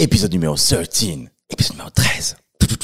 Épisode numéro 13. Épisode numéro 13.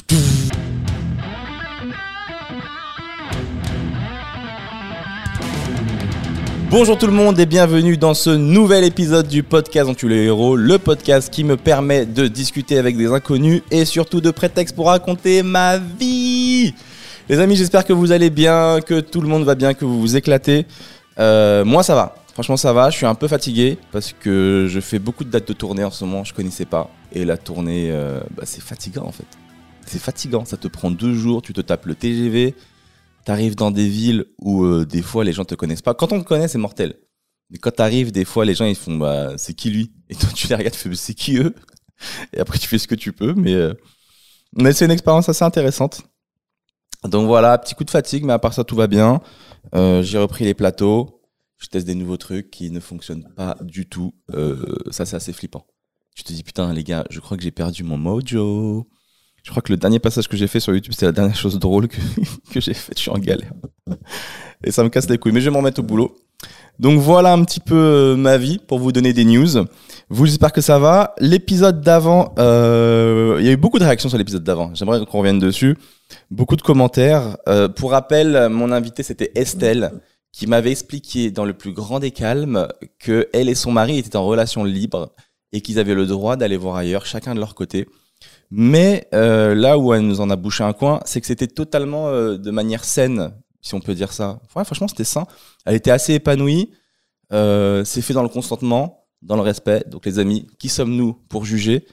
Bonjour tout le monde et bienvenue dans ce nouvel épisode du podcast Dont tu les héros, le podcast qui me permet de discuter avec des inconnus et surtout de prétextes pour raconter ma vie. Les amis, j'espère que vous allez bien, que tout le monde va bien, que vous vous éclatez. Moi ça va, franchement ça va, je suis un peu fatigué parce que je fais beaucoup de dates de tournée en ce moment, je connaissais pas. Et la tournée, c'est fatigant en fait. C'est fatigant, ça te prend 2 jours, tu te tapes le TGV. T'arrives dans des villes où des fois les gens te connaissent pas. Quand on te connaît, c'est mortel. Mais quand t'arrives, des fois les gens ils font c'est qui lui? Et toi tu les regardes, tu fais c'est qui eux? Et après tu fais ce que tu peux. Mais c'est une expérience assez intéressante. Donc voilà, petit coup de fatigue, mais à part ça tout va bien. J'ai repris les plateaux. Je teste des nouveaux trucs qui ne fonctionnent pas du tout. Ça c'est assez flippant. Tu te dis putain les gars, je crois que j'ai perdu mon mojo. Je crois que le dernier passage que j'ai fait sur YouTube, c'était la dernière chose drôle que j'ai faite. Je suis en galère. Et ça me casse les couilles. Mais je vais m'en remettre au boulot. Donc voilà un petit peu ma vie pour vous donner des news. Vous, j'espère que ça va. L'épisode d'avant, il y a eu beaucoup de réactions sur l'épisode d'avant. J'aimerais qu'on revienne dessus. Beaucoup de commentaires. Pour rappel, mon invité, c'était Estelle, qui m'avait expliqué dans le plus grand des calmes que elle et son mari étaient en relation libre et qu'ils avaient le droit d'aller voir ailleurs, chacun de leur côté. Mais là où elle nous en a bouché un coin, c'est que c'était totalement de manière saine, si on peut dire ça. Ouais, franchement, c'était sain. Elle était assez épanouie. C'est fait dans le consentement, dans le respect. Donc les amis, qui sommes-nous pour juger?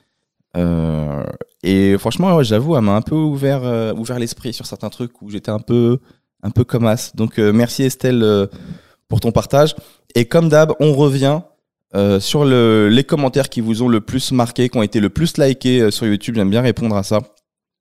Et franchement, ouais, j'avoue, elle m'a un peu ouvert l'esprit sur certains trucs où j'étais un peu comme as. Donc merci Estelle pour ton partage. Et comme d'hab, on revient sur les commentaires qui vous ont le plus marqué, qui ont été le plus likés sur YouTube. J'aime bien répondre à ça.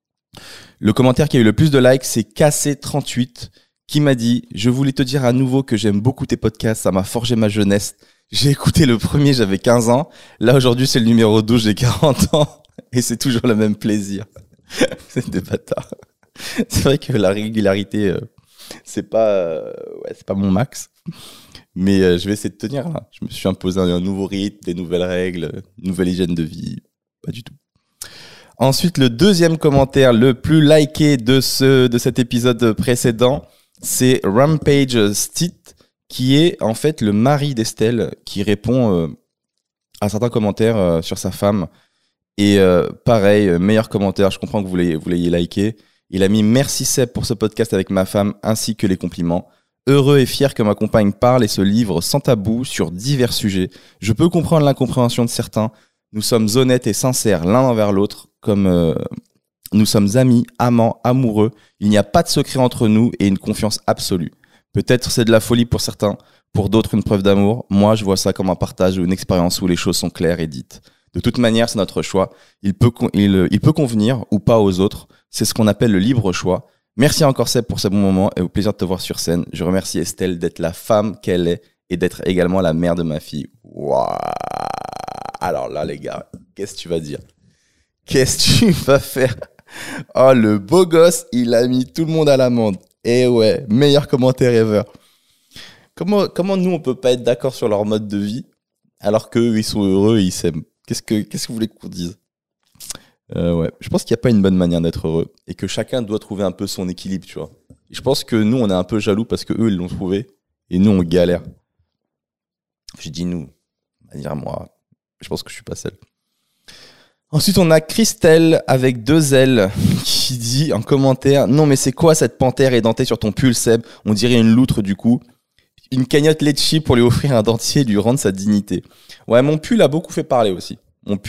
Le commentaire qui a eu le plus de likes, c'est KC38 qui m'a dit « Je voulais te dire à nouveau que j'aime beaucoup tes podcasts, ça m'a forgé ma jeunesse. J'ai écouté le premier, j'avais 15 ans. Là, aujourd'hui, c'est le numéro 12, j'ai 40 ans. Et c'est toujours le même plaisir. » C'est des bâtards. C'est vrai que la régularité, c'est pas mon max. Mais je vais essayer de tenir là. Je me suis imposé un nouveau rythme, des nouvelles règles, une nouvelle hygiène de vie. Pas du tout. Ensuite, le deuxième commentaire le plus liké de cet épisode précédent, c'est Rampage Stit, qui est en fait le mari d'Estelle, qui répond à certains commentaires sur sa femme. Et pareil, meilleur commentaire, je comprends que vous l'ayez liké. Il a mis « Merci Seb pour ce podcast avec ma femme, ainsi que les compliments. Heureux et fier que ma compagne parle et se livre sans tabou sur divers sujets. Je peux comprendre l'incompréhension de certains. Nous sommes honnêtes et sincères l'un envers l'autre, comme nous sommes amis, amants, amoureux. Il n'y a pas de secret entre nous et une confiance absolue. Peut-être c'est de la folie pour certains, pour d'autres une preuve d'amour. Moi, je vois ça comme un partage ou une expérience où les choses sont claires et dites. De toute manière, c'est notre choix. Il peut convenir ou pas aux autres. C'est ce qu'on appelle le libre choix. Merci encore Seb pour ce bon moment et au plaisir de te voir sur scène. Je remercie Estelle d'être la femme qu'elle est et d'être également la mère de ma fille. Waouh. Alors là les gars, qu'est-ce que tu vas dire? Qu'est-ce que tu vas faire? Oh le beau gosse, il a mis tout le monde à l'amende. Et ouais, meilleur commentaire ever. Comment nous on peut pas être d'accord sur leur mode de vie alors qu'eux ils sont heureux et ils s'aiment? Qu'est-ce que vous voulez qu'on dise? Ouais, je pense qu'il n'y a pas une bonne manière d'être heureux et que chacun doit trouver un peu son équilibre, tu vois. Et je pense que nous, on est un peu jaloux parce que eux, ils l'ont trouvé et nous, on galère. Je dis nous, on va dire moi. Je pense que je suis pas seul. Ensuite, on a Christelle avec 2 L qui dit en commentaire « Non, mais c'est quoi cette panthère édentée sur ton pull, Seb? On dirait une loutre du coup. Une cagnotte Litchi pour lui offrir un dentier et lui rendre sa dignité. » Ouais, mon pull a beaucoup fait parler aussi.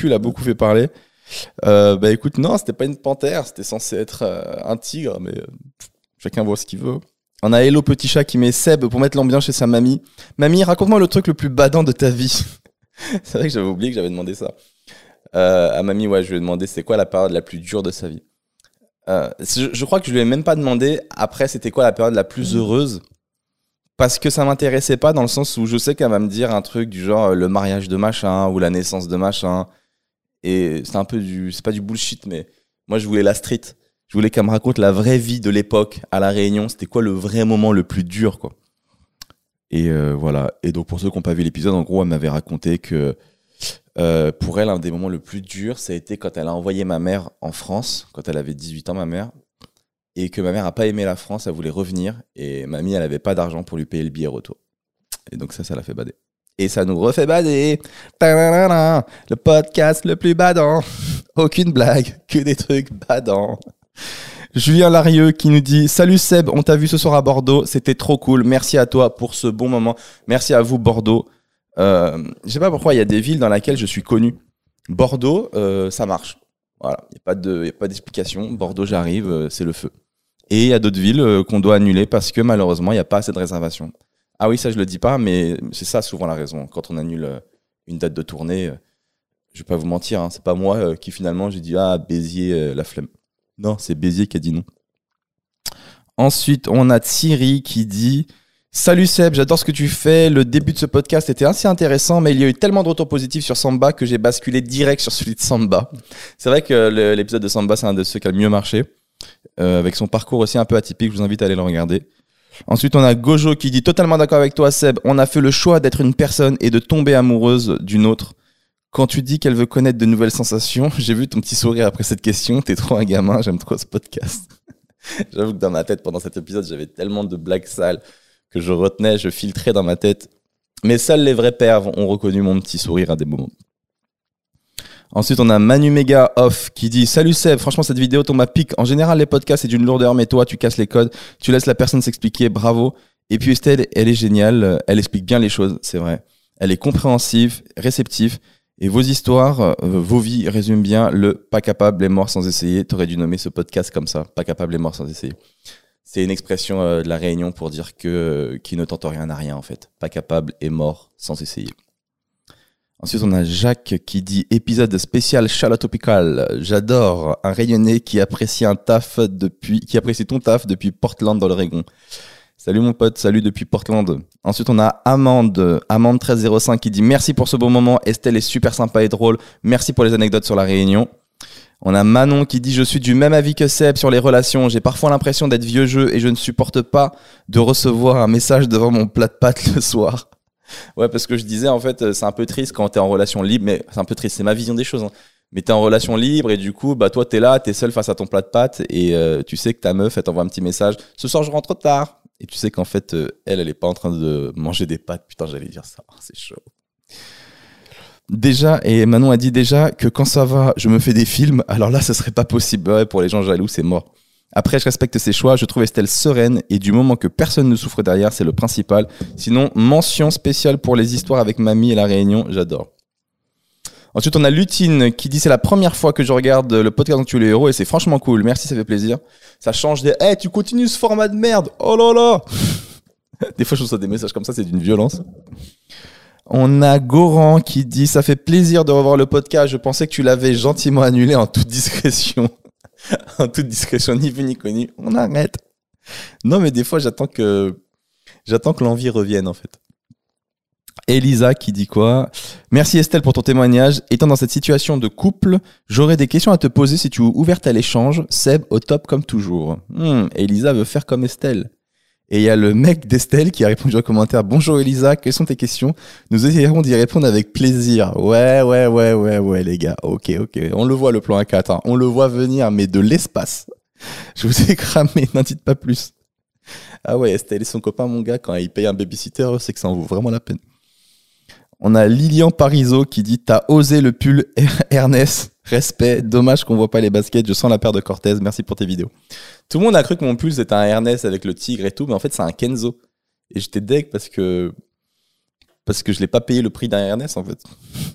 Écoute, non, c'était pas une panthère, c'était censé être un tigre, mais chacun voit ce qu'il veut. On a Hello Petit Chat qui met Seb pour mettre l'ambiance chez sa mamie. Mamie, raconte-moi le truc le plus badant de ta vie. C'est vrai que j'avais oublié que j'avais demandé ça. À mamie, ouais, je lui ai demandé c'est quoi la période la plus dure de sa vie. Je crois que je lui ai même pas demandé après c'était quoi la période la plus heureuse. Parce que ça m'intéressait pas dans le sens où je sais qu'elle va me dire un truc du genre le mariage de machin ou la naissance de machin. Et c'est un peu c'est pas du bullshit, mais moi je voulais la street. Je voulais qu'elle me raconte la vraie vie de l'époque à La Réunion. C'était quoi le vrai moment le plus dur, quoi. Et voilà. Et donc pour ceux qui n'ont pas vu l'épisode, en gros, elle m'avait raconté que Pour elle, un des moments le plus durs, ça a été quand elle a envoyé ma mère en France, quand elle avait 18 ans, ma mère, et que ma mère n'a pas aimé la France, elle voulait revenir, et mamie, elle n'avait pas d'argent pour lui payer le billet retour. Et donc ça l'a fait bader. Et ça nous refait bader. Ta-da-da-da, le podcast le plus badant. Aucune blague, que des trucs badants. Julien Larieux qui nous dit « Salut Seb, on t'a vu ce soir à Bordeaux, c'était trop cool, merci à toi pour ce bon moment. Merci à vous Bordeaux. » Je sais pas pourquoi il y a des villes dans lesquelles je suis connu. Bordeaux, ça marche. Voilà, il n'y a pas d'explication. Bordeaux, j'arrive, c'est le feu. Et il y a d'autres villes qu'on doit annuler parce que malheureusement, il n'y a pas assez de réservations. Ah oui, ça je le dis pas, mais c'est ça souvent la raison. Quand on annule une date de tournée, je vais pas vous mentir, c'est pas moi qui finalement j'ai dit ah Béziers, la flemme. Non, c'est Béziers qui a dit non. Ensuite, on a Thierry qui dit Salut Seb, j'adore ce que tu fais. Le début de ce podcast était assez intéressant, mais il y a eu tellement de retours positifs sur Samba que j'ai basculé direct sur celui de Samba. C'est vrai que l'épisode de Samba, c'est un de ceux qui a le mieux marché. Avec son parcours aussi un peu atypique, je vous invite à aller le regarder. Ensuite, on a Gojo qui dit totalement d'accord avec toi, Seb. On a fait le choix d'être une personne et de tomber amoureuse d'une autre. Quand tu dis qu'elle veut connaître de nouvelles sensations, j'ai vu ton petit sourire après cette question. T'es trop un gamin, j'aime trop ce podcast. J'avoue que dans ma tête, pendant cet épisode, j'avais tellement de blagues sales que je retenais, je filtrais dans ma tête. Mais seuls les vrais pervs ont reconnu mon petit sourire à des moments. Ensuite, on a Manu Mega Off qui dit « Salut Seb, franchement cette vidéo tombe à pic. En général, les podcasts c'est d'une lourdeur, mais toi, tu casses les codes. Tu laisses la personne s'expliquer, bravo. Et puis Estelle, elle est géniale. Elle explique bien les choses, c'est vrai. Elle est compréhensive, réceptive. Et vos histoires, vos vies résument bien le « pas capable et mort sans essayer ». T'aurais dû nommer ce podcast comme ça, « pas capable et mort sans essayer ». C'est une expression de la Réunion pour dire que qui ne tente rien n'a rien en fait. Pas capable et mort sans essayer. Ensuite, on a Jacques qui dit « Épisode spécial Chalotopical. J'adore un Réunionnais qui apprécie ton taf depuis Portland dans l'Oregon. » Salut mon pote, salut depuis Portland. Ensuite, on a Amande 1305 qui dit « Merci pour ce beau moment. Estelle est super sympa et drôle. Merci pour les anecdotes sur la Réunion. » On a Manon qui dit « Je suis du même avis que Seb sur les relations. J'ai parfois l'impression d'être vieux jeu et je ne supporte pas de recevoir un message devant mon plat de pâtes le soir. » Ouais, parce que je disais, en fait, c'est un peu triste quand t'es en relation libre, mais c'est un peu triste, c'est ma vision des choses. Mais t'es en relation libre et du coup, bah, toi, t'es là, t'es seul face à ton plat de pâtes et tu sais que ta meuf, elle t'envoie un petit message. Ce soir, je rentre tard. Et tu sais qu'en fait, elle est pas en train de manger des pâtes. Putain, j'allais dire ça. Oh, c'est chaud. Déjà, et Manon a dit déjà que quand ça va, je me fais des films. Alors là, ce serait pas possible. Ouais, pour les gens jaloux, c'est mort. Après, je respecte ses choix. Je trouve Estelle sereine et du moment que personne ne souffre derrière, c'est le principal. Sinon, mention spéciale pour les histoires avec mamie et la Réunion. J'adore. Ensuite, on a Lutine qui dit c'est la première fois que je regarde le podcast dont tu es le héros et c'est franchement cool. Merci, ça fait plaisir. Ça change des tu continues ce format de merde. Oh là là. Des fois, je reçois des messages comme ça, c'est d'une violence. On a Goran qui dit ça fait plaisir de revoir le podcast. Je pensais que tu l'avais gentiment annulé en toute discrétion. En toute discrétion, ni vu ni connu. On arrête. Non, mais des fois, j'attends que l'envie revienne, en fait. Elisa qui dit quoi ? Merci Estelle pour ton témoignage. Étant dans cette situation de couple, j'aurais des questions à te poser si tu es ouverte à l'échange. Seb, au top comme toujours. Elisa veut faire comme Estelle. Et il y a le mec d'Estelle qui a répondu en commentaire. Bonjour Elisa, quelles sont tes questions ? Nous essayerons d'y répondre avec plaisir. Ouais, les gars. Ok. On le voit le plan A4. Hein. On le voit venir, mais de l'espace. Je vous ai cramé, n'en dites pas plus. Ah ouais, Estelle et son copain, mon gars, quand ils payent un babysitter, c'est que ça en vaut vraiment la peine. On a Lilian Parizeau qui dit « T'as osé le pull Ernest, respect, dommage qu'on voit pas les baskets, je sens la paire de Cortez, merci pour tes vidéos. » Tout le monde a cru que mon pull c'était un Ernest avec le tigre et tout, mais en fait c'est un Kenzo. Et j'étais deg parce que je l'ai pas payé le prix d'un Ernest en fait.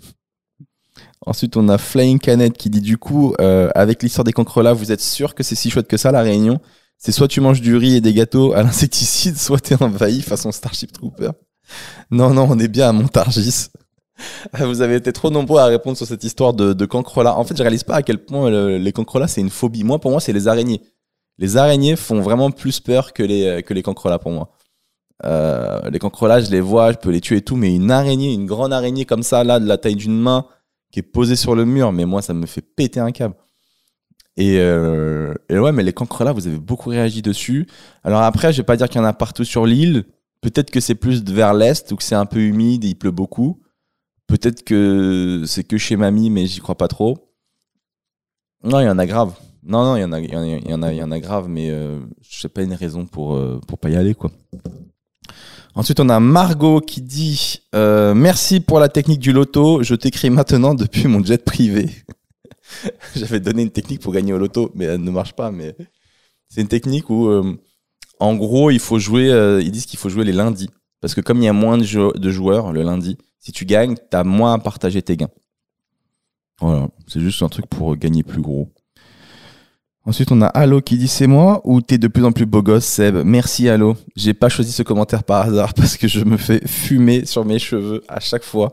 Ensuite on a Flying Canet qui dit « Du coup, avec l'histoire des cancrelats, vous êtes sûr que c'est si chouette que ça la Réunion ? C'est soit tu manges du riz et des gâteaux à l'insecticide, soit t'es envahi façon Starship Trooper. » Non, on est bien à Montargis. Vous avez été trop nombreux à répondre sur cette histoire de cancrelats. En fait, je réalise pas à quel point les cancrelats, c'est une phobie. Pour moi, c'est les araignées. Les araignées font vraiment plus peur que les cancrelats pour moi. Les cancrelats, je les vois, je peux les tuer et tout, mais une araignée, une grande araignée comme ça, là, de la taille d'une main, qui est posée sur le mur, mais moi, ça me fait péter un câble. Et ouais, mais les cancrelats, vous avez beaucoup réagi dessus. Alors après, je vais pas dire qu'il y en a partout sur l'île. Peut-être que c'est plus vers l'est ou que c'est un peu humide et il pleut beaucoup. Peut-être que c'est que chez mamie, mais j'y crois pas trop. Non, il y en a grave. Non, il y en a grave, mais je sais pas une raison pour pas y aller, quoi. Ensuite, on a Margot qui dit merci pour la technique du loto. Je t'écris maintenant depuis mon jet privé. J'avais donné une technique pour gagner au loto, mais elle ne marche pas. Mais c'est une technique où, en gros, il faut jouer. Ils disent qu'il faut jouer les lundis, parce que comme il y a moins de joueurs le lundi, si tu gagnes, t'as moins à partager tes gains. Voilà, c'est juste un truc pour gagner plus gros. Ensuite, on a Allo qui dit c'est moi ou t'es de plus en plus beau gosse, Seb? Merci Allo. J'ai pas choisi ce commentaire par hasard parce que je me fais fumer sur mes cheveux à chaque fois.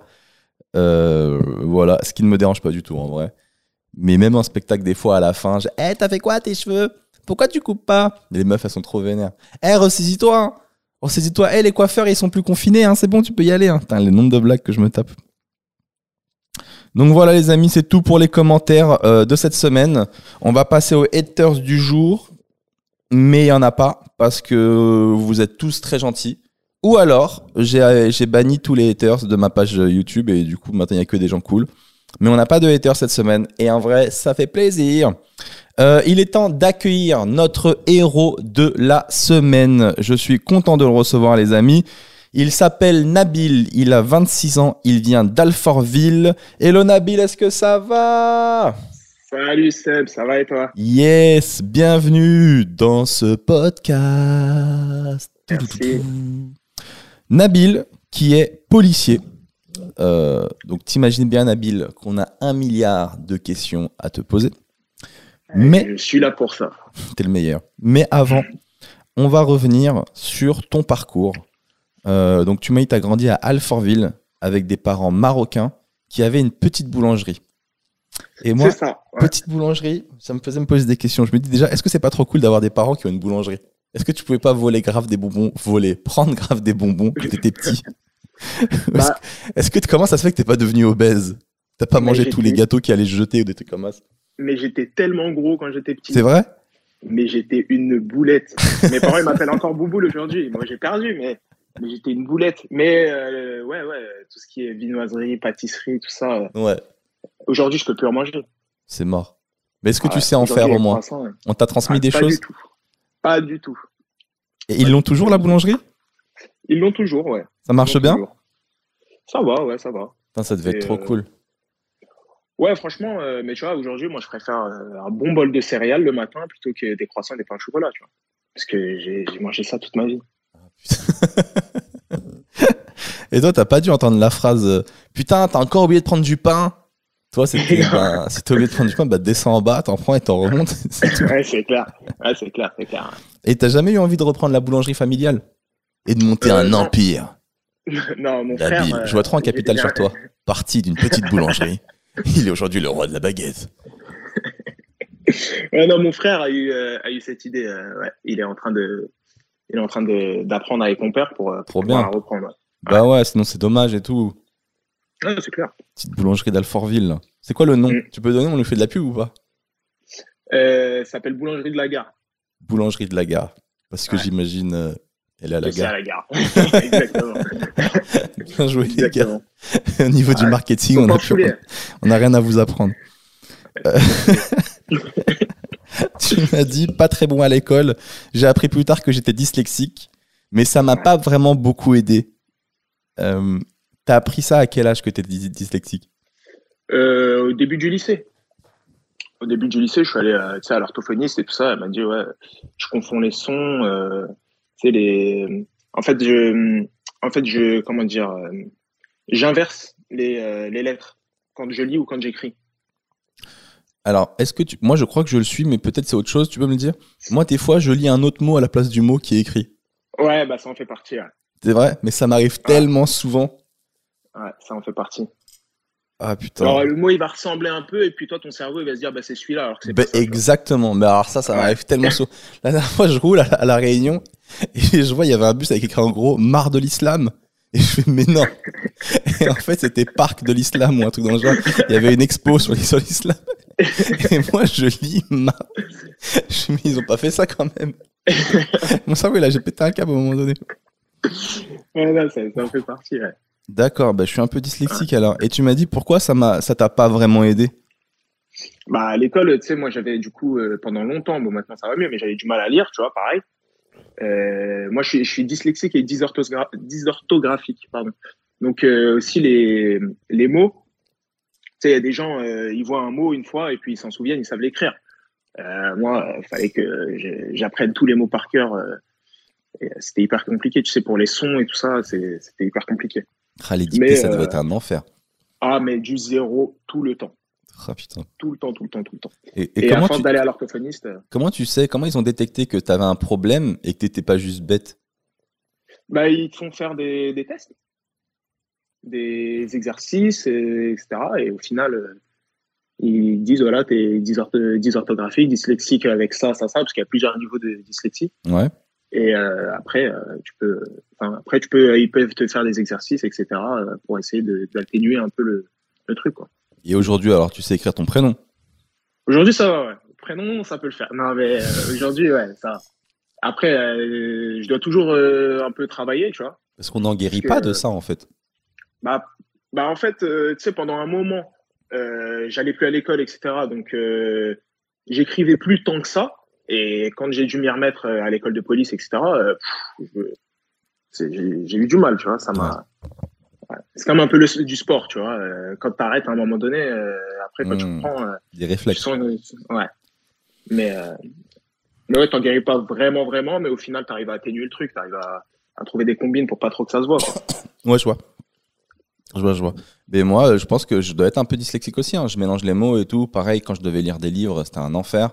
Voilà, ce qui ne me dérange pas du tout en vrai. Mais même en spectacle, des fois à la fin, t'as fait quoi tes cheveux? Pourquoi tu coupes pas? Les meufs, elles sont trop vénères. Ressaisis-toi, hein. Ressaisis-toi. Les coiffeurs, ils sont plus confinés, hein. C'est bon, tu peux y aller. Hein. Putain, le nombre de blagues que je me tape. Donc voilà les amis, c'est tout pour les commentaires de cette semaine. On va passer aux haters du jour, mais il n'y en a pas parce que vous êtes tous très gentils. Ou alors, j'ai banni tous les haters de ma page YouTube et du coup maintenant il n'y a que des gens cool. Mais on n'a pas de haters cette semaine et en vrai ça fait plaisir. Il est temps d'accueillir notre héros de la semaine. Je suis content de le recevoir les amis. Il s'appelle Nabil, il a 26 ans, il vient d'Alfortville. Hello Nabil, est-ce que ça va? Salut Seb, ça va et toi? Yes, bienvenue dans ce podcast. Merci. Nabil, qui est policier. Donc t'imagines bien Nabil qu'on a 1 milliard de questions à te poser. Mais je suis là pour ça. T'es le meilleur. Mais avant, on va revenir sur ton parcours. Donc tu m'as dit que tu as grandi à Alfortville avec des parents marocains qui avaient une petite boulangerie. Et moi, c'est ça, ouais. Petite boulangerie, ça me faisait me poser des questions. Je me dis déjà, est-ce que c'est pas trop cool d'avoir des parents qui ont une boulangerie? Est-ce que tu pouvais pas voler grave des bonbons, prendre grave des bonbons quand t'étais petit? Bah, Comment ça se fait que t'es pas devenu obèse? T'as pas mangé tous les gâteaux qui allaient se jeter ou des trucs comme ça? Mais j'étais tellement gros quand j'étais petit. C'est vrai? Mais j'étais une boulette. Mes parents ils m'appellent encore Bouboule aujourd'hui. Moi j'ai perdu, mais j'étais une boulette. Mais ouais, tout ce qui est viennoiserie, pâtisserie, tout ça. Ouais. Aujourd'hui, je peux plus en manger. C'est mort. Mais est-ce que tu sais en faire au moins? On t'a transmis des choses? Pas du tout. Et ils l'ont toujours la boulangerie? Ils l'ont toujours, ouais. Ça marche bien? Ça va, ouais, ça va. Putain, ça devait être trop cool. Ouais, franchement, mais tu vois, aujourd'hui, moi, je préfère un bon bol de céréales le matin plutôt que des croissants et des pains au chocolat, tu vois. Parce que j'ai mangé ça toute ma vie. Et toi, t'as pas dû entendre la phrase putain, t'as encore oublié de prendre du pain? Toi, c'était si t'as oublié de prendre du pain, descends en bas, t'en prends et t'en remontes. Ouais, c'est clair. Ouais, c'est clair. Et t'as jamais eu envie de reprendre la boulangerie familiale? Et de monter un empire? Non, mon Nabil, frère. je vois trop un capital sur toi. Parti d'une petite boulangerie. Il est aujourd'hui le roi de la baguette. Ouais, non, mon frère a eu cette idée. Ouais. Il est en train d'apprendre avec mon père pour bien reprendre. Ouais. Bah ouais, sinon c'est dommage et tout. Ouais, c'est clair. Petite boulangerie d'Alfortville. Là. C'est quoi le nom? Tu peux donner, on lui fait de la pub ou pas? Ça s'appelle Boulangerie de la Gare. Boulangerie de la Gare. Parce que j'imagine, elle est à la gare. C'est à la gare. Exactement. Bien joué les gars. Au niveau du marketing, on n'a rien à vous apprendre. Tu m'as dit pas très bon à l'école. J'ai appris plus tard que j'étais dyslexique, mais ça m'a pas vraiment beaucoup aidé. T'as appris ça à quel âge que t'étais dyslexique? Au début du lycée. Au début du lycée, je suis allé à l'orthophoniste et tout ça. Elle m'a dit ouais, je confonds les sons. En fait, comment dire, j'inverse les lettres quand je lis ou quand j'écris. Alors, moi je crois que je le suis, mais peut-être c'est autre chose, tu peux me le dire? Moi, des fois, je lis un autre mot à la place du mot qui est écrit. Ouais, ça en fait partie. Ouais. C'est vrai? Mais ça m'arrive tellement souvent. Ouais, ça en fait partie. Ah putain. Alors, le mot, il va ressembler un peu, et puis toi, ton cerveau, il va se dire, c'est celui-là, alors que c'est pas ça. Exactement. Mais alors ça m'arrive tellement souvent. La dernière fois, je roule à la Réunion, et je vois, il y avait un bus avec écrit en gros, marre de l'islam. Et je fais, mais non. Et en fait, c'était Parc de l'Islam ou un truc dans le genre. Il y avait une expo sur l'islam. Et moi, je lis je me dis, ils ont pas fait ça quand même. Mon cerveau, là, j'ai pété un câble à un moment donné. Ouais, ça en fait partie, ouais. D'accord, bah, je suis un peu dyslexique alors. Et tu m'as dit pourquoi ça t'a pas vraiment aidé? Bah, à l'école, tu sais, moi, j'avais du coup, pendant longtemps, bon, maintenant ça va mieux, mais j'avais du mal à lire, tu vois, pareil. Moi, je suis dyslexique et dysorthographique, pardon. Donc, aussi les mots, tu sais, il y a des gens, ils voient un mot une fois et puis ils s'en souviennent, ils savent l'écrire. Moi, il fallait que j'apprenne tous les mots par cœur. Et c'était hyper compliqué, tu sais, pour les sons et tout ça, c'était hyper compliqué. Ah, les dictées, Mais, ça devait être un enfer. mais du zéro tout le temps. Ah, putain. Tout le temps, tout le temps, tout le temps. Et Et à force d'aller à l'orthophoniste, comment tu sais, comment ils ont détecté que tu avais un problème et que t'étais pas juste bête? bah, ils te font faire des tests, des exercices, etc. Et au final, ils disent, voilà, t'es dysorthographique, dyslexique avec ça, parce qu'il y a plusieurs niveaux de dyslexie. Ouais. Et après, ils peuvent te faire des exercices, etc., pour essayer d'atténuer un peu le truc, quoi. Et aujourd'hui, alors, tu sais écrire ton prénom? Aujourd'hui, ça va, ouais. Le prénom, ça peut le faire. Non, mais aujourd'hui, ouais, ça va. Après, je dois toujours un peu travailler, tu vois. Parce qu'on n'en Parce guérit que, pas de ça, en fait. bah, en fait, tu sais, pendant un moment, j'allais plus à l'école, etc. Donc, j'écrivais plus tant que ça. Et quand j'ai dû m'y remettre à l'école de police, etc., j'ai eu du mal, tu vois. Ça m'a. Ouais. C'est comme un peu du sport, tu vois. Quand tu arrêtes à un moment donné, après, quand tu reprends, Des tu réflexes. sens. Ouais. Mais ouais, t'en guéris pas vraiment, vraiment, mais au final, tu arrives à atténuer le truc, tu arrives à trouver des combines pour pas trop que ça se voit, quoi. Ouais, je vois. Je vois. Mais moi, je pense que je dois être un peu dyslexique aussi, hein. Je mélange les mots et tout. Pareil, quand je devais lire des livres, c'était un enfer.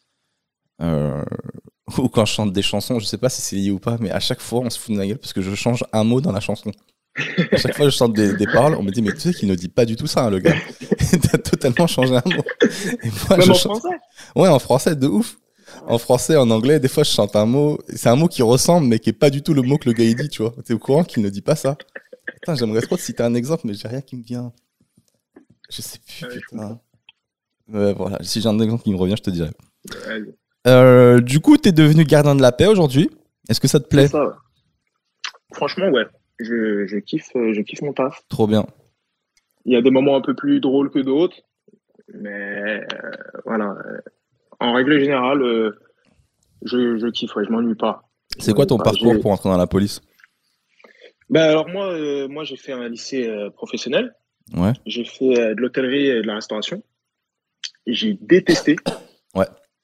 Ou quand je chante des chansons, je sais pas si c'est lié ou pas, mais à chaque fois, on se fout de ma gueule parce que je change un mot dans la chanson. À chaque fois que je chante des paroles, on me dit, mais tu sais qu'il ne dit pas du tout ça, hein, le gars. T'as totalement changé un mot. Et moi, Même en français? Ouais, en français, de ouf. En français, en anglais, des fois, je chante un mot. C'est un mot qui ressemble, mais qui est pas du tout le mot que le gars il dit, tu vois. T'es au courant qu'il ne dit pas ça? Putain, j'aimerais trop te citer un exemple, mais j'ai rien qui me vient. Je sais plus, putain. Ouais, voilà. Si j'ai un exemple qui me revient, je te dirai. Du coup, t'es devenu gardien de la paix aujourd'hui. Est-ce que ça te plaît? C'est ça, ouais. Franchement, ouais. Je kiffe mon taf. Trop bien. Il y a des moments un peu plus drôles que d'autres, mais voilà. En règle générale, je kiffe, ouais, je m'ennuie pas. C'est quoi ton parcours pour entrer dans la police? Ben alors moi j'ai fait un lycée professionnel. Ouais. J'ai fait de l'hôtellerie et de la restauration. J'ai détesté. Ouais.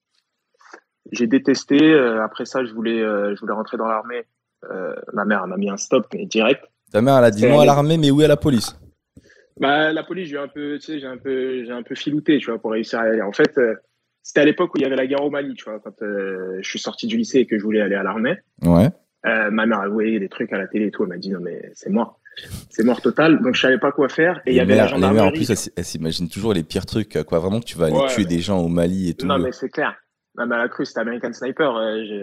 J'ai détesté. Après ça, je voulais rentrer dans l'armée. Ma mère m'a mis un stop, mais direct. Ta mère, elle a dit non à l'armée, mais oui à la police. Bah, la police, j'ai un peu filouté, tu vois, pour réussir à y aller. En fait, c'était à l'époque où il y avait la guerre au Mali, tu vois, quand je suis sorti du lycée et que je voulais aller à l'armée. Ouais. Ma mère a voyé des trucs à la télé et tout. Elle m'a dit non, mais c'est mort. C'est mort total. Donc, je savais pas quoi faire. Et il y avait la gendarmerie. Les mères, en plus, elles s'imaginent toujours les pires trucs, quoi. Vraiment que tu vas aller tuer des gens au Mali et tout. Non, mais c'est clair. Non, mais elle a cru, c'était American Sniper.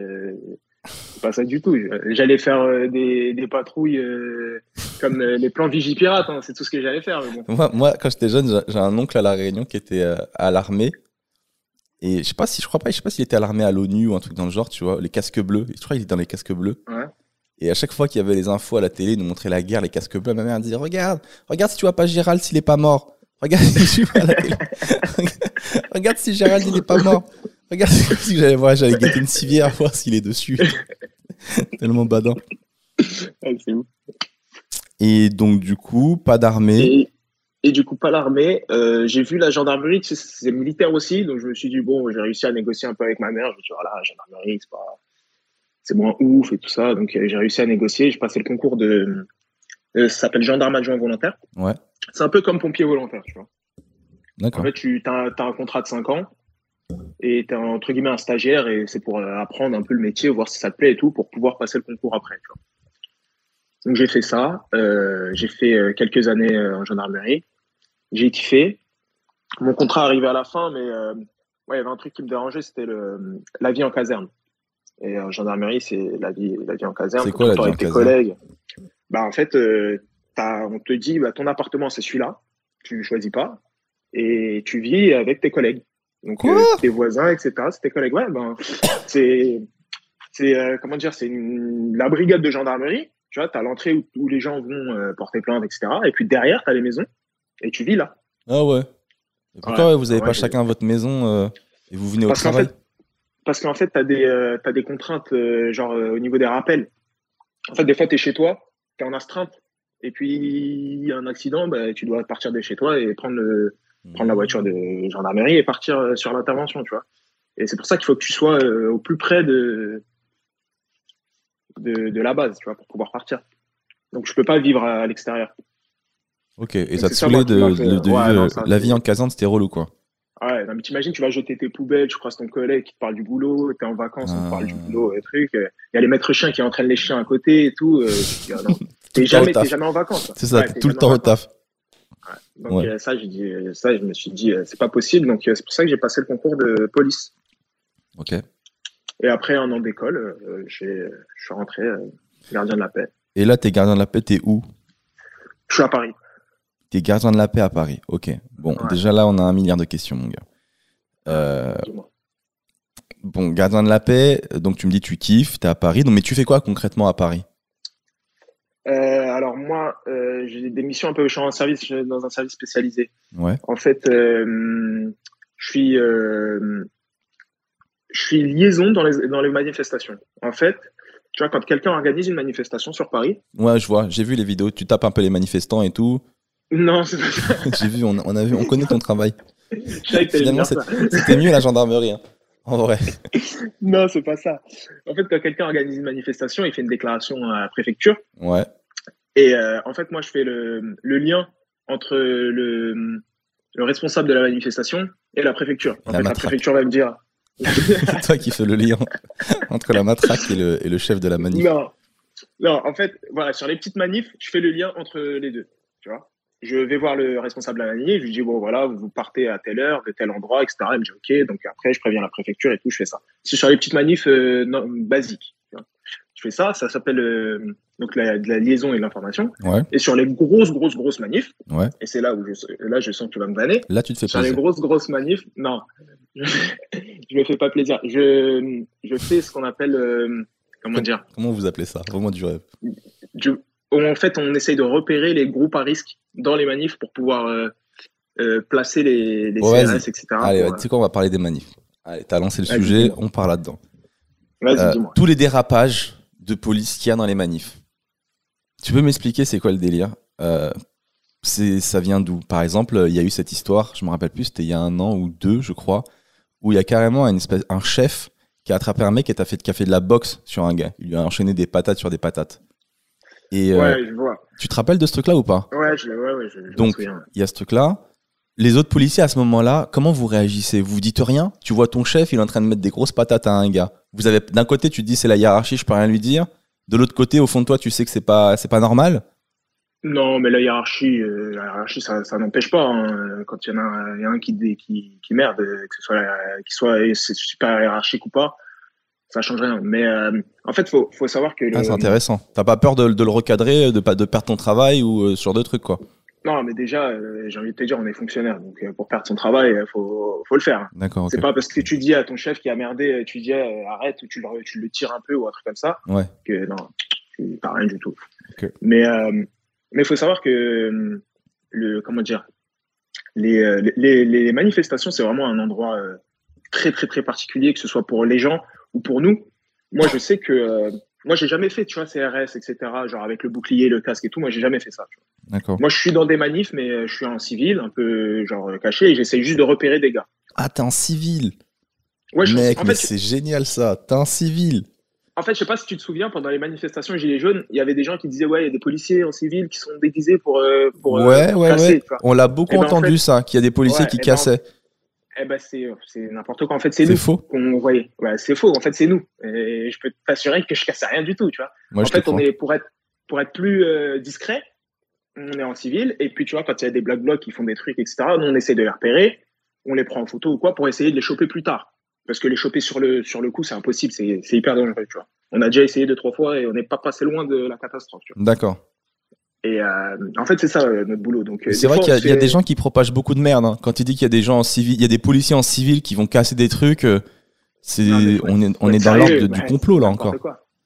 C'est pas ça du tout. J'allais faire des patrouilles comme les plans Vigipirate, hein. C'est tout ce que j'allais faire. Mais bon. Moi, quand j'étais jeune, j'ai un oncle à La Réunion qui était à l'armée. Et je sais pas s'il était à l'armée à l'ONU ou un truc dans le genre, tu vois, les casques bleus. Je crois qu'il était dans les casques bleus. Ouais. Et à chaque fois qu'il y avait les infos à la télé, nous montrer la guerre, les casques bleus, ma mère disait regarde si tu vois pas Gérald s'il est pas mort. Regarde si tu vois à la télé. Regarde si Gérald il est pas mort. Regarde si j'allais guetter une civière voir s'il est dessus. Tellement badant. Ouais, c'est ouf. Et donc du coup, pas d'armée. Et du coup, pas l'armée. J'ai vu la gendarmerie, c'est militaire aussi. Donc, je me suis dit, bon, j'ai réussi à négocier un peu avec ma mère. Je me suis dit, voilà, la gendarmerie, c'est moins ouf et tout ça. Donc, j'ai réussi à négocier. J'ai passé le concours ça s'appelle gendarme adjoint volontaire. Ouais. C'est un peu comme pompier volontaire, tu vois. D'accord. En fait, tu as un contrat de 5 ans et tu es entre guillemets un stagiaire et c'est pour apprendre un peu le métier, voir si ça te plaît et tout, pour pouvoir passer le concours après, tu vois. Donc, j'ai fait ça. J'ai fait quelques années en gendarmerie. J'ai kiffé. Mon contrat arrivait à la fin, mais il y avait un truc qui me dérangeait, c'était la vie en caserne. Et en gendarmerie, c'est la vie en caserne. C'est quoi la vie en caserne? Collègues. Bah, en fait, on te dit, bah, ton appartement, c'est celui-là. Tu choisis pas. Et tu vis avec tes collègues. Donc, tes voisins, etc. C'est tes collègues. Ouais, ben, c'est comment dire, c'est la brigade de gendarmerie. Tu vois, t'as l'entrée où les gens vont porter plainte, etc. Et puis derrière, t'as les maisons et tu vis là. Ah ouais. Et pourquoi vous avez pas chacun votre maison et vous venez au travail? Parce qu'en fait, t'as des contraintes, au niveau des rappels. En fait, des fois, t'es chez toi, t'es en astreinte, et puis il y a un accident, bah, tu dois partir de chez toi et prendre la voiture de gendarmerie et partir sur l'intervention, tu vois. Et c'est pour ça qu'il faut que tu sois au plus près de la base, tu vois, pour pouvoir partir. Donc, je peux pas vivre à l'extérieur. Ok, et ça te saoulait de vivre la vie en caserne, c'était relou, quoi. Ouais, non, mais t'imagines, tu vas jeter tes poubelles, tu croises ton collègue qui te parle du boulot, t'es en vacances, on te parle du boulot et trucs. Il y a les maîtres chiens qui entraînent les chiens à côté et tout. Non, t'es jamais en vacances. C'est ça, t'es tout le temps au taf. Ouais. Donc je me suis dit, c'est pas possible. Donc c'est pour ça que j'ai passé le concours de police. Ok. Et après un an d'école, je suis rentré gardien de la paix. Et là, t'es gardien de la paix, t'es où? Je suis à Paris. T'es gardien de la paix à Paris, ok. Bon, déjà là, on a 1 milliard de questions, mon gars. Bon, gardien de la paix, donc tu me dis tu kiffes, t'es à Paris, donc, mais tu fais quoi concrètement à Paris? Alors moi, j'ai des missions un peu, je suis dans un service spécialisé. Ouais. En fait, je suis liaison dans les manifestations. En fait, tu vois, quand quelqu'un organise une manifestation sur Paris. Ouais, je vois, j'ai vu les vidéos, tu tapes un peu les manifestants et tout. Non, c'est pas ça. J'ai vu, on connaît ton travail. Finalement, c'était mieux la gendarmerie, hein, en vrai. Non, c'est pas ça. En fait, quand quelqu'un organise une manifestation, il fait une déclaration à la préfecture. Ouais. Et en fait, moi, je fais le lien entre le responsable de la manifestation et la préfecture. En fait, la préfecture va me dire. C'est toi qui fais le lien entre la matraque et le chef de la manif. Non, en fait, voilà, sur les petites manifs, je fais le lien entre les deux, tu vois. Je vais voir le responsable de la manif, je lui dis, bon, voilà, vous partez à telle heure, de tel endroit, etc. Il me dit, ok, donc après, je préviens la préfecture et tout, je fais ça. C'est sur les petites manifs basiques. Tu vois. Je fais ça s'appelle donc de la liaison et de l'information. Ouais. Et sur les grosses manifs, ouais. Et c'est là où je sens que tu vas me vanner. Là, tu te fais sur plaisir. Sur les grosses manifs, non, je me fais pas plaisir. Je fais ce qu'on appelle, Comment vous appelez ça? Vraiment du rêve. En fait, on essaye de repérer les groupes à risque dans les manifs pour pouvoir placer les CRS, etc. Allez, tu sais quoi, on va parler des manifs. Allez, t'as lancé le sujet, dis-moi. On part là-dedans. Vas-y, dis-moi. Tous les dérapages de police qu'il y a dans les manifs. Tu peux m'expliquer c'est quoi le délire? Ça vient d'où? Par exemple, il y a eu cette histoire, je me rappelle plus, c'était il y a 1 an ou 2, je crois, où il y a carrément un chef qui a attrapé un mec qui a fait de la boxe sur un gars. Il lui a enchaîné des patates sur des patates. Et ouais, je vois. Tu te rappelles de ce truc-là ou pas? Ouais, je Donc, il y a ce truc-là. Les autres policiers, à ce moment-là, comment vous réagissez? Vous dites rien? Tu vois ton chef, il est en train de mettre des grosses patates à un gars. D'un côté, tu te dis c'est la hiérarchie, je peux rien lui dire. De l'autre côté, au fond de toi, tu sais que c'est pas normal. Non, mais la hiérarchie, ça n'empêche pas. Hein. Quand il y en a un qui merde, que ce soit qu'il soit super hiérarchique ou pas, ça change rien. Mais en fait, faut savoir que. C'est intéressant. T'as pas peur de le recadrer, de perdre ton travail ou ce genre de trucs, quoi? Non, mais déjà, j'ai envie de te dire, on est fonctionnaire. Donc, pour perdre son travail, faut le faire. D'accord, ok. C'est pas parce que tu dis à ton chef qui a merdé, tu dis arrête ou tu le tires un peu ou un truc comme ça. Ouais. Que non, t'as rien du tout. Okay. Mais il faut savoir que les manifestations, c'est vraiment un endroit très, très, très particulier, que ce soit pour les gens ou pour nous. Moi, je sais que moi, j'ai jamais fait, tu vois, CRS, etc., genre avec le bouclier, le casque et tout. Moi, j'ai jamais fait ça. Tu vois. D'accord. Moi, je suis dans des manifs, mais je suis en civil, un peu genre caché, et j'essaie juste de repérer des gars. Ah, t'es en civil? Ouais, mec, mais c'est génial ça. T'es en civil? En fait, je sais pas si tu te souviens, pendant les manifestations Gilets jaunes, il y a des gens qui disaient ouais, il y a des policiers en civil qui sont déguisés pour casser. Tu vois. On l'a beaucoup entendu, ça, qu'il y a des policiers qui cassaient. C'est n'importe quoi. En fait, c'est nous qu'on voyait. Ouais, c'est faux. En fait, c'est nous. Et je peux t'assurer que je cassais rien du tout, tu vois. Moi, en fait, on est pour être plus discret, on est en civil. Et puis, tu vois, quand il y a des black blocs qui font des trucs, etc., nous, on essaie de les repérer, on les prend en photo ou quoi pour essayer de les choper plus tard. Parce que les choper sur le coup, c'est impossible, c'est hyper dangereux, tu vois. On a déjà essayé 2-3 fois et on n'est pas passé loin de la catastrophe, tu vois. D'accord. Et en fait, c'est ça notre boulot. Donc, c'est vrai qu'il y a des gens qui propagent beaucoup de merde. Hein. Quand tu dis qu'il y a des gens en civil, il y a des policiers en civil qui vont casser des trucs, on est dans l'ordre du complot là encore. Quoi.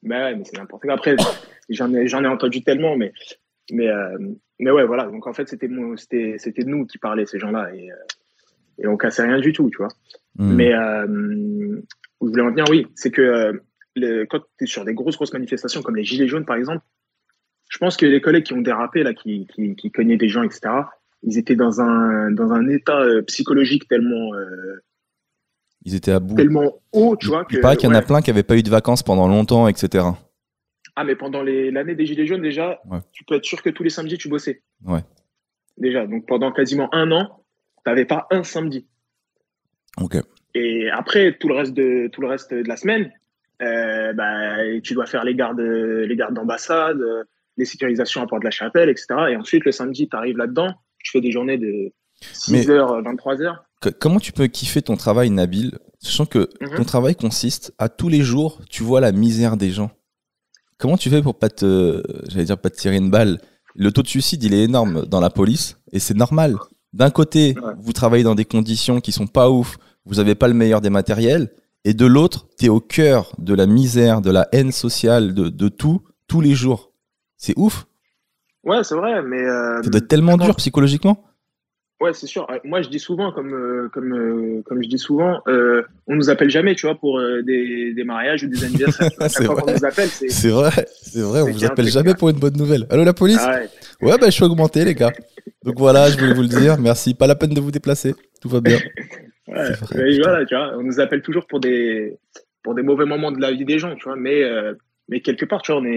Bah ouais, mais c'est n'importe quoi. Après, j'en ai entendu tellement, mais, ouais, voilà. Donc en fait, c'était nous qui parlaient, ces gens-là, et on cassait rien du tout, tu vois. Mais où je voulais en venir, oui, c'est que quand tu es sur des grosses manifestations comme les Gilets jaunes, par exemple, je pense que les collègues qui ont dérapé, là, qui cognaient des gens, etc., ils étaient dans un état psychologique Ils étaient à bout. tellement haut, tu vois. Il paraît qu'il y en a plein qui n'avaient pas eu de vacances pendant longtemps, etc. Ah, mais pendant l'année des Gilets jaunes, déjà, tu peux être sûr que tous les samedis, tu bossais. Ouais. Déjà, donc pendant quasiment un an, tu n'avais pas un samedi. Ok. Et après, tout le reste de la semaine, tu dois faire les gardes d'ambassade, les sécurisations à Porte-de-la-Chapelle, etc. Et ensuite, le samedi, tu arrives là-dedans, tu fais des journées de 6h, 23h. Comment tu peux kiffer ton travail, Nabil, sachant que ton travail consiste à tous les jours, tu vois la misère des gens. Comment tu fais pour pas te tirer une balle? Le taux de suicide, il est énorme dans la police, et c'est normal. D'un côté, vous travaillez dans des conditions qui sont pas ouf, vous avez pas le meilleur des matériels, et de l'autre, t'es au cœur de la misère, de la haine sociale, de tout, tous les jours. C'est ouf. Ouais, c'est vrai, mais... ça doit être tellement dur psychologiquement. Ouais, c'est sûr. Moi, je dis souvent, comme je dis souvent, on nous appelle jamais, tu vois, pour des mariages ou des anniversaires. C'est vrai. On nous appelle, c'est vrai, on vous appelle jamais pour une bonne nouvelle. Allô, la police? Ah ouais, je suis augmenté, les gars. Donc voilà, je voulais vous le dire. Merci. Pas la peine de vous déplacer. Tout va bien. Ouais, mais voilà, tu vois, on nous appelle toujours pour des mauvais moments de la vie des gens, tu vois, mais quelque part, tu vois,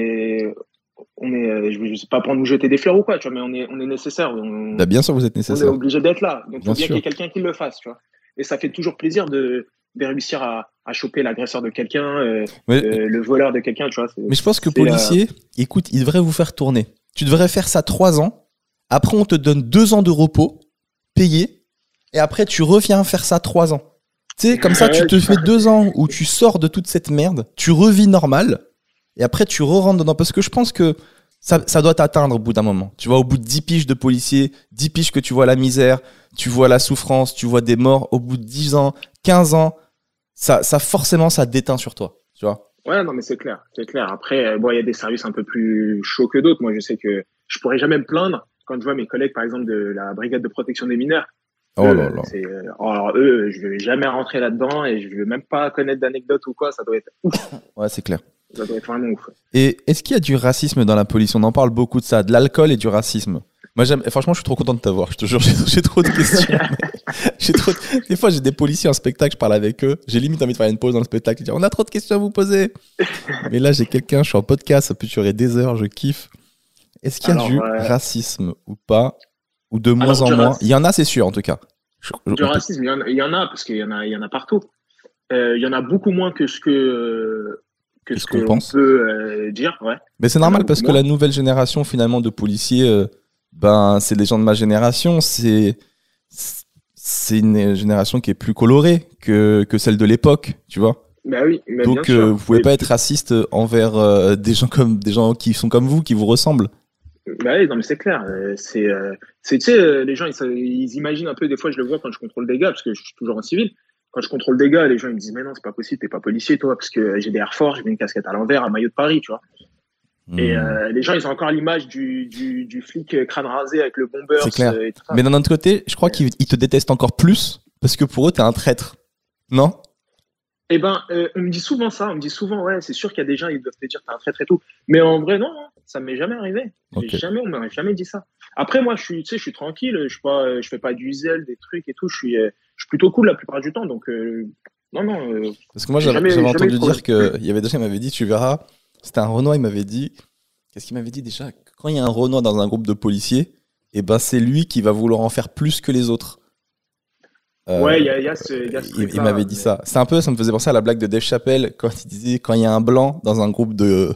je sais pas pour nous jeter des fleurs ou quoi, tu vois, mais on est nécessaire. Bien sûr, vous êtes nécessaire. On est obligé d'être là. Donc, il faut bien qu'il y ait sûr. quelqu'un qui le fasse, tu vois. Et ça fait toujours plaisir de réussir à choper l'agresseur de quelqu'un, le voleur de quelqu'un, tu vois. Mais je pense que policier, écoute, il devrait vous faire tourner. Tu devrais faire ça 3 ans. Après, on te donne 2 ans de repos payé. Et après, tu reviens faire ça 3 ans. Tu sais, comme ça, tu te fais 2 ans où tu sors de toute cette merde. Tu revis normal. Et après, tu re-rentres dedans. Parce que je pense que ça doit t'atteindre au bout d'un moment. Tu vois, au bout de 10 piges de policier, 10 piges que tu vois la misère, tu vois la souffrance, tu vois des morts. Au bout de 10 ans, 15 ans, ça forcément, ça déteint sur toi. Tu vois. Ouais, non, mais c'est clair. Après, il y a des services un peu plus chauds que d'autres. Moi, je sais que je pourrais jamais me plaindre quand je vois mes collègues, par exemple, de la brigade de protection des mineurs. Oh là là. Alors eux, je vais jamais rentrer là-dedans et je vais même pas connaître d'anecdotes ou quoi. Ça doit être ouf. Ouais, c'est clair. Ça doit être vraiment ouf. Et est-ce qu'il y a du racisme dans la police? On en parle beaucoup de ça, de l'alcool et du racisme. Moi, franchement, je suis trop content de t'avoir. Je te jure, j'ai trop de questions. Des fois, j'ai des policiers en spectacle, je parle avec eux. J'ai limite envie de faire une pause dans le spectacle et dire on a trop de questions à vous poser. Mais là, j'ai quelqu'un, je suis en podcast, ça peut durer des heures, je kiffe. Est-ce qu'il y a du racisme ou pas? Ou de moins en moins? Il y en a, c'est sûr, en tout cas. Du racisme, il y en a, parce qu'il y en a partout. Il y en a beaucoup moins que ce que l'on peut dire. Ouais. Mais c'est normal parce que la nouvelle génération finalement de policiers, c'est des gens de ma génération. C'est une génération qui est plus colorée que celle de l'époque, tu vois. Bah oui, mais donc bien sûr. Vous pouvez pas être raciste envers des gens qui sont comme vous, qui vous ressemblent. Bah oui, non mais c'est clair. Tu sais, les gens ils imaginent un peu. Des fois, je le vois quand je contrôle des gars parce que je suis toujours en civil. Quand je contrôle des gars, les gens ils me disent mais non, c'est pas possible, t'es pas policier toi, parce que j'ai des Air Force, j'ai mis une casquette à l'envers, un maillot de Paris, tu vois. Et les gens ils ont encore l'image du flic crâne rasé avec le bomber. C'est clair. Et tout ça. Mais d'un autre côté, je crois qu'ils te détestent encore plus parce que pour eux t'es un traître, non? Eh ben, on me dit souvent ça. On me dit souvent ouais, c'est sûr qu'il y a des gens ils doivent te dire t'es un traître et tout. Mais en vrai non, ça m'est jamais arrivé. Okay. On m'aurait jamais dit ça. Après moi je suis tranquille, je fais pas du zèle, des trucs et tout. Je suis plutôt cool la plupart du temps, donc non. Parce que moi j'avais entendu dire qu'il y avait déjà, il m'avait dit tu verras, c'était un Renoir, il m'avait dit, qu'est-ce qu'il m'avait dit déjà? Quand il y a un Renoir dans un groupe de policiers, et c'est lui qui va vouloir en faire plus que les autres. Ouais, il y a ce il m'avait dit ça. C'est un peu, ça me faisait penser à la blague de Dave Chappelle quand il disait quand il y a un blanc dans un groupe de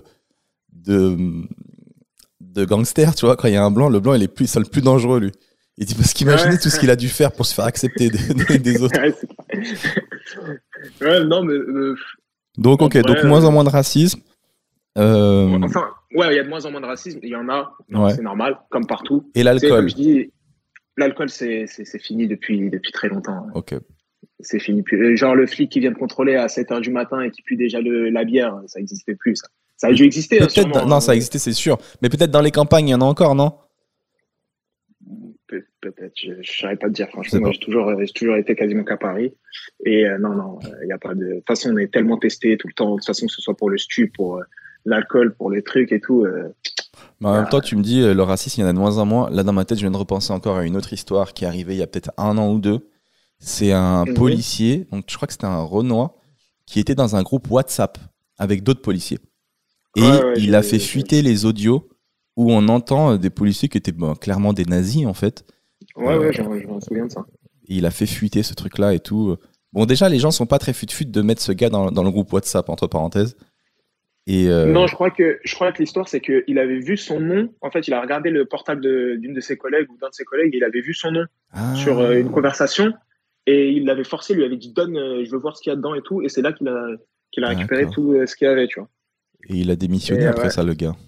gangsters, tu vois, quand il y a un blanc, le blanc il est le plus dangereux lui. Il dit parce qu'imaginez tout ce qu'il a dû faire pour se faire accepter des autres. Ouais, non mais donc ok, donc moins en moins de racisme. Enfin, ouais, il y a de moins en moins de racisme. Il y en a, c'est normal, comme partout. Et l'alcool. Comme je dis, l'alcool c'est fini depuis très longtemps. Ok. C'est fini. Genre le flic qui vient de contrôler à 7h du matin et qui pue déjà la bière, ça n'existait plus. Ça a dû exister, peut-être, sûrement. non, ça existait, c'est sûr. Mais peut-être dans les campagnes, il y en a encore, non? Peut-être, je ne saurais pas te dire. Franchement, moi, j'ai toujours été quasiment qu'à Paris. Et non, il y a pas de. De toute façon, on est tellement testé tout le temps. De toute façon, que ce soit pour le stu, pour l'alcool, pour les trucs et tout. Mais en même temps, tu me dis, le racisme, il y en a de moins en moins. Là, dans ma tête, je viens de repenser encore à une autre histoire qui est arrivée il y a peut-être 1 an ou 2. C'est un policier, donc je crois que c'était un Renoir, qui était dans un groupe WhatsApp avec d'autres policiers. Et il a fait fuiter les audios où on entend des policiers qui étaient clairement des nazis, en fait. Ouais, je me souviens de ça. Et il a fait fuiter ce truc-là et tout. Bon, déjà, les gens sont pas très fut-fut de mettre ce gars dans le groupe WhatsApp, entre parenthèses. Et Non, je crois que l'histoire, c'est qu'il avait vu son nom. En fait, il a regardé le portable d'une de ses collègues ou d'un de ses collègues et il avait vu son nom sur une conversation. Et il l'avait forcé, il lui avait dit donne, je veux voir ce qu'il y a dedans et tout. Et c'est là qu'il a récupéré tout ce qu'il y avait, tu vois. Et il a démissionné après ça, le gars.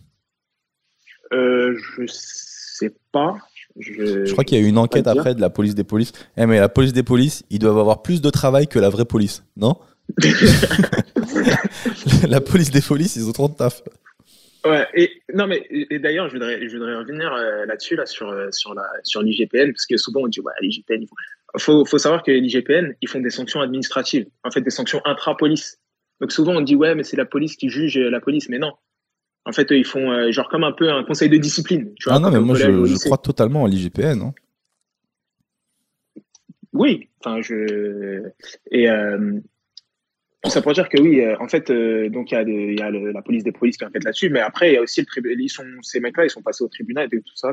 Je sais pas. Je crois qu'il y a eu une enquête après de la police des polices. Mais la police des polices, ils doivent avoir plus de travail que la vraie police, non? La police des polices, ils ont trop de taf. Ouais, et d'ailleurs, je voudrais revenir là-dessus, sur l'IGPN, parce que souvent on dit, ouais, l'IGPN, faut savoir que l'IGPN, ils font des sanctions administratives, en fait, des sanctions intra-police. Donc souvent on dit, ouais, mais c'est la police qui juge la police, mais non. En fait, ils font genre comme un peu un conseil de discipline. Tu vois, non, mais moi je crois totalement à l'IGPN. Hein. Oui, enfin, ça pourrait dire que oui, en fait, donc il y a la police des polices qui enquête là-dessus, mais après, il y a aussi ces mecs-là, ils sont passés au tribunal et tout ça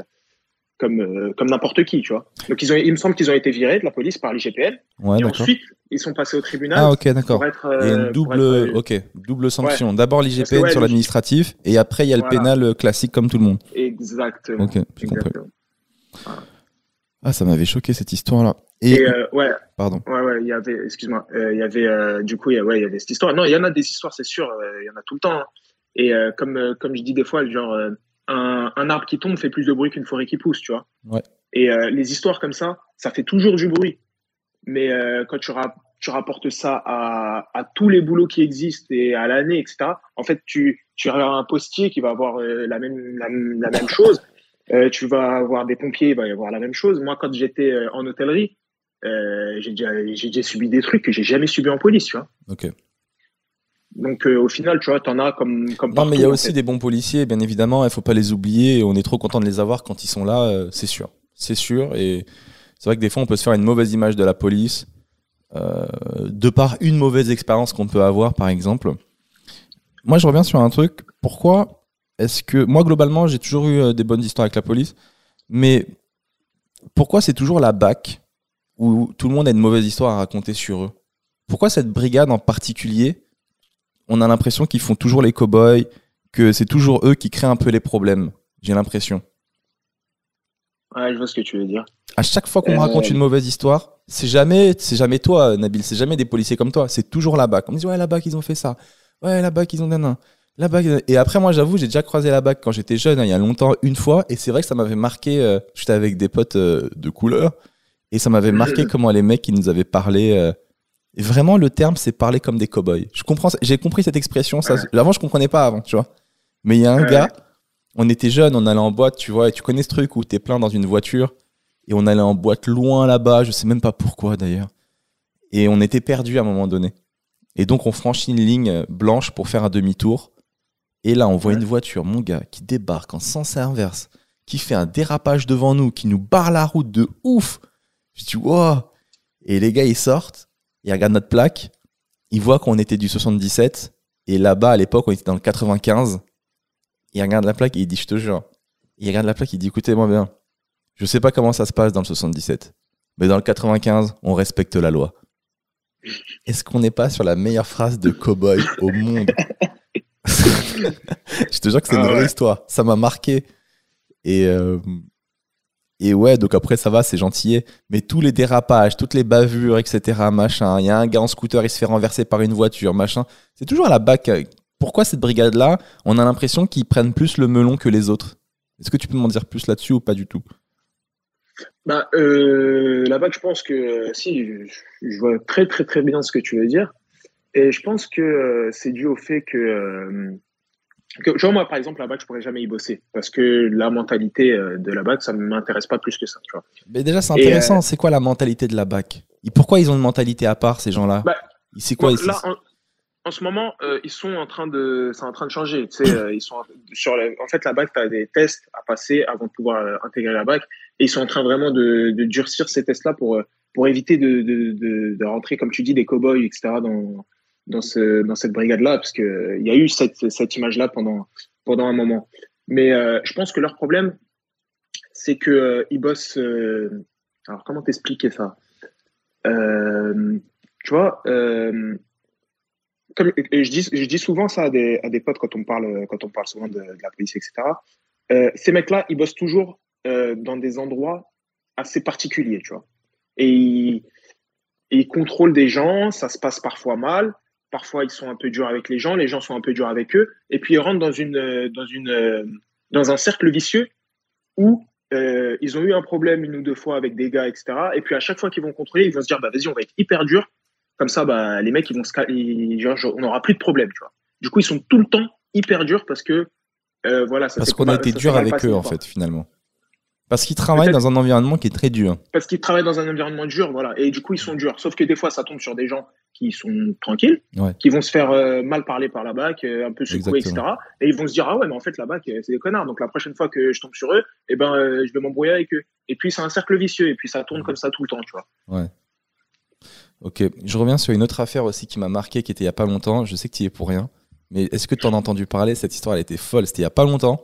comme n'importe qui, tu vois. Donc il me semble qu'ils ont été virés de la police par l'IGPN. Ouais, et d'accord. ensuite, ils sont passés au tribunal. Ah, ok, d'accord. Il y a une double sanction. Ouais. D'abord l'IGPN sur l'administratif, et après il y a le pénal classique comme tout le monde. Exactement. Ok, j'ai compris. Voilà. Ah, ça m'avait choqué cette histoire-là. Ouais. Pardon. Ouais, il y avait, excuse-moi, il y avait, du coup, il y avait cette histoire. Non, il y en a des histoires, c'est sûr, il y en a tout le temps. Hein. Et comme je dis des fois, genre, un arbre qui tombe fait plus de bruit qu'une forêt qui pousse, tu vois. Ouais. Et les histoires comme ça fait toujours du bruit. Mais quand tu rapportes ça à tous les boulots qui existent et à l'année, etc., en fait, tu regardes un postier qui va avoir la même chose. Tu vas avoir des pompiers, il va y avoir la même chose. Moi, quand j'étais en hôtellerie, j'ai déjà subi des trucs que j'ai jamais subi en police, tu vois. Ok. Donc au final, tu vois, t'en as comme non, partout, mais il y a aussi des bons policiers, bien évidemment. Il faut pas les oublier. Et on est trop content de les avoir quand ils sont là. C'est sûr, Et c'est vrai que des fois, on peut se faire une mauvaise image de la police de par une mauvaise expérience qu'on peut avoir, par exemple. Moi, je reviens sur un truc. Pourquoi est-ce que moi, globalement, j'ai toujours eu des bonnes histoires avec la police, mais pourquoi c'est toujours la BAC où tout le monde a une mauvaise histoire à raconter sur eux? Pourquoi cette brigade en particulier, on a l'impression qu'ils font toujours les cow-boys, que c'est toujours eux qui créent un peu les problèmes? J'ai l'impression. Ouais, je vois ce que tu veux dire. À chaque fois qu'on me raconte une mauvaise histoire, c'est jamais toi, Nabil, c'est jamais des policiers comme toi, c'est toujours la BAC. On me dit, ouais, la BAC, ils ont fait ça. Ouais, la BAC, ils ont donné un. La BAC. Et après, moi, j'avoue, j'ai déjà croisé la BAC quand j'étais jeune, il y a longtemps, une fois, et c'est vrai que ça m'avait marqué. J'étais avec des potes de couleur, et ça m'avait marqué comment les mecs, ils nous avaient parlé. Et vraiment, le terme, c'est parler comme des cow-boys. J'ai compris cette expression. Ça, avant, je comprenais pas avant, tu vois. Mais il y a un gars, on était jeunes, on allait en boîte, tu vois, et tu connais ce truc où t'es plein dans une voiture, et on allait en boîte loin là-bas, je sais même pas pourquoi d'ailleurs. Et on était perdus à un moment donné. Et donc, on franchit une ligne blanche pour faire un demi-tour. Et là, on voit une voiture, mon gars, qui débarque en sens inverse, qui fait un dérapage devant nous, qui nous barre la route de ouf. Je dis, wow. Et les gars, ils sortent, ils regardent notre plaque, ils voient qu'on était du 77. Et là-bas, à l'époque, on était dans le 95. Ils regardent la plaque et ils disent, je te jure. Il regarde la plaque, il dit, écoutez-moi bien. Je sais pas comment ça se passe dans le 77. Mais dans le 95, on respecte la loi. Est-ce qu'on n'est pas sur la meilleure phrase de cow-boy au monde? Je te jure que c'est une vraie histoire. Ça m'a marqué. Et ouais, donc après, ça va, c'est gentil. Mais tous les dérapages, toutes les bavures, etc., machin. Il y a un gars en scooter, il se fait renverser par une voiture, machin. C'est toujours à la BAC. Pourquoi cette brigade-là, on a l'impression qu'ils prennent plus le melon que les autres? Est-ce que tu peux m'en dire plus là-dessus ou pas du tout? La BAC, je pense que si, je vois très très très bien ce que tu veux dire, et je pense que c'est dû au fait que Tu vois, moi, par exemple, la BAC, je pourrais jamais y bosser parce que la mentalité de la BAC, ça ne m'intéresse pas plus que ça, tu vois. Mais déjà, c'est Et intéressant. C'est quoi la mentalité de la BAC? Et pourquoi ils ont une mentalité à part, ces gens-là? bah, C'est quoi ici? là, en ce moment, ils sont en train de, c'est en train de changer. Tu sais, ils sont en fait, la BAC, tu as des tests à passer avant de pouvoir intégrer la BAC. Et ils sont en train vraiment de durcir ces tests-là pour éviter de rentrer, comme tu dis, des cow-boys, etc., dans cette brigade-là, parce que il y a eu cette image-là pendant un moment. Mais je pense que leur problème, c'est que ils bossent. Alors, comment t'expliquer ça? Tu vois, et je dis souvent ça à des potes quand on parle souvent de la police, etc. Ces mecs-là, ils bossent toujours dans des endroits assez particuliers, tu vois. Et ils contrôlent des gens, ça se passe parfois mal, parfois ils sont un peu durs avec les gens sont un peu durs avec eux, et puis ils rentrent dans un cercle vicieux où ils ont eu un problème une ou deux fois avec des gars, etc. Et puis à chaque fois qu'ils vont contrôler, ils vont se dire, bah vas-y, on va être hyper dur. Comme ça, bah, les mecs, on n'aura plus de problème, tu vois. Du coup, ils sont tout le temps hyper durs parce que, voilà, Parce qu'on a été dur avec eux, en fait, finalement. Parce qu'ils travaillent dans un environnement qui est très dur. Parce qu'ils travaillent dans un environnement dur, voilà. Et du coup, ils sont durs. Sauf que des fois, ça tombe sur des gens qui sont tranquilles, qui vont se faire mal parler par la BAC, un peu secouer, etc. Et ils vont se dire, ah ouais, mais en fait, la BAC, c'est des connards. Donc la prochaine fois que je tombe sur eux, eh ben, je vais m'embrouiller avec eux. Et puis, c'est un cercle vicieux. Et puis, ça tourne comme ça tout le temps, tu vois. Ouais. Ok. Je reviens sur une autre affaire aussi qui m'a marqué, qui était il n'y a pas longtemps. Je sais que tu y es pour rien. Mais est-ce que tu en as entendu parler? Cette histoire, elle était folle. C'était il n'y a pas longtemps.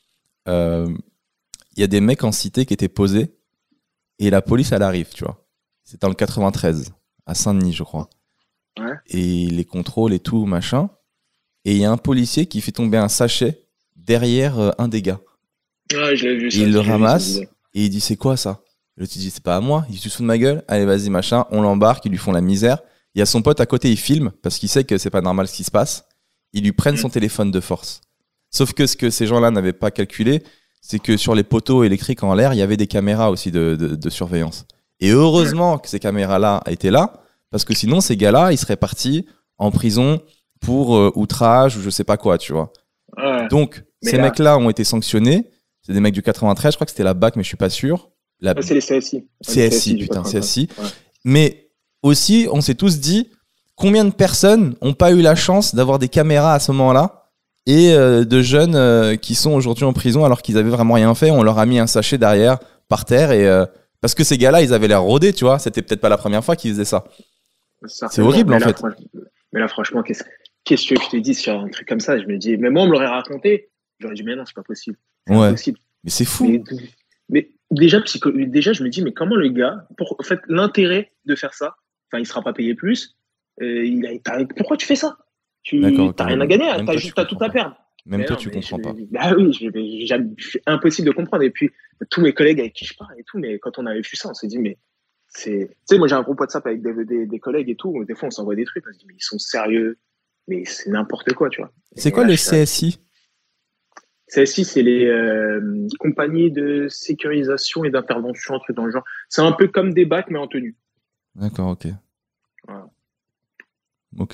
Il y a des mecs en cité qui étaient posés et la police, elle arrive, tu vois. C'est dans le 93, à Saint-Denis, je crois. Ouais. Et les contrôles et tout, machin. Et il y a un policier qui fait tomber un sachet derrière un des gars. Ouais, je l'ai vu. Et il le ramasse et il dit, c'est quoi ça? Le type dit, c'est pas à moi. Il dit, tu te fous de ma gueule? Allez, vas-y, machin. On l'embarque, ils lui font la misère. Il y a son pote à côté, il filme parce qu'il sait que c'est pas normal ce qui se passe. Ils lui prennent son téléphone de force. Sauf que ce que ces gens-là n'avaient pas calculé, c'est que sur les poteaux électriques en l'air, il y avait des caméras aussi de surveillance. Et heureusement que ces caméras-là étaient là, parce que sinon, ces gars-là, ils seraient partis en prison pour outrage ou je sais pas quoi, tu vois. Ouais. Donc, ces mecs-là ont été sanctionnés. C'est des mecs du 93, je crois que c'était la BAC, mais je suis pas sûr. C'est les CSI. CSI, putain, CSI. Ouais. Mais aussi, on s'est tous dit, combien de personnes n'ont pas eu la chance d'avoir des caméras à ce moment-là et de jeunes qui sont aujourd'hui en prison alors qu'ils avaient vraiment rien fait. On leur a mis un sachet derrière, par terre, et parce que ces gars-là, ils avaient l'air rodés, tu vois. C'était peut-être pas la première fois qu'ils faisaient ça. C'est horrible, en fait. Mais là, franchement, qu'est-ce que je te dis sur un truc comme ça? Je me dis, mais moi, on me l'aurait raconté. J'aurais dit, mais non, c'est pas possible. C'est impossible. Mais c'est fou. Mais déjà, je me dis, mais comment le gars, en fait, l'intérêt de faire ça, enfin, il sera pas payé plus. Pourquoi tu fais ça? T'as rien à gagner, t'as tout à perdre. Même toi, tu comprends pas. Bah oui, c'est impossible de comprendre. Et puis, tous mes collègues avec qui je parle et tout, mais quand on avait vu ça, on s'est dit, mais tu sais, moi j'ai un groupe WhatsApp avec des collègues et tout. Des fois, on s'envoie des trucs. On se dit, mais ils sont sérieux. Mais c'est n'importe quoi, tu vois. C'est quoi le CSI? CSI, c'est les compagnies de sécurisation et d'intervention, un truc dans le genre. C'est un peu comme des BAC, mais en tenue. D'accord, ok. Voilà. Ok.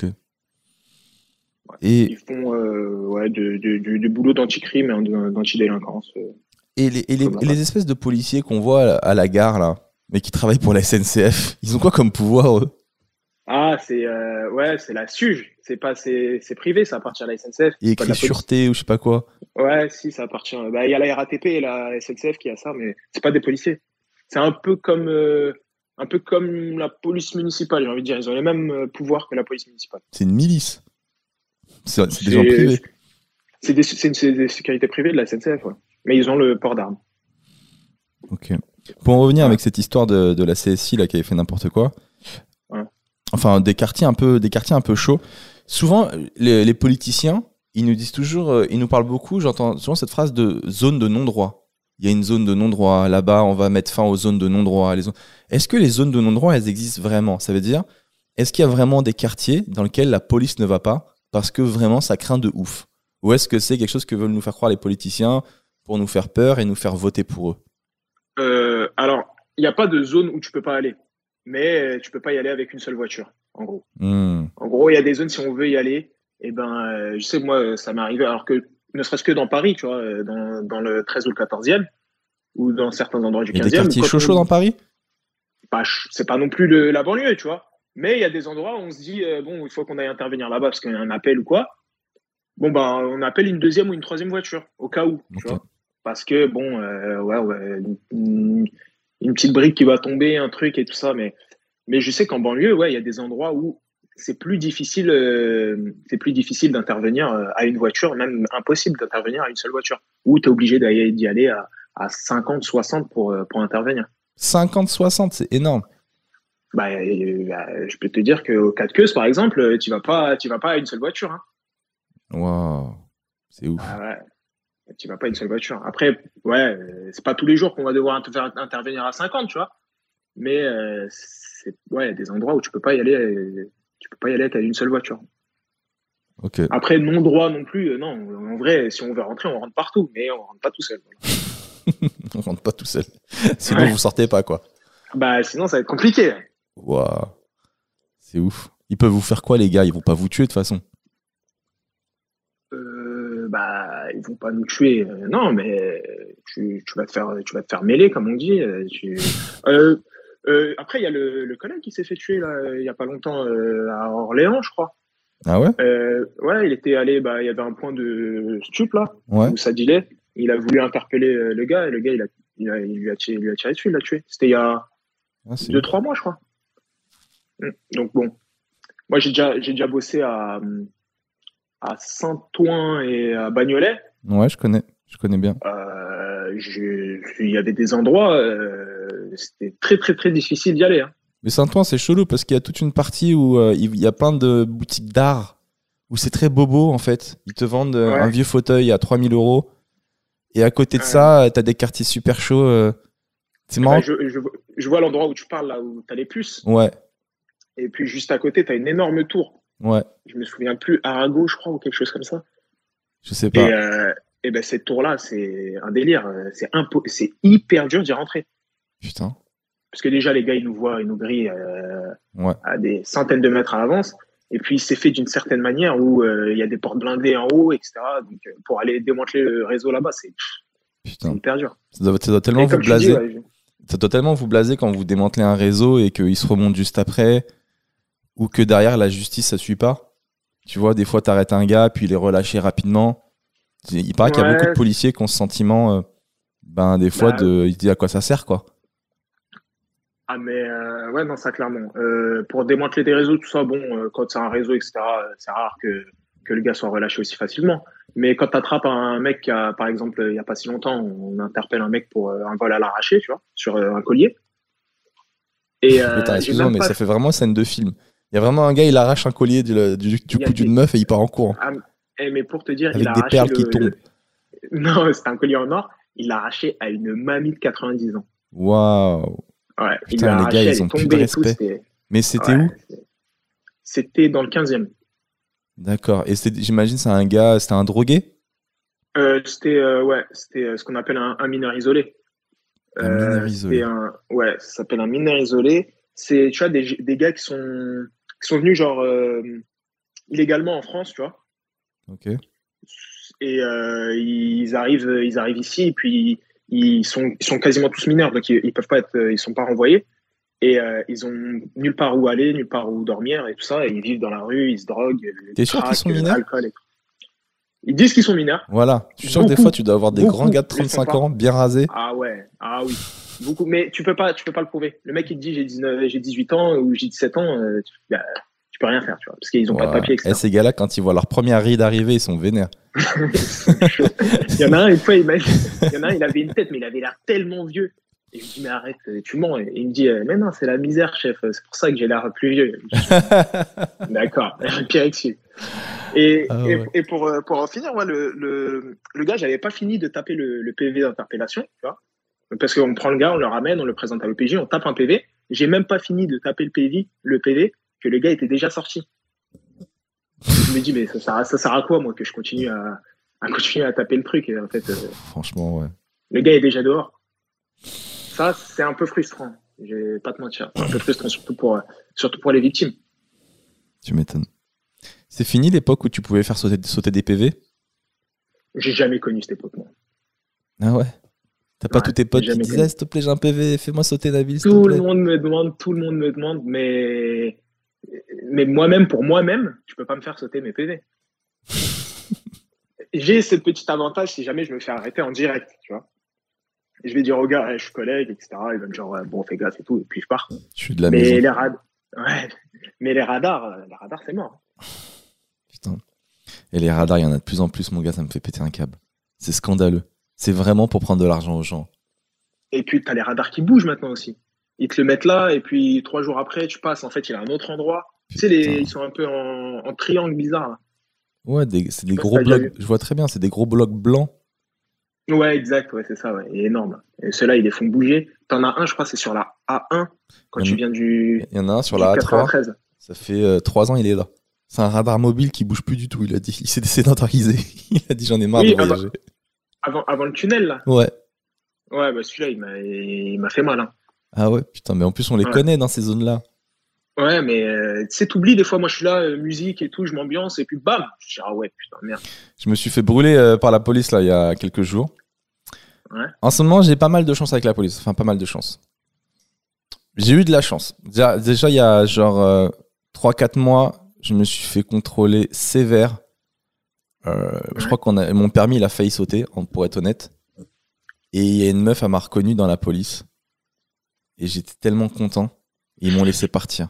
Ouais. Et ils font du boulot d'anticrime et d'antidélinquance. Et les espèces de policiers qu'on voit à la gare, là, mais qui travaillent pour la SNCF, ils ont quoi comme pouvoir, eux? Ah, c'est la SUGE. C'est privé, ça appartient à la SNCF. Il y a écrit sûreté ou je sais pas quoi. Ouais, si, ça appartient. Bah, il y a la RATP et la SNCF qui a ça, mais c'est pas des policiers. C'est un peu comme la police municipale, j'ai envie de dire. Ils ont les mêmes pouvoirs que la police municipale. C'est une milice. C'est des gens privés. C'est des sécurités privées de la SNCF, ouais. Mais ils ont le port d'armes. Ok. Pour en revenir avec cette histoire de la CSI là, qui avait fait n'importe quoi, enfin des quartiers un peu chauds. Souvent, les politiciens, ils nous disent toujours, ils nous parlent beaucoup, j'entends souvent cette phrase de zone de non-droit. Il y a une zone de non-droit, là-bas, on va mettre fin aux zones de non-droit. Est-ce que les zones de non-droit, elles existent vraiment? Ça veut dire, est-ce qu'il y a vraiment des quartiers dans lesquels la police ne va pas parce que vraiment ça craint de ouf? Ou est-ce que c'est quelque chose que veulent nous faire croire les politiciens pour nous faire peur et nous faire voter pour eux? Alors, il n'y a pas de zone où tu peux pas aller, mais tu peux pas y aller avec une seule voiture, en gros. En gros, il y a des zones, si on veut y aller, et ben, je sais, moi, ça m'est arrivé, alors que ne serait-ce que dans Paris, tu vois, dans le 13 ou le 14e, ou dans certains endroits du Il y a 15e. des quartiers chauds dans Paris? C'est pas non plus la banlieue, tu vois. Mais il y a des endroits où on se dit, bon, il faut qu'on aille intervenir là-bas parce qu'il y a un appel ou quoi. Bon, ben, on appelle une deuxième ou une troisième voiture, au cas où, tu vois. Parce que, bon, une petite brique qui va tomber, un truc et tout ça. Mais je sais qu'en banlieue, ouais, il y a des endroits où c'est plus difficile d'intervenir à une voiture, même impossible d'intervenir à une seule voiture. Où tu es obligé d'y aller à 50, 60 pour intervenir. 50, 60, c'est énorme. Je peux te dire qu'au 4 queues, par exemple, tu vas pas à une seule voiture. Hein. Waouh, c'est ouf. Ah ouais. Tu vas pas à une seule voiture. Après, ouais, c'est pas tous les jours qu'on va devoir faire intervenir à 50, tu vois. Mais il y a des endroits où tu peux pas y aller qu'à une seule voiture. Ok. Après, non droit non plus. Non, en vrai, si on veut rentrer, on rentre partout, mais on rentre pas tout seul. On rentre pas tout seul. Sinon, vous sortez pas, quoi. Sinon, ça va être compliqué. Waouh, c'est ouf. Ils peuvent vous faire quoi, les gars? Ils vont pas vous tuer de toute façon. Ils vont pas nous tuer. Non, mais tu vas te faire mêler, comme on dit. Après, il y a le collègue qui s'est fait tuer là, il y a pas longtemps à Orléans, je crois. Ah ouais? Ouais, il était allé. Il y avait un point de stup là où ça dealait. Il a voulu interpeller le gars et le gars il lui a tiré dessus, il l'a tué. C'était il y a 2-3 mois, je crois. Donc bon, moi j'ai déjà bossé à Saint-Ouen et à Bagnolet. Ouais, je connais bien. Il y avait des endroits, c'était très très très difficile d'y aller. Hein. Mais Saint-Ouen, c'est chelou parce qu'il y a toute une partie où il y a plein de boutiques d'art où c'est très bobo en fait. Ils te vendent un vieux fauteuil à 3 000 €. Et à côté de ça, t'as des quartiers super chauds. C'est marrant. Je vois l'endroit où tu parles, là où t'as les puces. Ouais. Et puis juste à côté, t'as une énorme tour. Ouais. Je me souviens plus, Arago, je crois, ou quelque chose comme ça. Je sais pas. Et cette tour-là, c'est un délire. C'est hyper dur d'y rentrer. Putain. Parce que déjà, les gars, ils nous grillent à des centaines de mètres à l'avance. Et puis, c'est fait d'une certaine manière où il y a des portes blindées en haut, etc. Donc, pour aller démanteler le réseau là-bas, c'est hyper dur. Ça doit tellement vous blaser. Ça doit tellement vous blaser quand vous démantelez un réseau et qu'il se remonte juste après, ou que derrière, la justice, ça suit pas. Tu vois, des fois, t'arrêtes un gars, puis il est relâché rapidement. Il paraît qu'il y a beaucoup de policiers qui ont ce sentiment, des fois, ils se disent à quoi ça sert, quoi. Ah, mais non, ça, clairement. Pour démanteler des réseaux, tout ça, quand c'est un réseau, etc., c'est rare que le gars soit relâché aussi facilement. Mais quand tu attrapes un mec qui a, par exemple, il n'y a pas si longtemps, on interpelle un mec pour un vol à l'arraché, tu vois, sur un collier. Et, excuse-moi, mais ça fait vraiment scène de film. Il y a vraiment un gars, il arrache un collier du cou d'une meuf et il part en courant. Mais pour te dire, avec il a des arraché perles qui tombent. Non, c'était un collier en or. Il l'a arraché à une mamie de 90 ans. Waouh. Ouais, putain, les gars, ils ont plus de respect. Mais c'était où? C'était dans le 15e. D'accord. Et j'imagine c'est un gars, c'était un drogué? C'était ce qu'on appelle un mineur isolé. Un mineur isolé. Ça s'appelle un mineur isolé. C'est, tu vois, des gars qui sont venus genre illégalement en France, tu vois. Ok. Et ils arrivent ici et puis ils sont quasiment tous mineurs, donc ils peuvent pas être, ils sont pas renvoyés. Et ils ont nulle part où aller, nulle part où dormir et tout ça. Et ils vivent dans la rue, ils se droguent. T'es sûr qu'ils sont mineurs? Alcool et tout. Ils disent qu'ils sont mineurs. Voilà. Je suis sûr que des fois, tu dois avoir des grands gars de 35 ans, bien rasés. Ah ouais. Ah oui. Beaucoup. Mais tu peux pas le prouver. Le mec, il te dit j'ai 18 ans ou j'ai 17 ans. Tu peux rien faire, tu vois. Parce qu'ils ont pas de papier, etc. Et ces gars-là, quand ils voient leur première ride arriver, ils sont vénères. Il y en a un, une fois, il avait une tête, mais il avait l'air tellement vieux. Et je lui dis, mais arrête, tu mens. Et il me dit, mais non, c'est la misère, chef. C'est pour ça que j'ai l'air plus vieux. D'accord, pire dessus. Et pour en finir, moi, le gars, j'avais pas fini de taper le PV d'interpellation, tu vois. Parce qu'on prend le gars, on le ramène, on le présente à l'OPJ, on tape un PV. J'ai même pas fini de taper le PV que le gars était déjà sorti. Je me dis, mais ça sert à quoi, moi, que je continue à taper le truc. Et en fait, franchement, ouais. Le gars est déjà dehors. Ça, c'est un peu frustrant. Je vais pas te mentir. C'est un peu frustrant, surtout pour les victimes. Tu m'étonnes. C'est fini l'époque où tu pouvais faire sauter des PV? J'ai jamais connu cette époque, moi. Ah ouais. T'as pas Ouais, tous tes potes j'ai qui jamais disaient, connu. s'il te plaît, j'ai un PV, fais-moi sauter Nabil, s'il te Tout le plaît. monde me demande, mais moi-même, pour moi-même, je peux pas me faire sauter mes PV. J'ai ce petit avantage si jamais je me fais arrêter en direct, tu vois. Et je vais dire au gars, je suis collègue, etc. Il va me dire, ouais, bon, fais gaffe et tout, et puis je pars. Je suis de la maison. Mais ouais, mais les radars, c'est mort. Putain. Et les radars, il y en a de plus en plus, mon gars, ça me fait péter un câble. C'est scandaleux. C'est vraiment pour prendre de l'argent aux gens. Et puis, t'as les radars qui bougent maintenant aussi. Ils te le mettent là, et puis 3 jours après, tu passes, en fait, il est à un autre endroit. Tu sais, Putain. ils sont un peu en triangle bizarre, là. Ouais, c'est Je sais des pas si gros t'as déjà blocs. vu. Je vois très bien, c'est des gros blocs blancs. Ouais, exact, ouais, c'est ça, ouais. Il est énorme. Et ceux-là, ils les font bouger. T'en as un, je crois, c'est sur la A1, quand Il y tu en, viens il y en a un sur du la A3. 93. Ça fait 3 ans, il est là. C'est un radar mobile qui bouge plus du tout, il a dit. Il s'est sédentarisé. Il a dit, j'en ai marre de Oui, voyager. avant le tunnel, là. Ouais. Ouais, bah celui-là, il m'a fait mal, hein. Ah ouais, putain, mais en plus, on les Ouais. connaît dans ces zones-là. Ouais, mais tu sais, t'oublies des fois, moi je suis là, musique et tout, je m'ambiance, et puis bam! Je dis, ah ouais, putain, merde. Je me suis fait brûler par la police, là, il y a quelques jours. Ouais. En ce moment, j'ai pas mal de chance avec la police. Enfin, pas mal de chance. J'ai eu de la chance. Déjà, il y a genre 3-4 mois, je me suis fait contrôler sévère. Je crois mon permis, il a failli sauter, pour être honnête. Et il y a une meuf, elle m'a reconnu dans la police. Et j'étais tellement content. Ils m'ont laissé partir.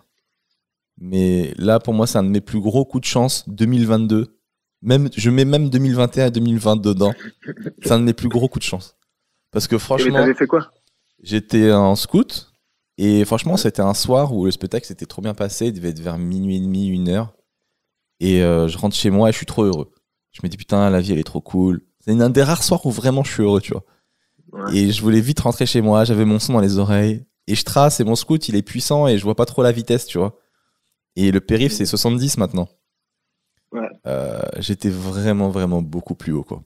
Mais là, pour moi, c'est un de mes plus gros coups de chance, 2022. Je mets même 2021 et 2020 dedans. C'est un de mes plus gros coups de chance. Parce que Et mais franchement, t'avais fait quoi? j'étais en scout. Et franchement, c'était un soir où le spectacle s'était trop bien passé. Il devait être vers minuit et demi, 1h. Et je rentre chez moi et je suis trop heureux. Je me dis, putain, la vie, elle est trop cool. C'est un des rares soirs où vraiment je suis heureux, tu vois. Ouais. Et je voulais vite rentrer chez moi. J'avais mon son dans les oreilles. Et je trace et mon scout, il est puissant et je vois pas trop la vitesse, tu vois. Et le périph', c'est 70 maintenant. Ouais. J'étais vraiment, vraiment beaucoup plus haut, quoi.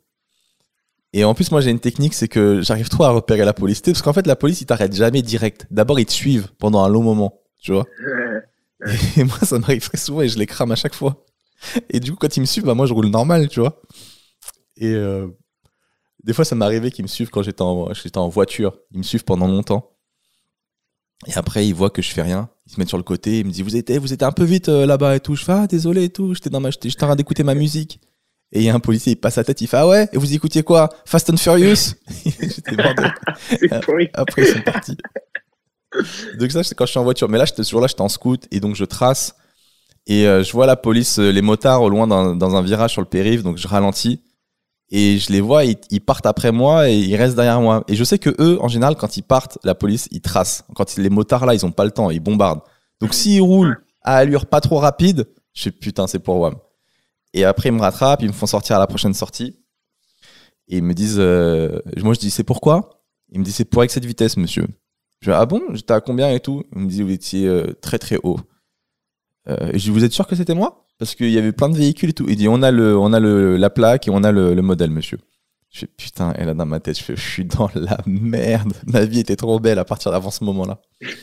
Et en plus, moi, j'ai une technique, c'est que j'arrive trop à repérer la police. Parce qu'en fait, la police, ils t'arrêtent jamais direct. D'abord, ils te suivent pendant un long moment, tu vois. Et moi, ça m'arrive très souvent et je les crame à chaque fois. Et du coup, quand ils me suivent, bah, moi, je roule normal, tu vois. Et des fois, ça m'est arrivé qu'ils me suivent quand j'étais en voiture. Ils me suivent pendant longtemps. Et après, ils voient que je fais rien. Ils se mettent sur le côté. Ils me disent, vous étiez un peu vite là-bas et tout. Je fais, ah, désolé et tout. J'étais en train d'écouter ma musique. Et il y a un policier, il passe la tête, il fait, ah ouais? Et vous écoutiez quoi? Fast and Furious? J'étais mort de... C'est pourri. Après, ils sont partis. Donc ça, c'est quand je suis en voiture. Mais là, ce jour-là, j'étais en scout. Et donc, je trace. Et je vois la police, les motards au loin dans un virage sur le périph'. Donc, je ralentis. Et je les vois, ils partent après moi et ils restent derrière moi. Et je sais que eux, en général, quand ils partent, la police, ils tracent. Quand les motards là, ils ont pas le temps, ils bombardent. Donc s'ils roulent à allure pas trop rapide, je sais putain, c'est pour WAM. Et après, ils me rattrapent, ils me font sortir à la prochaine sortie. Et ils me disent, moi je dis, c'est pourquoi? Ils me disent, c'est pour excès de vitesse, monsieur. Je dis, ah bon? J'étais à combien et tout? Ils me disent, vous étiez très très haut. Et je dis, vous êtes sûr que c'était moi? Parce qu'il y avait plein de véhicules et tout. Il dit, on a la plaque et on a le modèle, monsieur. Je fais, putain, et là, dans ma tête, je suis dans la merde. Ma vie était trop belle à partir d'avant ce moment-là.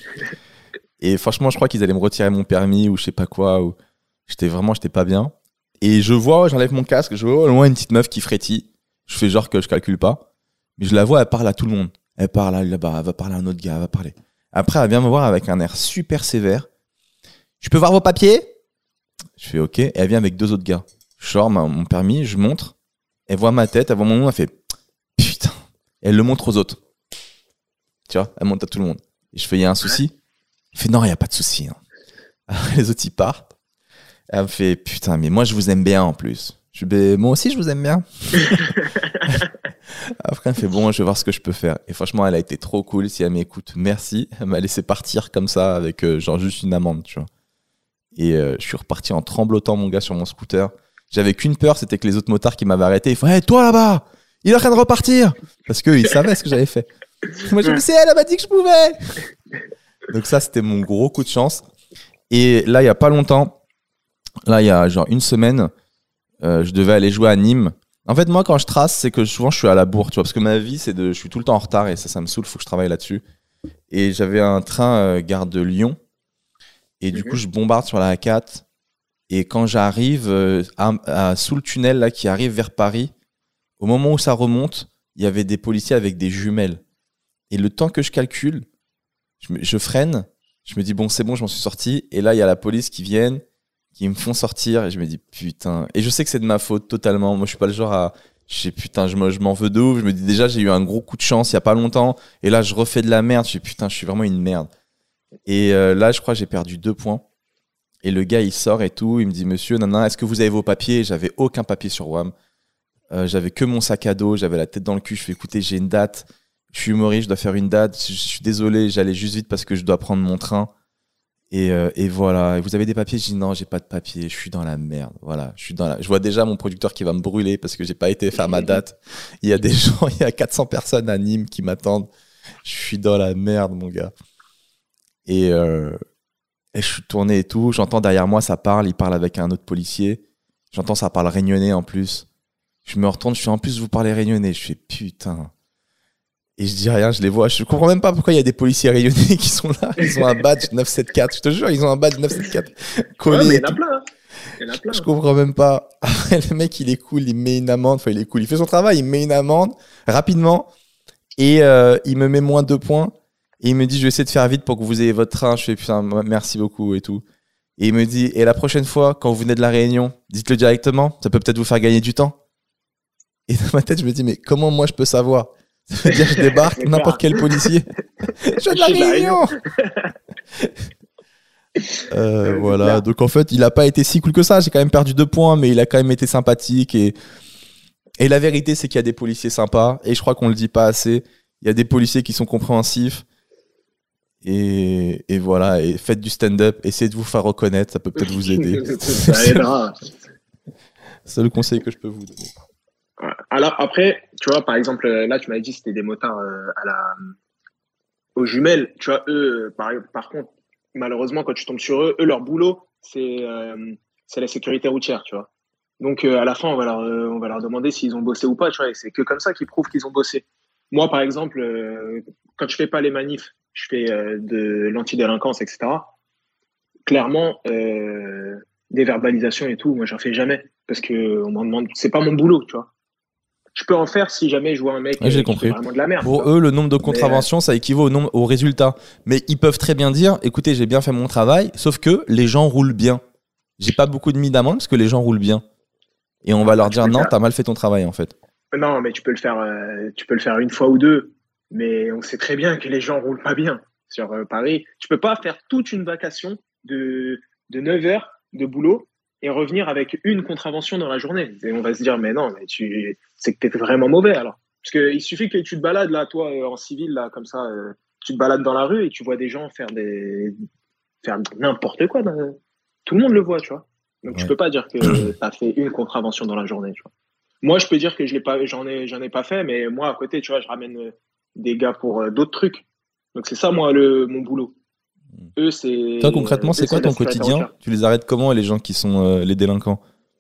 Et franchement, je crois qu'ils allaient me retirer mon permis ou je sais pas quoi. Ou... J'étais pas bien. Et j'enlève mon casque, je vois au loin une petite meuf qui frétille. Je fais genre que je calcule pas. Mais je la vois, elle parle à tout le monde. Elle parle là-bas, elle va parler à un autre gars, elle va parler. Après, elle vient me voir avec un air super sévère. Je peux voir vos papiers? Je fais OK. Et elle vient avec 2 autres gars. Je sors mon permis, je montre. Elle voit ma tête, elle voit mon nom, elle fait putain. Et elle le montre aux autres. Tu vois, elle montre à tout le monde. Et je fais, il y a un souci? Elle fait non, il n'y a pas de souci. Hein. Alors, les autres, ils partent. Elle me fait putain, mais moi, je vous aime bien en plus. Je dis, ben, moi aussi, je vous aime bien. Après, elle me fait bon, je vais voir ce que je peux faire. Et franchement, elle a été trop cool. Si elle m'écoute, merci. Elle m'a laissé partir comme ça avec genre juste une amende, tu vois. Et je suis reparti en tremblotant, mon gars, sur mon scooter. J'avais qu'une peur, c'était que les autres motards qui m'avaient arrêté, ils font hey, toi là-bas, il est en train de repartir. Parce qu'ils savaient ce que j'avais fait. Moi, je me disais, elle m'a dit que je pouvais. Donc ça, c'était mon gros coup de chance. Et là, il y a pas longtemps, là, il y a genre une semaine, je devais aller jouer à Nîmes. En fait, moi, quand je trace, c'est que souvent, je suis à la bourre, tu vois, parce que ma vie, je suis tout le temps en retard et ça me saoule, faut que je travaille là-dessus. Et j'avais un train gare de Lyon. Et du coup, je bombarde sur la A4. Et quand j'arrive sous le tunnel là, qui arrive vers Paris, Au moment où ça remonte, il y avait des policiers avec des jumelles. Et le temps que je calcule, je freine, je me dis bon, c'est bon, je m'en suis sorti. Et là, il y a la police qui vient, qui me font sortir. Et je me dis putain. Et je sais que c'est de ma faute totalement. Moi, je suis pas le genre à... putain, je m'en veux de ouf. Je me dis déjà, j'ai eu un gros coup de chance il y a pas longtemps. Et là, je refais de la merde. Je dis putain, je suis vraiment une merde. Et là, je crois que j'ai perdu 2 points. Et le gars, il sort et tout. Il me dit monsieur, nana, est-ce que vous avez vos papiers? J'avais aucun papier sur WAM. J'avais que mon sac à dos. J'avais la tête dans le cul. Je fais écoutez, j'ai une date. Je suis humoriste, je dois faire une date. Je suis désolé, j'allais juste vite parce que je dois prendre mon train. Et voilà. Et vous avez des papiers? Je dis non, j'ai pas de papiers. Je suis dans la merde. Voilà. Je vois déjà mon producteur qui va me brûler parce que j'ai pas été faire ma date. Il y a des gens, il y a 400 personnes à Nîmes qui m'attendent. Je suis dans la merde, mon gars. Et je suis tourné et tout. J'entends derrière moi, ça parle. Il parle avec un autre policier. J'entends ça parle réunionnais en plus. Je me retourne. Je fais en plus, vous parlez réunionnais. Je fais putain. Et je dis rien, je les vois. Je comprends même pas pourquoi il y a des policiers réunionnais qui sont là. Ils ont un badge 974. Je te jure, ils ont un badge 974 collé. Ouais, mais il y en a plein. Il y en a plein. Je comprends même pas. Après, le mec, il est cool. Il met une amende. Enfin, il est cool. Il fait son travail. Il met une amende rapidement. Et il me met moins 2 points. Et il me dit, je vais essayer de faire vite pour que vous ayez votre train. Je fais, putain, merci beaucoup et tout. Et il me dit, et la prochaine fois, quand vous venez de la Réunion, dites-le directement. Ça peut peut-être vous faire gagner du temps. Et dans ma tête, je me dis, mais comment moi je peux savoir? Ça veut dire que je débarque, n'importe quel policier. Je suis de la Réunion. Voilà. Donc en fait, il a pas été si cool que ça. J'ai quand même perdu 2 points, mais il a quand même été sympathique. Et la vérité, c'est qu'il y a des policiers sympas. Et je crois qu'on le dit pas assez. Il y a des policiers qui sont compréhensifs. Et voilà. Et faites du stand-up. Essayez de vous faire reconnaître. Ça peut peut-être vous aider. Ça aidera. C'est le conseil que je peux vous donner. Alors après, tu vois, par exemple, là, tu m'avais dit que c'était des motards aux jumelles. Tu vois, eux, par contre, malheureusement, quand tu tombes sur eux, leur boulot, c'est la sécurité routière, tu vois. Donc, à la fin, on va leur demander s'ils ont bossé ou pas, tu vois. Et c'est que comme ça qu'ils prouvent qu'ils ont bossé. Moi, par exemple, quand je fais pas les manifs, je fais de l'antidélinquance, etc. Clairement, des verbalisations et tout, moi, j'en fais jamais parce que on m'en demande. C'est pas mon boulot, tu vois. Je peux en faire si jamais je vois un mec j'ai qui compris. fait vraiment de la merde. Pour eux, le nombre de contraventions, ça équivaut au résultat. Mais ils peuvent très bien dire, écoutez, j'ai bien fait mon travail, sauf que les gens roulent bien. J'ai pas beaucoup de mis d'amende parce que les gens roulent bien. Et on va leur dire, non, t'as mal fait ton travail, en fait. Non, mais tu peux le faire une fois ou deux. Mais on sait très bien que les gens roulent pas bien sur Paris. Tu peux pas faire toute une vacation de 9 heures de boulot et revenir avec une contravention dans la journée. Et on va se dire, mais non, mais c'est que t'es vraiment mauvais, alors. Parce que il suffit que tu te balades, là, toi, en civil, là, comme ça, tu te balades dans la rue et tu vois des gens faire n'importe quoi. Tout le monde le voit, tu vois. Donc, tu peux pas dire que t'as fait une contravention dans la journée, tu vois. Moi, je peux dire que j'en ai pas fait, mais moi, à côté, tu vois, je ramène des gars pour d'autres trucs. Donc, c'est ça, moi, mon boulot. Eux, c'est. Toi, concrètement, c'est quoi ton quotidien? Tu les arrêtes comment, les gens qui sont les délinquants?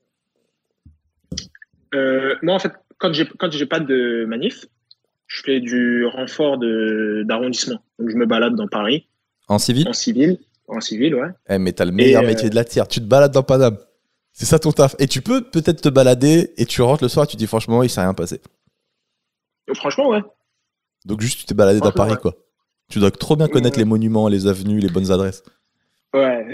Moi, en fait, quand j'ai pas de manif, je fais du renfort d'arrondissement. Donc, je me balade dans Paris. En civil? En civil, ouais. Mais t'as le meilleur métier de la terre. Tu te balades dans Paname. C'est ça ton taf. Et tu peux peut-être te balader et tu rentres le soir et tu te dis franchement, il s'est rien passé. Franchement, ouais. Donc juste, tu t'es baladé dans Paris, quoi. Tu dois trop bien connaître les monuments, les avenues, les bonnes adresses. Ouais.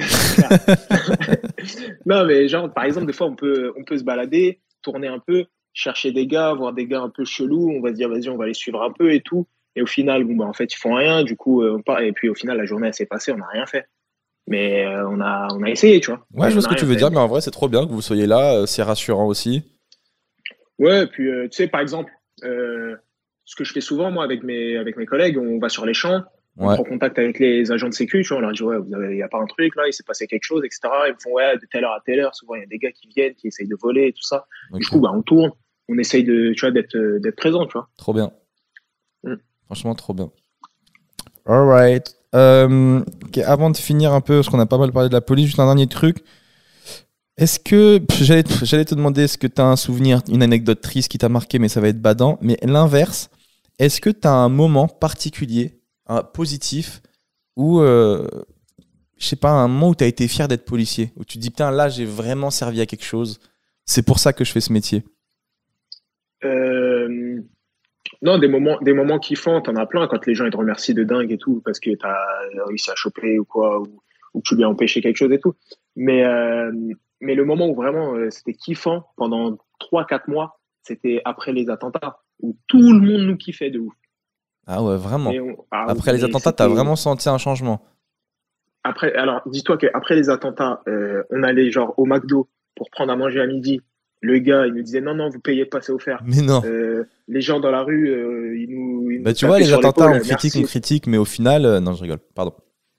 Non, mais genre, par exemple, des fois, on peut se balader, tourner un peu, chercher des gars, voir des gars un peu chelous. On va se dire, vas-y, on va les suivre un peu et tout. Et au final, en fait, ils font rien. Du coup, on part. Et puis, au final, la journée, elle s'est passée, on n'a rien fait. Mais on a essayé, tu vois. Ouais, je vois ce que tu veux dire, mais en vrai, c'est trop bien que vous soyez là. C'est rassurant aussi. Ouais, puis, tu sais, par exemple, ce que je fais souvent, moi, avec mes collègues, on va sur les champs, on prend contact avec les agents de sécu, tu vois, on leur dit, ouais, il n'y a pas un truc, là, il s'est passé quelque chose, etc. Ils me font, ouais, de telle heure à telle heure, souvent, il y a des gars qui viennent, qui essayent de voler et tout ça. Okay. Du coup, on tourne, on essaye tu vois, d'être présent, tu vois. Trop bien. Franchement, trop bien. All right. Okay, avant de finir un peu, parce qu'on a pas mal parlé de la police, juste un dernier truc. Est-ce que, j'allais te demander, est-ce que tu as un souvenir, une anecdote triste qui t'a marqué, mais ça va être badant, mais l'inverse, est-ce que tu as un moment particulier, positif, où, je sais pas, un moment où tu as été fier d'être policier, où tu te dis, putain, là, j'ai vraiment servi à quelque chose, c'est pour ça que je fais ce métier? Euh, non, des moments kiffants, t'en as plein quand les gens ils te remercient de dingue et tout parce que t'as réussi à choper ou quoi, ou que tu lui as empêché quelque chose et tout. Mais, euh, mais le moment où vraiment c'était kiffant pendant 3 4 mois, c'était après les attentats où tout le monde nous kiffait de ouf. Ah ouais, vraiment. Après les Mais attentats, t'as c'était vraiment senti un changement. après. Alors, dis-toi qu'après les attentats, on allait genre au McDo pour prendre à manger à midi. Le gars, il nous disait non, non, vous payez pas, c'est offert. Mais non. Les gens dans la rue, ils Bah nous tu vois, tapaient les sur attentats, l'épaule. on Merci. critique, mais au final, non, je rigole. Pardon.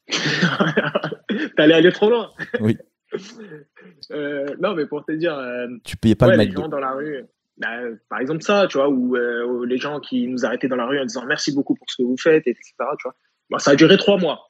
T'allais aller trop loin. Oui. Non, mais pour te dire, Tu payais pas le ouais, les McDo. gens dans la rue, bah, par exemple ça, tu vois, ou les gens qui nous arrêtaient dans la rue en disant merci beaucoup pour ce que vous faites, etc. Tu vois. Bon, ça a duré 3 mois.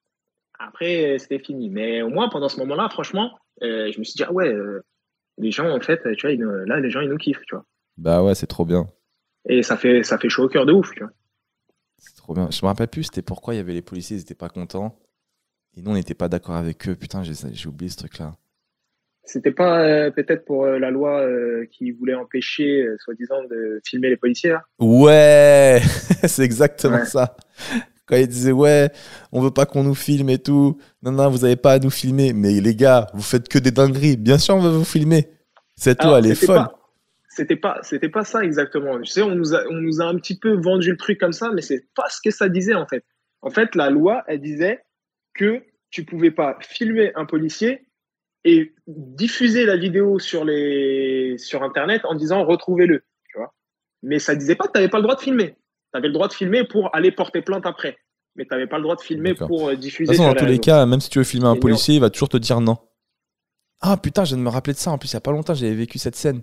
Après, c'était fini. Mais au moins, pendant ce moment-là, franchement, je me suis dit, ah ouais, les gens, en fait, tu vois, là, les gens, ils nous kiffent, tu vois. Bah ouais, c'est trop bien. Et ça fait chaud au cœur de ouf, tu vois. C'est trop bien. Je me rappelle plus, c'était pourquoi il y avait les policiers, ils étaient pas contents. Et nous, on n'était pas d'accord avec eux. Putain, j'ai oublié ce truc-là. C'était pas peut-être pour la loi qui voulait empêcher, soi-disant, de filmer les policiers, là. Ouais, c'est exactement Ouais. ça. Quand ils disaient, ouais, on veut pas qu'on nous filme et tout. Non, non, vous avez pas à nous filmer. Mais les gars, vous faites que des dingueries. Bien sûr, on veut vous filmer. Cette loi, Alors, elle est folle. c'était pas ça exactement. Tu sais, on nous a un petit peu vendu le truc comme ça, mais c'est pas ce que ça disait, en fait. En fait, la loi, elle disait que tu pouvais pas filmer un policier et diffuser la vidéo sur Internet en disant retrouvez-le, tu vois. Mais ça disait pas que tu n'avais pas le droit de filmer. Tu avais le droit de filmer pour aller porter plainte après. Mais tu n'avais pas le droit de filmer D'accord. pour De toute diffuser façon, sur dans les tous les réseaux. cas, même si tu veux filmer un Et non. policier, il va toujours te dire non. Ah putain, je viens de me rappeler de ça. En plus, il y a pas longtemps, j'avais vécu cette scène.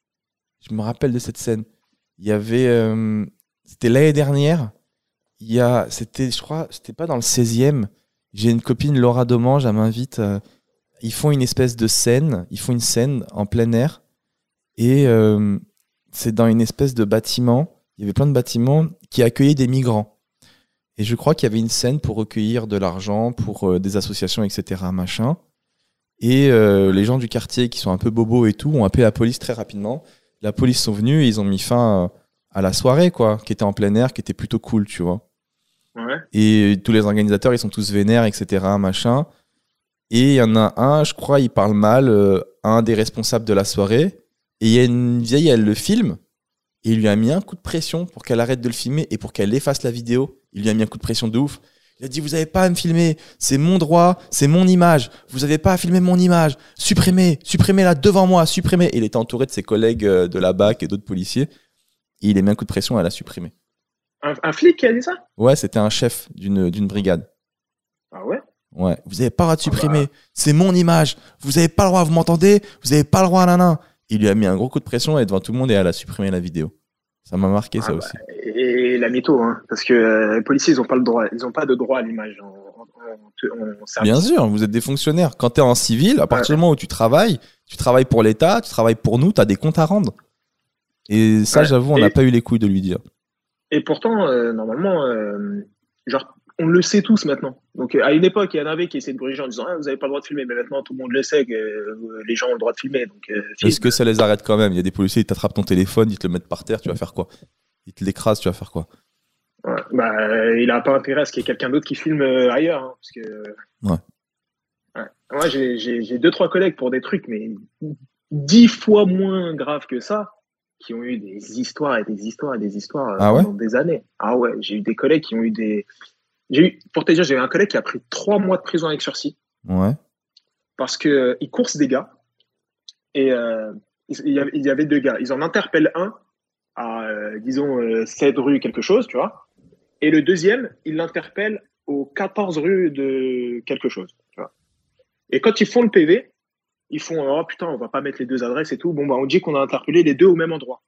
Je me rappelle de cette scène. Il y avait. C'était l'année dernière. C'était, je crois, c'était pas dans le 16e. J'ai une copine, Laura Domange, elle m'invite. Ils font une espèce de scène. Ils font une scène en plein air. Et c'est dans une espèce de bâtiment. Il y avait plein de bâtiments qui accueillaient des migrants. Et je crois qu'il y avait une scène pour recueillir de l'argent pour des associations, etc. Machin. Et les gens du quartier qui sont un peu bobos et tout ont appelé la police très rapidement. La police sont venus et ils ont mis fin à la soirée, quoi, qui était en plein air, qui était plutôt cool, tu vois. Ouais. Et tous les organisateurs, ils sont tous vénères, etc. Machin. Et il y en a un, je crois, il parle mal à un des responsables de la soirée. Et il y a une vieille, elle le filme. Et il lui a mis un coup de pression pour qu'elle arrête de le filmer et pour qu'elle efface la vidéo. Il lui a mis un coup de pression de ouf. Il a dit, vous n'avez pas à me filmer, c'est mon droit, c'est mon image. Vous n'avez pas à filmer mon image. Supprimez-la devant moi, supprimez. Et il était entouré de ses collègues de la BAC et d'autres policiers. Et il a mis un coup de pression, elle a supprimé. Un flic qui a dit ça? Ouais, c'était un chef d'une brigade. Ah ouais? Ouais, vous n'avez pas le droit de Ah supprimer. bah, C'est mon image. Vous n'avez pas le droit, vous m'entendez? Vous n'avez pas le droit, nanan. Il lui a mis un gros coup de pression et devant tout le monde et elle a supprimé la vidéo. Ça m'a marqué, ah ça bah, aussi. et la mytho, hein, parce que les policiers, ils ont pas le droit, ils ont pas de droit à l'image en Bien service. sûr, vous êtes des fonctionnaires. Quand tu es en civil, à partir Ouais, du moment où tu travailles pour l'État, tu travailles pour nous, tu as des comptes à rendre. Et ça, ouais. j'avoue, on n'a pas eu les couilles de lui dire. Et pourtant, normalement, genre, on le sait tous maintenant. Donc, à une époque, il y en avait qui essayaient de corriger en disant, ah, vous n'avez pas le droit de filmer. Mais maintenant, tout le monde le sait que les gens ont le droit de filmer. Donc, Est-ce filme. que ça les arrête quand même? Il y a des policiers, ils t'attrapent ton téléphone, ils te le mettent par terre, tu vas faire quoi? Ils te l'écrasent, tu vas faire quoi? Ouais. Bah, il n'a pas intérêt à ce qu'il y ait quelqu'un d'autre qui filme ailleurs. Hein, parce que, Ouais. ouais. Moi, j'ai 2 3 collègues pour des trucs, mais 10 fois moins graves que ça, qui ont eu des histoires et des histoires et des histoires Ah ouais? pendant des années. Ah ouais, j'ai eu des collègues qui ont eu des. Pour te dire, j'ai eu un collègue qui a pris 3 mois de prison avec sursis Ouais. parce que il course des gars et il y avait 2 gars. Ils en interpellent un à, disons, 7 rue quelque chose, tu vois. Et le deuxième, il l'interpelle aux 14 rue de quelque chose, tu vois. Et quand ils font le PV, ils font oh putain, on va pas mettre les 2 adresses et tout. Bon, bah, on dit qu'on a interpellé les 2 au même endroit.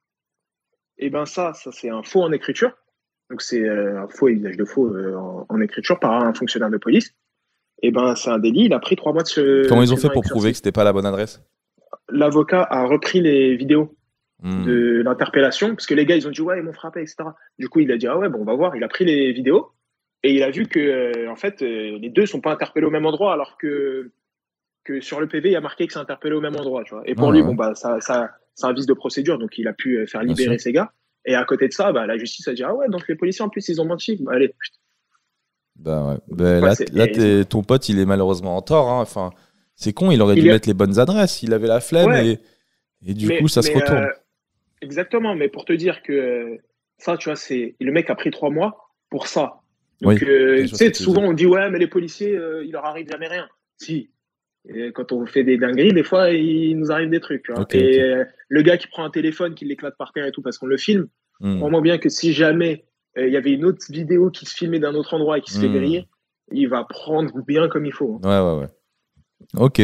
Et ben ça c'est un faux en écriture. Donc c'est un faux usage de faux en écriture par un fonctionnaire de police. Et ben c'est un délit. Il a pris 3 mois Comment de ils ont prison fait pour avec prouver que sursis. c'était pas la bonne adresse? L'avocat a repris les vidéos Hmm. de l'interpellation parce que les gars ils ont dit ouais ils m'ont frappé etc. Du coup il a dit ah ouais bon on va voir. Il a pris les vidéos et il a vu que en fait les 2 sont pas interpellés au même endroit alors que sur le PV il y a marqué que c'est interpellé au même endroit tu vois. Et Ouais, pour lui ouais. bon bah c'est un vice de procédure, donc il a pu faire Bien libérer sûr. ses gars. Et à côté de ça, la justice a dit, ah ouais, donc les policiers, en plus, ils ont menti. Bah, allez. Bah ouais. Bah, Ouais, ton pote, il est malheureusement en tort, hein. Enfin, c'est con, il aurait dû il est, mettre les bonnes adresses. Il avait la flemme ouais, et du coup, ça se mais retourne. exactement. Mais pour te dire que ça, tu vois, le mec a pris 3 mois pour ça. Oui. Donc, Ok, je tu vois ce sais, que tu veux souvent, dire. on dit, ouais, mais les policiers, il leur arrive jamais rien. Si. Et quand on fait des dingueries, des fois, il nous arrive des trucs. Tu vois. Ok, Et ok. le gars qui prend un téléphone, qui l'éclate par terre et tout parce qu'on le filme, Hmm. crois-moi bien que si jamais il y avait une autre vidéo qui se filmait d'un autre endroit et qui se fait Hmm. griller, il va prendre bien comme il faut. Ouais. Ok.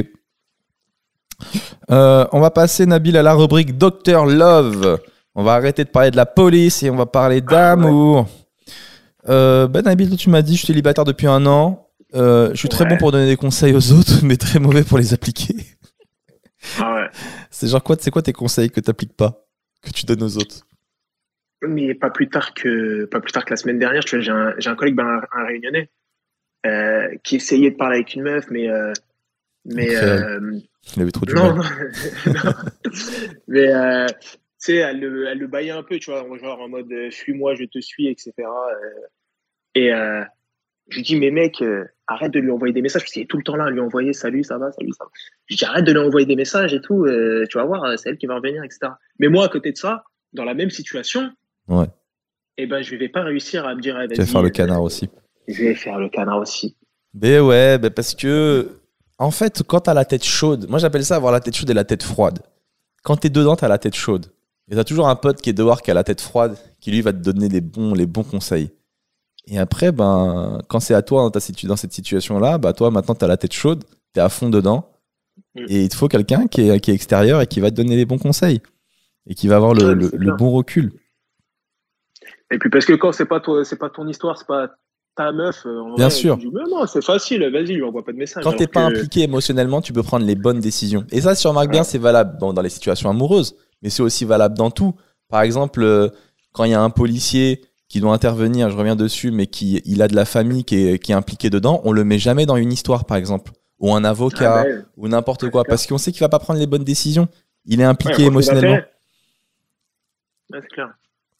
On va passer, Nabil, à la rubrique Docteur Love. On va arrêter de parler de la police et on va parler d'amour. Nabil, toi, tu m'as dit, je suis célibataire depuis 1 an. Je suis très bon pour donner des conseils aux autres, mais très mauvais pour les appliquer. Ah ouais. C'est genre quoi, c'est quoi tes conseils que t'appliques pas, que tu donnes aux autres? Mais pas plus tard que la semaine dernière, tu vois, j'ai un collègue, un réunionnais, qui essayait de parler avec une meuf, mais Créole. Il avait trop du non, mal. non. Mais tu sais, elle le baillait un peu, tu vois, genre en mode suis-moi, je te suis, etc. Et je lui dis, mais mec, arrête de lui envoyer des messages, parce qu'il est tout le temps là à lui envoyer salut, ça va, salut, ça va. Je lui dis, arrête de lui envoyer des messages et tout, tu vas voir, c'est elle qui va revenir, etc. Mais moi, à côté de ça, dans la même situation, Ouais. eh ben, je vais pas réussir à me dire, Tu vas faire le canard aussi. je vais faire le canard aussi. Mais ouais, parce que, en fait, quand t'as la tête chaude, moi j'appelle ça avoir la tête chaude et la tête froide. Quand t'es dedans, t'as la tête chaude. Et t'as toujours un pote qui est dehors qui a la tête froide, qui lui va te donner les bons conseils. Et après, quand c'est à toi dans cette situation-là, toi maintenant t'as la tête chaude, t'es à fond dedans. Et il te faut quelqu'un qui est extérieur et qui va te donner les bons conseils. Et qui va avoir le bon recul. Et puis parce que quand c'est pas ton histoire, c'est pas ta meuf, bien sûr. Tu dis, mais non, c'est facile, vas-y, lui envoie pas de message. Quand t'es pas impliqué émotionnellement, tu peux prendre les bonnes décisions. Et ça, si tu remarques bien, c'est valable dans les situations amoureuses, mais c'est aussi valable dans tout. Par exemple, quand il y a un policier qui doit intervenir, je reviens dessus, mais il a de la famille qui est impliquée dedans, on le met jamais dans une histoire, par exemple, ou un avocat, ou n'importe quoi, parce qu'on sait qu'il va pas prendre les bonnes décisions. Il est impliqué émotionnellement. Ouais, c'est clair.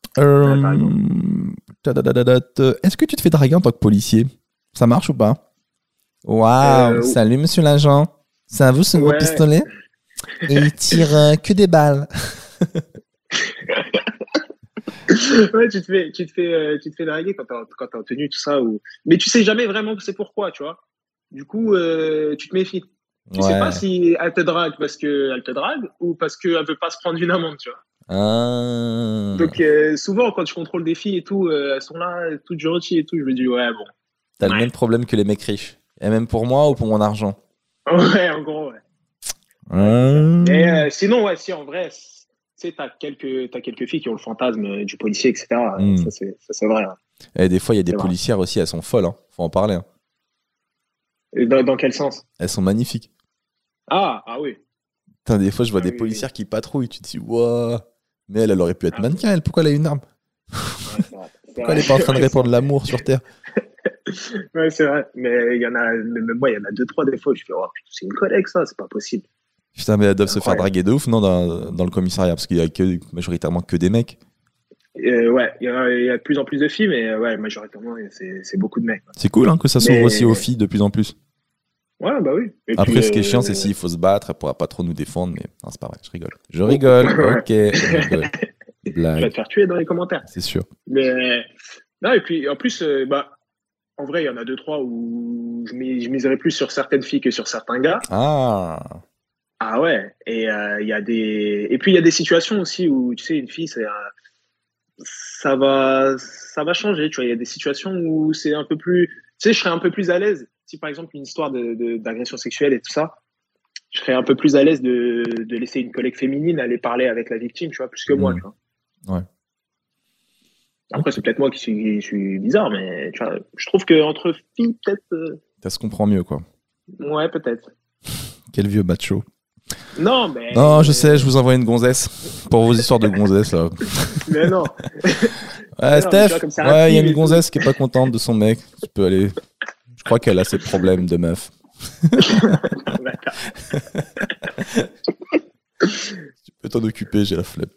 Est-ce que tu te fais draguer en tant que policier? Ça marche ou pas? Waouh, salut monsieur l'agent. C'est à vous ce gros pistolet? Et il tire que des balles. Ouais, tu te fais draguer quand t'es en tenue, tout ça. Mais tu sais jamais vraiment c'est pourquoi, tu vois. Du coup, tu te méfies. Tu sais pas si elle te drague parce qu'elle te drague ou parce qu'elle veut pas se prendre une amende, tu vois. Donc souvent quand je contrôle des filles et tout, elles sont là toutes gentilles et tout, je me dis ouais bon. T'as le même problème que les mecs riches. Et même pour moi ou pour mon argent? Ouais, en gros ouais. Mais sinon si en vrai, tu sais t'as quelques filles qui ont le fantasme du policier, etc. Ça c'est vrai. Hein. Et des fois il y a des policières aussi, elles sont folles. Hein. Faut en parler. Hein. Dans quel sens? Elles sont magnifiques. Ah oui. Putain, des fois je vois des policières qui patrouillent, tu te dis waouh. Mais elle aurait pu être mannequin, elle. Pourquoi elle a une arme? Pourquoi elle n'est pas en train de répandre l'amour sur Terre? Ouais, c'est vrai. Mais il y en a, même moi, il y en a 2-3 des fois. Je fais, oh, c'est une collègue, ça, c'est pas possible. Putain, mais elles doivent se faire draguer de ouf, non, dans le commissariat, parce qu'il y a majoritairement que des mecs. Ouais, il y a de plus en plus de filles, mais ouais, majoritairement, c'est beaucoup de mecs. C'est cool hein, que ça s'ouvre aussi aux filles de plus en plus. Ouais, bah oui. Et après, puis, ce qui est chiant, c'est s'il faut se battre, elle pourra pas trop nous défendre, mais non, c'est pas vrai, je rigole. Je rigole, ok, je rigole. Blague. Je vais te faire tuer dans les commentaires. C'est sûr. Mais non, et puis en plus, en vrai, il y en a 2-3 où je miserais plus sur certaines filles que sur certains gars. Ah ouais. Et et puis il y a des situations aussi où tu sais une fille, ça va changer. Tu vois, il y a des situations où c'est un peu plus, tu sais, je serais un peu plus à l'aise si par exemple une histoire d'agression sexuelle et tout ça. Je serais un peu plus à l'aise de laisser une collègue féminine aller parler avec la victime, tu vois, plus que moi, tu vois. Ouais. Après, c'est peut-être moi qui suis bizarre, mais tu vois, je trouve qu'entre filles, peut-être. Ça se comprend mieux, quoi. Ouais, peut-être. Quel vieux macho. Non, mais. Non, je sais, je vous envoie une gonzesse. Pour vos histoires de gonzesse, là. Mais non. Ouais, Steph, il y a une gonzesse qui est pas contente de son mec. Tu peux aller. Je crois qu'elle a ses problèmes de meuf. Tu peux t'en occuper, j'ai la flemme.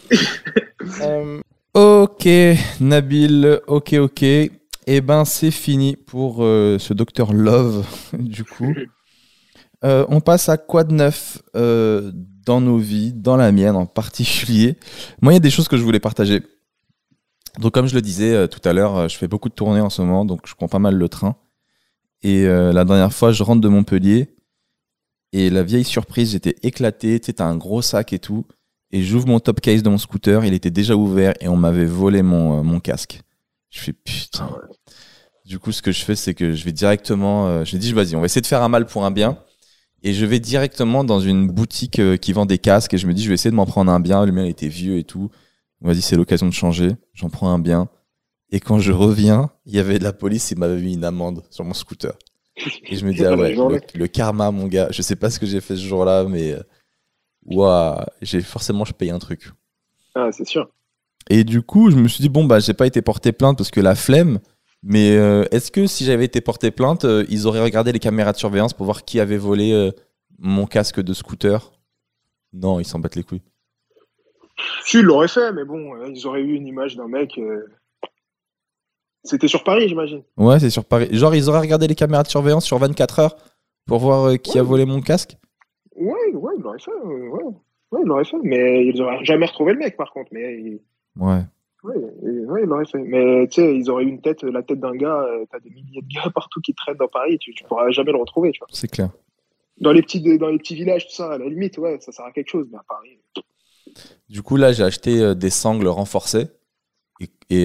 Ok, Nabil, ok. Eh ben, c'est fini pour ce Docteur Love, du coup. On passe à quoi de neuf dans nos vies, dans la mienne en particulier. Moi, il y a des choses que je voulais partager. Donc, comme je le disais tout à l'heure, je fais beaucoup de tournées en ce moment, donc je prends pas mal le train. Et la dernière fois, je rentre de Montpellier. Et la vieille surprise, j'étais éclaté. Tu sais, t'as un gros sac et tout. Et j'ouvre mon top case de mon scooter. Il était déjà ouvert et on m'avait volé mon casque. Je fais putain. Ah ouais. Du coup, ce que je fais, c'est que je vais directement. Je me dis, vas-y, on va essayer de faire un mal pour un bien. Et je vais directement dans une boutique qui vend des casques. Et je me dis, je vais essayer de m'en prendre un bien. Le mien, il était vieux et tout. Vas-y, c'est l'occasion de changer. J'en prends un bien. Et quand je reviens, il y avait de la police. Il m'avait mis une amende sur mon scooter. Et je me dis, ah ouais, le karma, mon gars. Je sais pas ce que j'ai fait ce jour-là, mais ouah, je paye un truc. Ah, c'est sûr. Et du coup, je me suis dit, bon, bah, j'ai pas été porté plainte parce que la flemme. Mais est-ce que si j'avais été porté plainte, ils auraient regardé les caméras de surveillance pour voir qui avait volé mon casque de scooter? Non, ils s'en battent les couilles. Si, ils l'auraient fait, mais bon, ils auraient eu une image d'un mec. C'était sur Paris, j'imagine. Ouais, c'est sur Paris. Genre, ils auraient regardé les caméras de surveillance sur 24 heures pour voir qui a volé mon casque? Ouais, ils l'auraient fait. Ouais, ils l'auraient fait. Mais ils auraient jamais retrouvé le mec, par contre. Mais Ouais. ils l'auraient fait. Mais tu sais, ils auraient eu la tête d'un gars. T'as des milliers de gars partout qui traînent dans Paris. Tu pourras jamais le retrouver, tu vois. C'est clair. Dans les petits villages, tout ça, à la limite, ouais, ça sert à quelque chose. Mais à Paris. Du coup, là, j'ai acheté des sangles renforcées et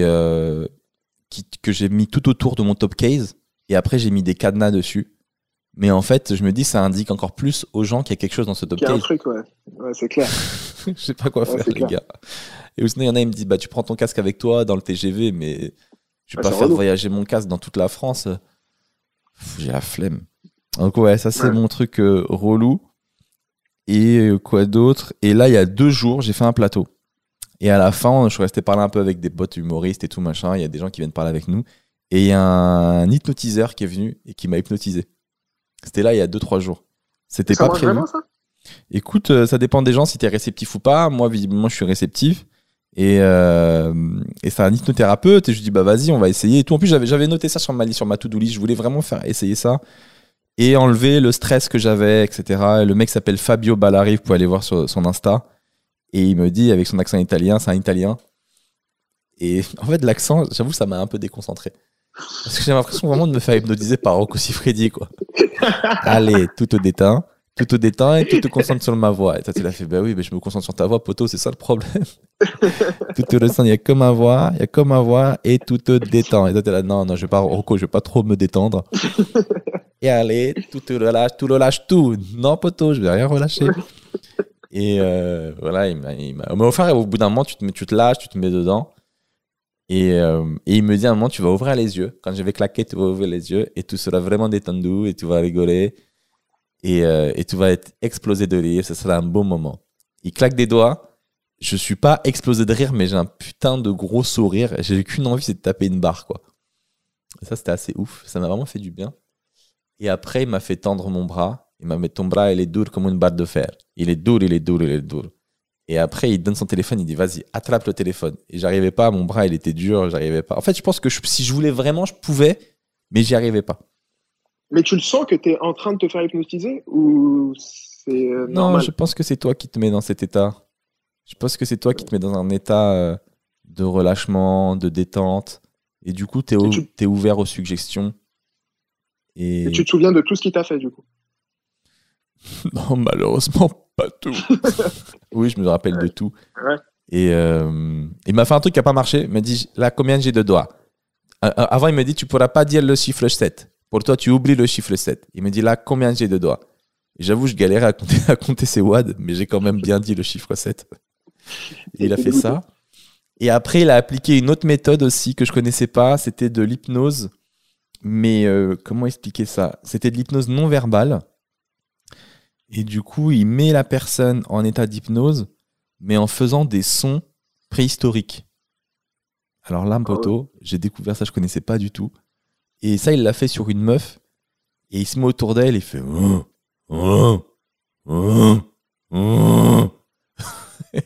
que j'ai mis tout autour de mon top case. Et après, j'ai mis des cadenas dessus. Mais en fait, je me dis, ça indique encore plus aux gens qu'il y a quelque chose dans ce top case. Il y a un truc, ouais. Ouais, c'est clair. Je sais pas quoi faire, les gars. Et sinon, il y en a, ils me disent, bah, tu prends ton casque avec toi dans le TGV, mais je vais pas faire voyager mon casque dans toute la France. J'ai la flemme. Donc, ouais, ça, c'est mon truc relou. Et quoi d'autre? Et là, il y a 2 jours, j'ai fait un plateau. Et à la fin, je suis resté parler un peu avec des potes humoristes et tout machin. Il y a des gens qui viennent parler avec nous. Et il y a un hypnotiseur qui est venu et qui m'a hypnotisé. C'était là il y a 2-3 jours. C'était pas prévu. Vraiment, ça? Écoute, ça dépend des gens si t'es réceptif ou pas. Moi, visiblement, je suis réceptif. Et c'est un hypnothérapeute. Et je lui dis, bah vas-y, on va essayer. Et tout. En plus, j'avais noté ça sur ma to-do list. Je voulais vraiment essayer ça. Et enlever le stress que j'avais, etc. Et le mec s'appelle Fabio Ballari. Vous pouvez aller voir sur son Insta. Et il me dit, avec son accent italien, c'est un italien. Et en fait, l'accent, j'avoue, ça m'a un peu déconcentré. Parce que j'ai l'impression vraiment de me faire hypnotiser par Rocco Siffredi, quoi. Allez, tout te déteint et tu te concentres sur ma voix. Et toi, tu l'as fait, bah oui, mais je me concentre sur ta voix, poto, c'est ça le problème. Tout te ressent, il y a que ma voix, et tout te détend. Et toi, t'es là, non, je vais pas, Rocco, je vais pas trop me détendre. Et allez, tout relâche tout. Non, poto, je vais rien relâcher. Et voilà, il m'a offert, au bout d'un moment, tu te lâches, tu te mets dedans. Et il me dit à un moment, tu vas ouvrir les yeux. Quand je vais claquer, tu vas ouvrir les yeux et tout sera vraiment détendu et tu vas rigoler et tu vas être explosé de rire. Ce sera un beau moment. Il claque des doigts. Je suis pas explosé de rire, mais j'ai un putain de gros sourire. J'ai qu'une envie, c'est de taper une barre, quoi. Et ça, c'était assez ouf. Ça m'a vraiment fait du bien. Et après, il m'a fait tendre mon bras. Il m'a dit, ton bras, il est dur comme une barre de fer. Il est dur. Et après, il donne son téléphone, il dit, vas-y, attrape le téléphone. Et j'arrivais pas, mon bras, il était dur, j'arrivais pas. En fait, je pense que si je voulais vraiment, je pouvais, mais j'y arrivais pas. Mais tu le sens que tu es en train de te faire hypnotiser ou c'est normal? Non, je pense que c'est toi qui te mets dans cet état. Je pense que c'est toi qui te mets dans un état de relâchement, de détente. Et du coup, t'es ouvert aux suggestions. Et tu te souviens de tout ce qu'il t'a fait, du coup? Non, malheureusement, pas tout. Oui, je me rappelle de tout. Ouais. Et il m'a fait un truc qui n'a pas marché. Il m'a dit, là, combien j'ai de doigts? Avant, il m'a dit, tu ne pourras pas dire le chiffre 7. Pour toi, tu oublies le chiffre 7. Il me dit, là, combien j'ai de doigts? Et j'avoue, je galérais à compter ces wads, mais j'ai quand même bien dit le chiffre 7. Et il a fait ça. Et après, il a appliqué une autre méthode aussi que je ne connaissais pas. C'était de l'hypnose. Mais comment expliquer ça? C'était de l'hypnose non verbale. Et du coup, il met la personne en état d'hypnose, mais en faisant des sons préhistoriques. Alors là, poto, j'ai découvert ça, je connaissais pas du tout. Et ça, il l'a fait sur une meuf. Et il se met autour d'elle et il fait...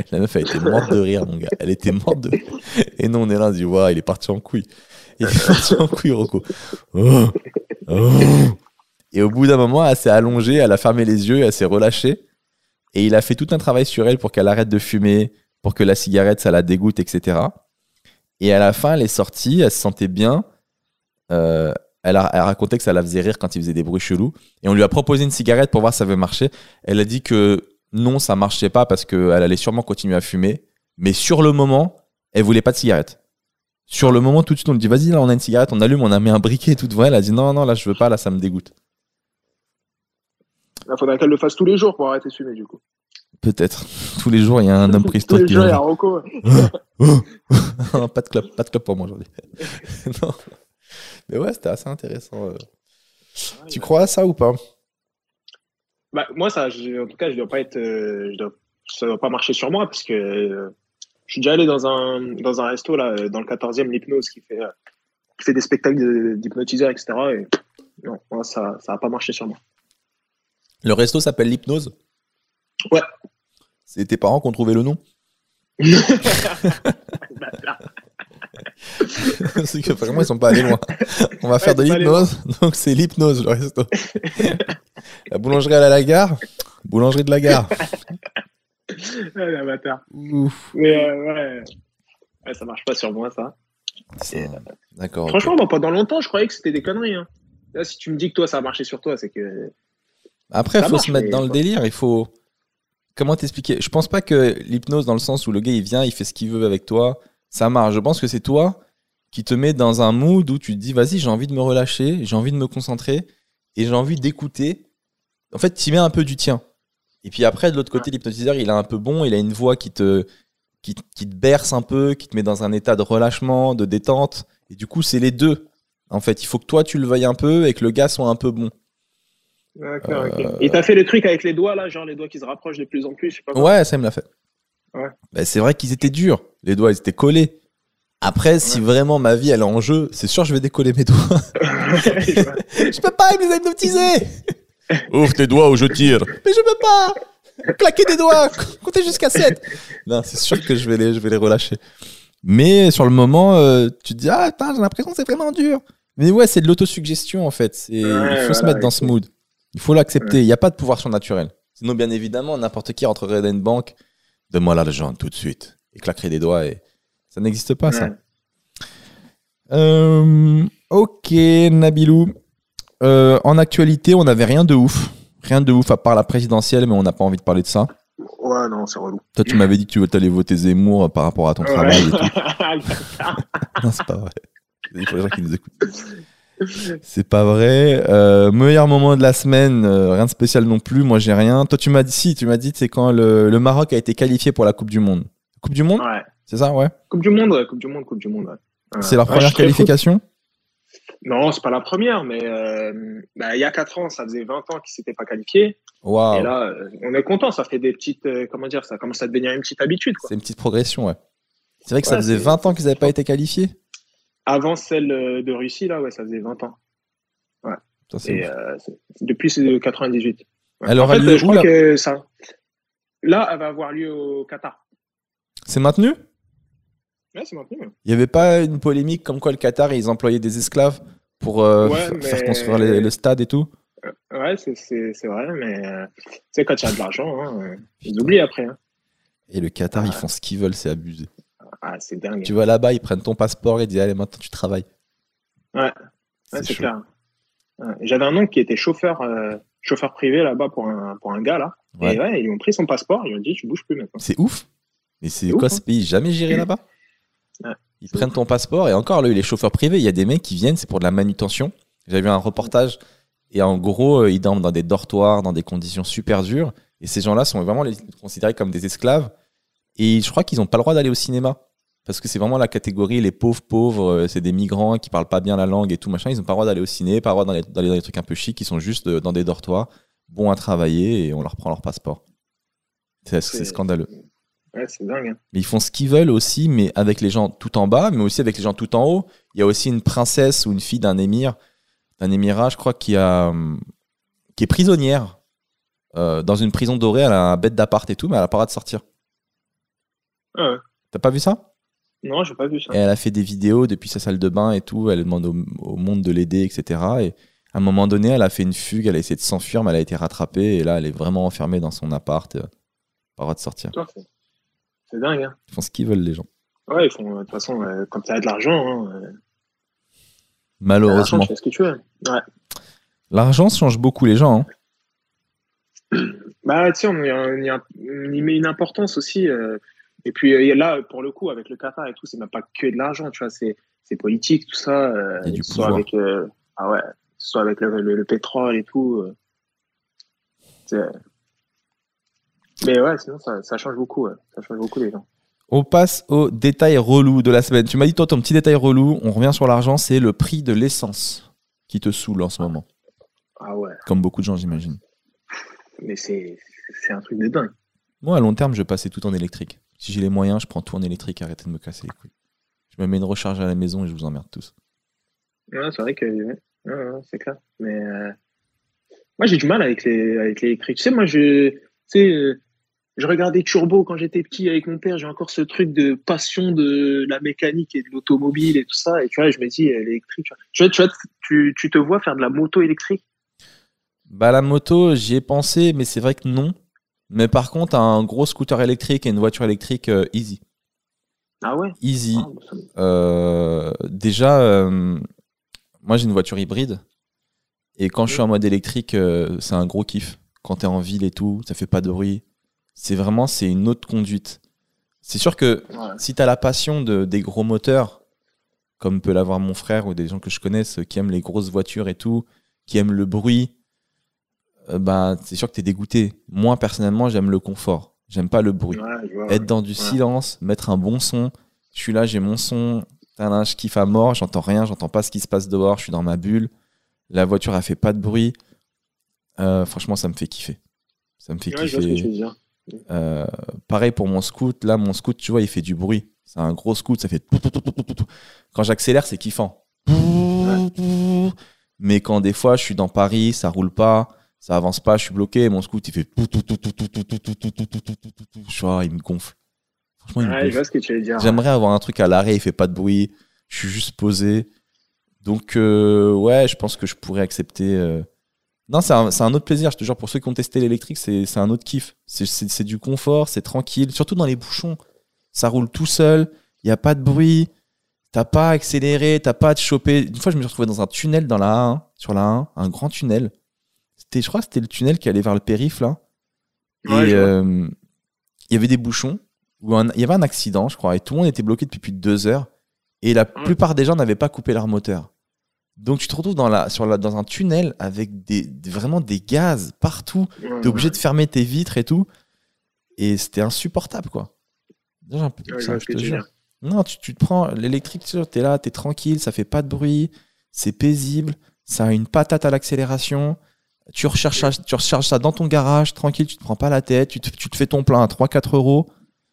La meuf, elle était morte de rire, mon gars. Elle était morte de rire. Et nous, on est là, on se dit, waouh, il est parti en couille. Il est parti en couille, Rocco. Oh, oh. Et au bout d'un moment, elle s'est allongée, elle a fermé les yeux, elle s'est relâchée. Et il a fait tout un travail sur elle pour qu'elle arrête de fumer, pour que la cigarette, ça la dégoûte, etc. Et à la fin, elle est sortie, elle se sentait bien. Elle racontait que ça la faisait rire quand il faisait des bruits chelous. Et on lui a proposé une cigarette pour voir si ça avait marché. Elle a dit que non, ça marchait pas parce qu'elle allait sûrement continuer à fumer. Mais sur le moment, elle voulait pas de cigarette. Sur le moment, tout de suite, on lui dit vas-y, là, on a une cigarette, on allume, on a mis un briquet et tout devant elle. Elle a dit non, là, je veux pas, là, ça me dégoûte. Il faudrait qu'elle le fasse tous les jours pour arrêter de fumer, du coup. Prétexte. Tous les jours, il y a un homme préhistorique qui tous les jours, il y a Rocco. Non, pas de clope pour moi aujourd'hui. Non. Mais ouais, c'était assez intéressant. Tu crois à ça ou pas? Bah, moi, ça, en tout cas, je dois pas être, ça doit pas marcher sur moi parce que je suis déjà allé dans un resto là, dans le 14e, l'hypnose, qui fait des spectacles d'hypnotiseurs, etc. Et non, moi, ça a pas marché sur moi. Le resto s'appelle l'hypnose? Ouais. C'est tes parents qui ont trouvé le nom? C'est que vraiment ils sont pas allés loin. On va faire de l'hypnose, donc c'est l'hypnose le resto. La boulangerie à la gare, boulangerie de la gare. Ouais, la bâtard. Ouf. Mais ouais, ça marche pas sur moi ça. D'accord. Franchement, moi, pendant longtemps, je croyais que c'était des conneries. Hein. Là, si tu me dis que toi ça a marché sur toi, c'est que. Après, il faut se mettre dans le délire. Il faut. Comment t'expliquer? Je pense pas que l'hypnose, dans le sens où le gars il vient, il fait ce qu'il veut avec toi, ça marche. Je pense que c'est toi qui te mets dans un mood où tu te dis vas-y, j'ai envie de me relâcher, j'ai envie de me concentrer et j'ai envie d'écouter. En fait, tu mets un peu du tien. Et puis après, de l'autre côté, l'hypnotiseur, il est un peu bon, il a une voix qui te berce un peu, qui te met dans un état de relâchement, de détente. Et du coup, c'est les deux. En fait, il faut que toi, tu le veuilles un peu et que le gars soit un peu bon. D'accord, ok. Et t'as fait le truc avec les doigts, là, genre les doigts qui se rapprochent de plus en plus, je sais pas quoi. Ouais, ça il me l'a fait. Ouais. Bah, c'est vrai qu'ils étaient durs. Les doigts, ils étaient collés. Après, si vraiment ma vie, elle est en jeu, c'est sûr, je vais décoller mes doigts. Je peux pas, ils me les hypnotisés. Ouvre tes doigts ou je tire. Mais je peux pas. Claquer des doigts, compter jusqu'à 7. Non, c'est sûr que je vais les relâcher. Mais sur le moment, tu te dis, ah, putain, j'ai l'impression que c'est vraiment dur. Mais ouais, c'est de l'autosuggestion, en fait. Il faut se mettre dans ce mood. Il faut l'accepter. Il n'y a pas de pouvoir surnaturel. Sinon, bien évidemment, n'importe qui rentrerait dans une banque. Donne-moi l'argent tout de suite. Et claquerait des doigts. Et ça n'existe pas, ça. Ok, Nabilou. En actualité, on n'avait rien de ouf. Rien de ouf à part la présidentielle, mais on n'a pas envie de parler de ça. Ouais, non, c'est relou. Toi, tu m'avais dit que tu allais voter Zemmour par rapport à ton travail et tout. Non, c'est pas vrai. Il faut les gens qui nous écoutent. C'est pas vrai. Meilleur moment de la semaine, rien de spécial non plus. Moi, j'ai rien. Toi, tu m'as dit, c'est quand le Maroc a été qualifié pour la Coupe du Monde. Coupe du Monde ? Ouais. C'est ça, ouais. Coupe du Monde, ouais. C'est leur première qualification ? Non, c'est pas la première, mais il y a 4 ans, ça faisait 20 ans qu'ils ne s'étaient pas qualifiés. Wow. Et là, on est content, ça fait des petites, ça commence à devenir une petite habitude, quoi. C'est une petite progression, ouais. C'est vrai que ça faisait 20 ans qu'ils n'avaient pas été qualifiés. Avant celle de Russie, là, ouais, ça faisait 20 ans. Ouais. Ça, et depuis, c'est de 98. Ouais. Alors, en fait, je crois que ça. Là, elle va avoir lieu au Qatar. C'est maintenu ? Ouais, c'est maintenu. Ouais. Il n'y avait pas une polémique comme quoi le Qatar, ils employaient des esclaves pour faire construire le stade et tout ? Ouais, c'est vrai, mais tu sais, quand il y a de l'argent, hein, ils oublient après. Hein. Et le Qatar, ils font ce qu'ils veulent, c'est abusé. Ah, c'est dingue. Tu vas là-bas, ils prennent ton passeport et ils disent allez, maintenant tu travailles. Ouais, c'est clair. Ouais. J'avais un oncle qui était chauffeur privé là-bas pour un gars là. Ouais. Et ouais, ils ont pris son passeport, ils ont dit tu bouges plus maintenant. C'est ouf. Mais c'est quoi ce pays ? Jamais j'irai là-bas. Ouais, ils prennent ton passeport et encore là, les chauffeurs privés, il y a des mecs qui viennent, c'est pour de la manutention. J'avais vu un reportage et en gros, ils dorment dans des dortoirs, dans des conditions super dures. Et ces gens-là sont vraiment considérés comme des esclaves. Et je crois qu'ils n'ont pas le droit d'aller au cinéma. Parce que c'est vraiment la catégorie, les pauvres, c'est des migrants qui parlent pas bien la langue et tout machin. Ils n'ont pas le droit d'aller au ciné, pas le droit d'aller dans des trucs un peu chics. Ils sont juste dans des dortoirs, bons à travailler et on leur prend leur passeport. C'est scandaleux. Ouais, c'est dingue. Hein. Mais ils font ce qu'ils veulent aussi, mais avec les gens tout en bas, mais aussi avec les gens tout en haut. Il y a aussi une princesse ou une fille d'un émirat, je crois, qui est prisonnière dans une prison dorée. Elle a un bête d'appart et tout, mais elle n'a pas le droit de sortir. Ah ouais. T'as pas vu ça? Non, j'ai pas vu ça. Et elle a fait des vidéos depuis sa salle de bain et tout. Elle demande au monde de l'aider, etc. Et à un moment donné, elle a fait une fugue. Elle a essayé de s'enfuir, mais elle a été rattrapée. Et là, elle est vraiment enfermée dans son appart. Pas le droit de sortir. Toi, c'est dingue, hein. Ils font ce qu'ils veulent, les gens. Ouais, ils font, de toute façon, quand tu as de l'argent, hein, Malheureusement. tu fais ce que tu veux. Ouais. L'argent change beaucoup les gens. Bah, tu sais, on y met une importance aussi. Et puis là, pour le coup, avec le Qatar et tout, c'est même pas que de l'argent, tu vois, c'est politique, tout ça. Il y a du soit pouvoir. avec, ah ouais, soit avec le pétrole et tout. Mais ouais, sinon, ça change beaucoup. Ouais. Ça change beaucoup les gens. On passe au détail relou de la semaine. Tu m'as dit, toi, ton petit détail relou, on revient sur l'argent, c'est le prix de l'essence qui te saoule en ce moment. Ah ouais. Comme beaucoup de gens, j'imagine. Mais c'est un truc de dingue. Moi, à long terme, je vais passer tout en électrique. Si j'ai les moyens, je prends tout en électrique. Arrêtez de me casser les couilles. Je me mets une recharge à la maison et je vous emmerde tous. Ouais, c'est vrai que ouais, c'est clair. Mais moi, j'ai du mal avec l'électrique. Tu sais, moi, je regardais Turbo quand j'étais petit avec mon père. J'ai encore ce truc de passion de la mécanique et de l'automobile et tout ça. Et tu vois, je me dis, l'électrique. Tu te vois faire de la moto électrique? Bah, la moto, j'y ai pensé, mais c'est vrai que non. Mais par contre, un gros scooter électrique et une voiture électrique, easy. Ah ouais? Easy. Ah, bah, ça Déjà, moi, j'ai une voiture hybride. Et quand je suis en mode électrique, c'est un gros kiff. Quand t'es en ville et tout, ça fait pas de bruit. C'est une autre conduite. C'est sûr que ouais. si t'as la passion des gros moteurs, comme peut l'avoir mon frère ou des gens que je connaisse qui aiment les grosses voitures et tout, qui aiment le bruit, bah, c'est sûr que t'es dégoûté. Moi, personnellement, j'aime le confort. J'aime pas le bruit. Ouais, je vois, Être dans du silence, mettre un bon son. Je suis là, j'ai mon son. Je kiffe à mort, j'entends rien, j'entends pas ce qui se passe dehors, je suis dans ma bulle. La voiture, elle fait pas de bruit. Franchement, ça me fait kiffer. Ça me fait ouais, je vois ce que tu kiffer. veux dire. Pareil pour mon scoot. Là, mon scoot, tu vois, il fait du bruit. C'est un gros scoot, ça fait tout, tout, tout, tout, tout, tout, tout. Quand j'accélère, c'est kiffant. Ouais. Mais quand des fois, je suis dans Paris, ça roule pas, ça avance pas, je suis bloqué, mon scoot, il fait tout, tout, tout, tout, tout, tout, tout, tout, tout, tout, tout, tout, tout, tout, tout. Je vois, il me gonfle. Franchement, il me Ouais, je gonfle. vois ce que tu veux dire. J'aimerais avoir un truc à l'arrêt, il fait pas de bruit, je suis juste posé. Donc, ouais, je pense que je pourrais accepter. Non, c'est un autre plaisir, je te jure, pour ceux qui ont testé l'électrique, c'est un autre kiff. C'est du confort, c'est tranquille, surtout dans les bouchons. Ça roule tout seul, il n'y a pas de bruit, t'as pas à accéléré, t'as pas à te choper. Une fois, je me suis retrouvé dans un tunnel dans la A1, sur la A1, un grand tunnel. Je crois que c'était le tunnel qui allait vers le périph', là. Ouais, Et je vois. il y avait des bouchons, il y avait un accident, je crois, et tout le monde était bloqué depuis plus de 2 heures. Et la plupart des gens n'avaient pas coupé leur moteur. Donc tu te retrouves dans un tunnel avec vraiment des gaz partout. Ouais, T'es obligé ouais. de fermer tes vitres et tout. Et c'était insupportable, quoi. J'ai un peu Ouais, je ça, vois je ce que te tu veux jure. dire. Non, tu te prends l'électrique, t'es là, t'es tranquille, ça fait pas de bruit, c'est paisible, ça a une patate à l'accélération. Tu recharges ça dans ton garage, tranquille, tu te prends pas la tête, tu te fais ton plein à 3-4 euros.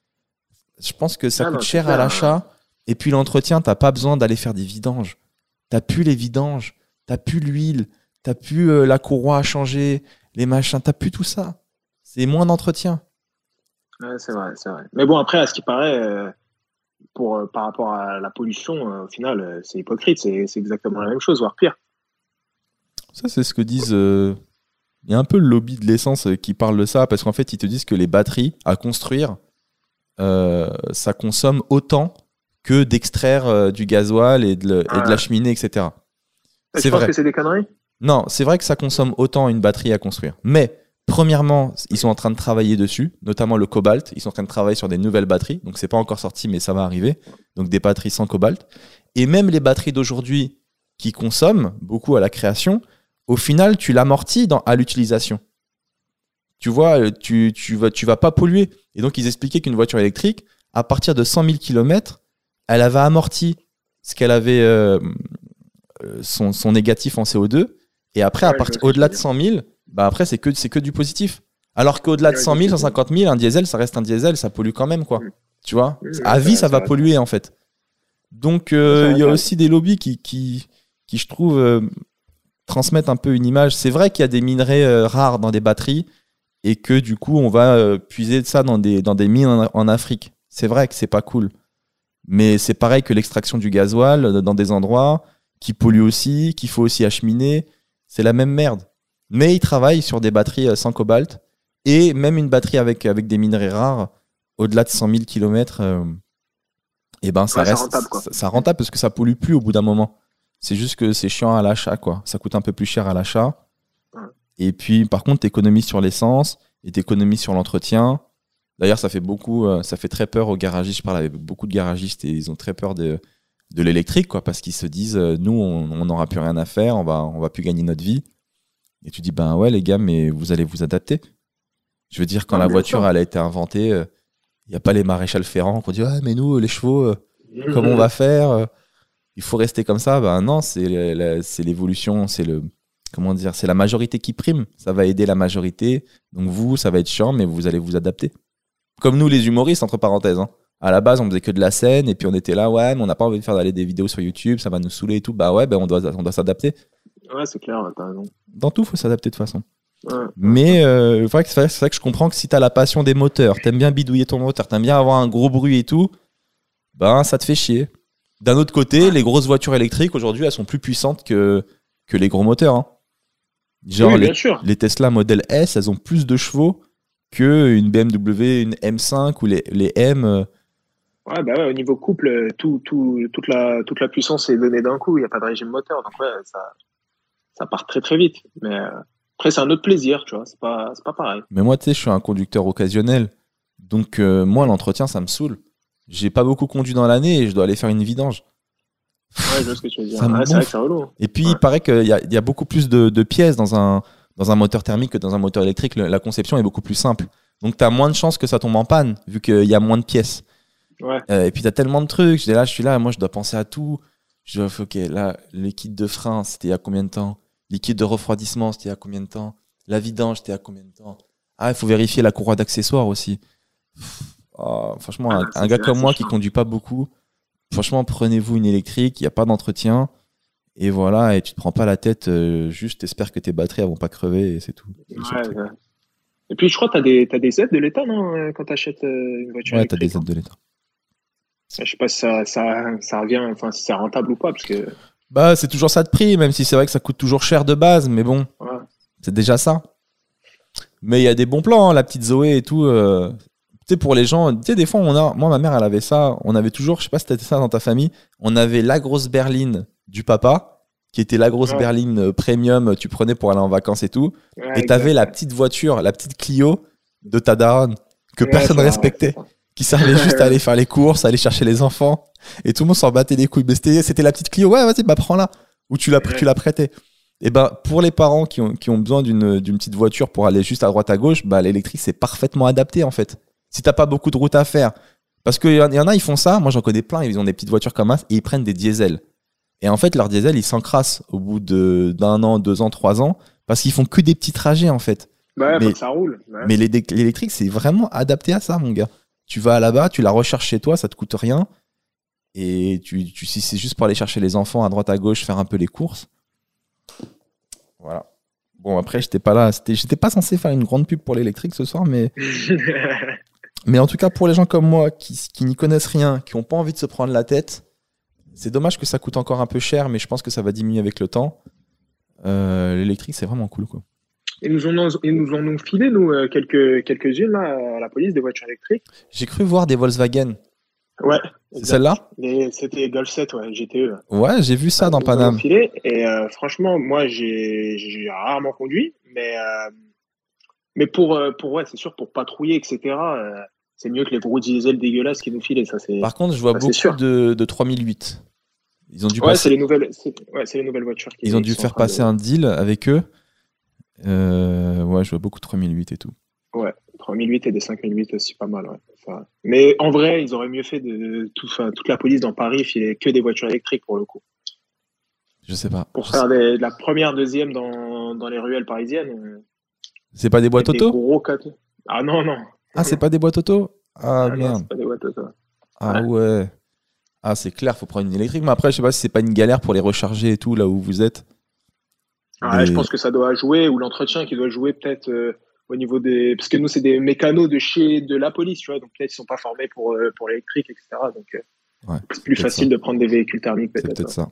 Je pense que ça Ah coûte non, c'est cher à clair, l'achat. Et puis l'entretien, t'as pas besoin d'aller faire des vidanges. T'as plus les vidanges, t'as plus l'huile, t'as plus la courroie à changer, les machins, t'as plus tout ça. C'est moins d'entretien. Ouais, c'est vrai, c'est vrai. Mais bon, après, à ce qui paraît, par rapport à la pollution, au final, c'est hypocrite. C'est exactement la même chose, voire pire. Ça, c'est ce que disent. Il y a un peu le lobby de l'essence qui parle de ça, parce qu'en fait, ils te disent que les batteries à construire, ça consomme autant que d'extraire du gasoil et de la cheminée, etc. Tu C'est penses vrai. que c'est des conneries? Non, c'est vrai que ça consomme autant une batterie à construire. Mais, premièrement, ils sont en train de travailler dessus, notamment le cobalt. Ils sont en train de travailler sur des nouvelles batteries. Donc, c'est pas encore sorti, mais ça va arriver. Donc, des batteries sans cobalt. Et même les batteries d'aujourd'hui qui consomment beaucoup à la création, au final, tu l'amortis à l'utilisation. Tu vois, tu vas pas polluer. Et donc, ils expliquaient qu'une voiture électrique, à partir de 100 000 km, elle avait amorti ce qu'elle avait, son négatif en CO2. Et après, Ouais, au-delà de 100 000, bah après, c'est que du positif. Alors qu'au-delà de 100 000, 150 000, un diesel, ça reste un diesel, ça pollue quand même, quoi. Tu vois, à vie, ça va polluer, en fait. Donc, il y a aussi des lobbies qui je trouve, transmettent un peu une image. C'est vrai qu'il y a des minerais rares dans des batteries et que, du coup, on va puiser ça dans des mines en Afrique. C'est vrai que c'est pas cool. Mais c'est pareil que l'extraction du gasoil dans des endroits qui polluent aussi, qu'il faut aussi acheminer. C'est la même merde. Mais ils travaillent sur des batteries sans cobalt et même une batterie avec des minerais rares au-delà de 100 000 km. Et ben ça reste rentable, quoi. ça rentable parce que ça pollue plus au bout d'un moment. C'est juste que c'est chiant à l'achat, quoi. Ça coûte un peu plus cher à l'achat. Ouais. Et puis par contre, t'économises sur l'essence et t'économises sur l'entretien. D'ailleurs, ça fait très peur aux garagistes. Je parle avec beaucoup de garagistes et ils ont très peur de l'électrique, quoi, parce qu'ils se disent, nous, on n'aura plus rien à faire, on va plus gagner notre vie. Et tu dis, ben ouais, les gars, mais vous allez vous adapter. Je veux dire, quand la voiture elle a été inventée, il n'y a pas les maréchals Ferrand qui ont dit, ouais, mais nous, les chevaux, comment on va faire? Il faut rester comme ça. Ben non, c'est l'évolution, c'est la majorité qui prime. Ça va aider la majorité. Donc vous, ça va être chiant, mais vous allez vous adapter. Comme nous, les humoristes, entre parenthèses. Hein. À la base, on faisait que de la scène, et puis on était là, ouais, mais on n'a pas envie de faire d'aller des vidéos sur YouTube, ça va nous saouler et tout. Bah ouais, on doit s'adapter. Ouais, c'est clair, t'as raison. Dans tout, il faut s'adapter de toute façon. Ouais. Mais c'est vrai que je comprends que si t'as la passion des moteurs, t'aimes bien bidouiller ton moteur, t'aimes bien avoir un gros bruit et tout, ben ça te fait chier. D'un autre côté, les grosses voitures électriques, aujourd'hui, elles sont plus puissantes que les gros moteurs. Hein. Genre, oui, bien sûr. Les Tesla Model S, elles ont plus de chevaux qu'une BMW, une M5 ou les M. Ouais, bah ouais, au niveau couple, toute la puissance est donnée d'un coup. Il n'y a pas de régime moteur. Donc, ouais, ça part très, très vite. Mais après, c'est un autre plaisir, tu vois. C'est pas pareil. Mais moi, tu sais, je suis un conducteur occasionnel. Donc, moi, l'entretien, ça me saoule. J'ai pas beaucoup conduit dans l'année et je dois aller faire une vidange. Ouais, je vois ce que tu veux dire. Ça me Ouais, c'est vrai bouffe. que c'est relou. Et puis, Ouais. il paraît qu'il y a beaucoup plus de pièces dans un moteur thermique que dans un moteur électrique. La conception est beaucoup plus simple. Donc, tu as moins de chances que ça tombe en panne, vu qu'il y a moins de pièces. Ouais. Et puis, tu as tellement de trucs. Je suis là, moi, je dois penser à tout. Je dis, ok, là, le kit de frein, c'était il y a combien de temps? Le kit de refroidissement, c'était il y a combien de temps? La vidange, c'était il y a combien de temps? Ah, il faut vérifier la courroie d'accessoires aussi. Franchement, un gars comme moi qui conduit pas beaucoup, franchement, prenez-vous une électrique, il n'y a pas d'entretien. Et voilà, et tu te prends pas la tête, juste t'espères que tes batteries elles vont pas crever et c'est tout. Ouais. Et puis, je crois que t'as des aides de l'État, non, quand t'achètes une voiture Ouais, t'as électrique. des aides de l'État. Je sais pas si ça revient, enfin, si c'est rentable ou pas, parce que. Bah, c'est toujours ça de prix, même si c'est vrai que ça coûte toujours cher de base, mais bon, Ouais. c'est déjà ça. Mais il y a des bons plans, hein, la petite Zoé et tout. Tu sais, pour les gens, tu sais, des fois, moi, ma mère, elle avait ça. On avait toujours, je sais pas si t'avais ça dans ta famille, on avait la grosse berline du papa, qui était la grosse berline premium, tu prenais pour aller en vacances et tout. Ouais, Et t'avais la petite voiture, la petite Clio de ta daronne, que Ouais, personne c'est vrai, respectait, c'est ça. qui servait juste à aller faire les courses, à aller chercher les enfants. Et tout le monde s'en battait les couilles. Mais c'était la petite Clio, ouais, vas-y, bah prends-la. Ou tu la prêtais. Et ben pour les parents qui ont besoin d'une petite voiture pour aller juste à droite à gauche, bah l'électrique c'est parfaitement adapté en fait. Si t'as pas beaucoup de route à faire, parce qu'il y en a ils font ça, moi j'en connais plein, ils ont des petites voitures comme ça et ils prennent des diesels. Et en fait leur diesel ils s'encrassent au bout d'un an, 2 ans, 3 ans parce qu'ils font que des petits trajets en fait. Ouais, mais faut que ça roule. Ouais. mais l'électrique c'est vraiment adapté à ça mon gars. Tu vas là-bas, tu la recharges chez toi, ça te coûte rien. Et si c'est juste pour aller chercher les enfants à droite à gauche, faire un peu les courses. Voilà. Bon, après, j'étais pas là. J'étais pas censé faire une grande pub pour l'électrique ce soir, mais en tout cas, pour les gens comme moi qui n'y connaissent rien, qui n'ont pas envie de se prendre la tête, c'est dommage que ça coûte encore un peu cher, mais je pense que ça va diminuer avec le temps. L'électrique, c'est vraiment cool, quoi. Ils nous en ont filé, nous, quelques-unes, là, à la police, des voitures électriques. J'ai cru voir des Volkswagen. Ouais. C'est celle-là ? C'était Golf 7, ouais, GTE. Ouais, j'ai vu ça dans Paname. Filé, et franchement, moi, j'ai rarement conduit, mais pour ouais, c'est sûr, pour patrouiller, etc., c'est mieux que les gros diesel dégueulasses qui nous filaient. Ça, Par contre, je vois beaucoup de 3008. Ils ont dû c'est les nouvelles voitures. Ils ont dû faire passer un deal avec eux. Ouais, je vois beaucoup de 3008 et tout. Ouais, 3008 et des 5008 aussi, pas mal, ouais. Ça. Mais en vrai, ils auraient mieux fait toute la police dans Paris filer que des voitures électriques pour le coup. Je sais pas. Pour faire de la première, deuxième dans les ruelles parisiennes. C'est pas des boîtes auto ? Gros ah non. Ah, c'est pas des boîtes auto ? Ah merde. Non, c'est pas des boîtes auto. Ah ouais. Ah, c'est clair, faut prendre une électrique. Mais après, je sais pas si c'est pas une galère pour les recharger et tout, là où vous êtes. Je pense que ça doit jouer, ou l'entretien qui doit jouer peut-être au niveau des, parce que nous c'est des mécanos de la police, tu vois, donc peut-être ils sont pas formés pour l'électrique, etc. Donc c'est plus facile de prendre des véhicules thermiques peut-être. C'est peut-être ça.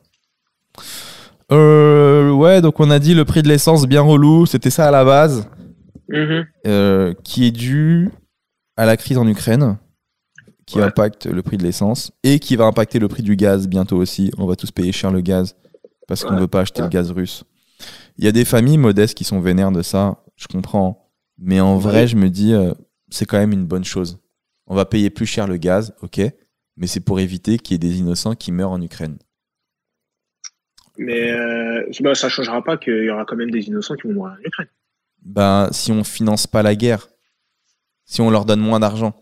Ouais, donc on a dit le prix de l'essence bien relou, c'était ça à la base, qui est dû à la crise en Ukraine, qui impacte le prix de l'essence et qui va impacter le prix du gaz bientôt aussi. On va tous payer cher le gaz parce qu'on ne veut pas acheter le gaz russe. Il y a des familles modestes qui sont vénères de ça, je comprends, mais en vrai, je me dis, c'est quand même une bonne chose. On va payer plus cher le gaz, ok, mais c'est pour éviter qu'il y ait des innocents qui meurent en Ukraine. Mais ça ne changera pas qu'il y aura quand même des innocents qui vont mourir en Ukraine. Si on ne finance pas la guerre, si on leur donne moins d'argent.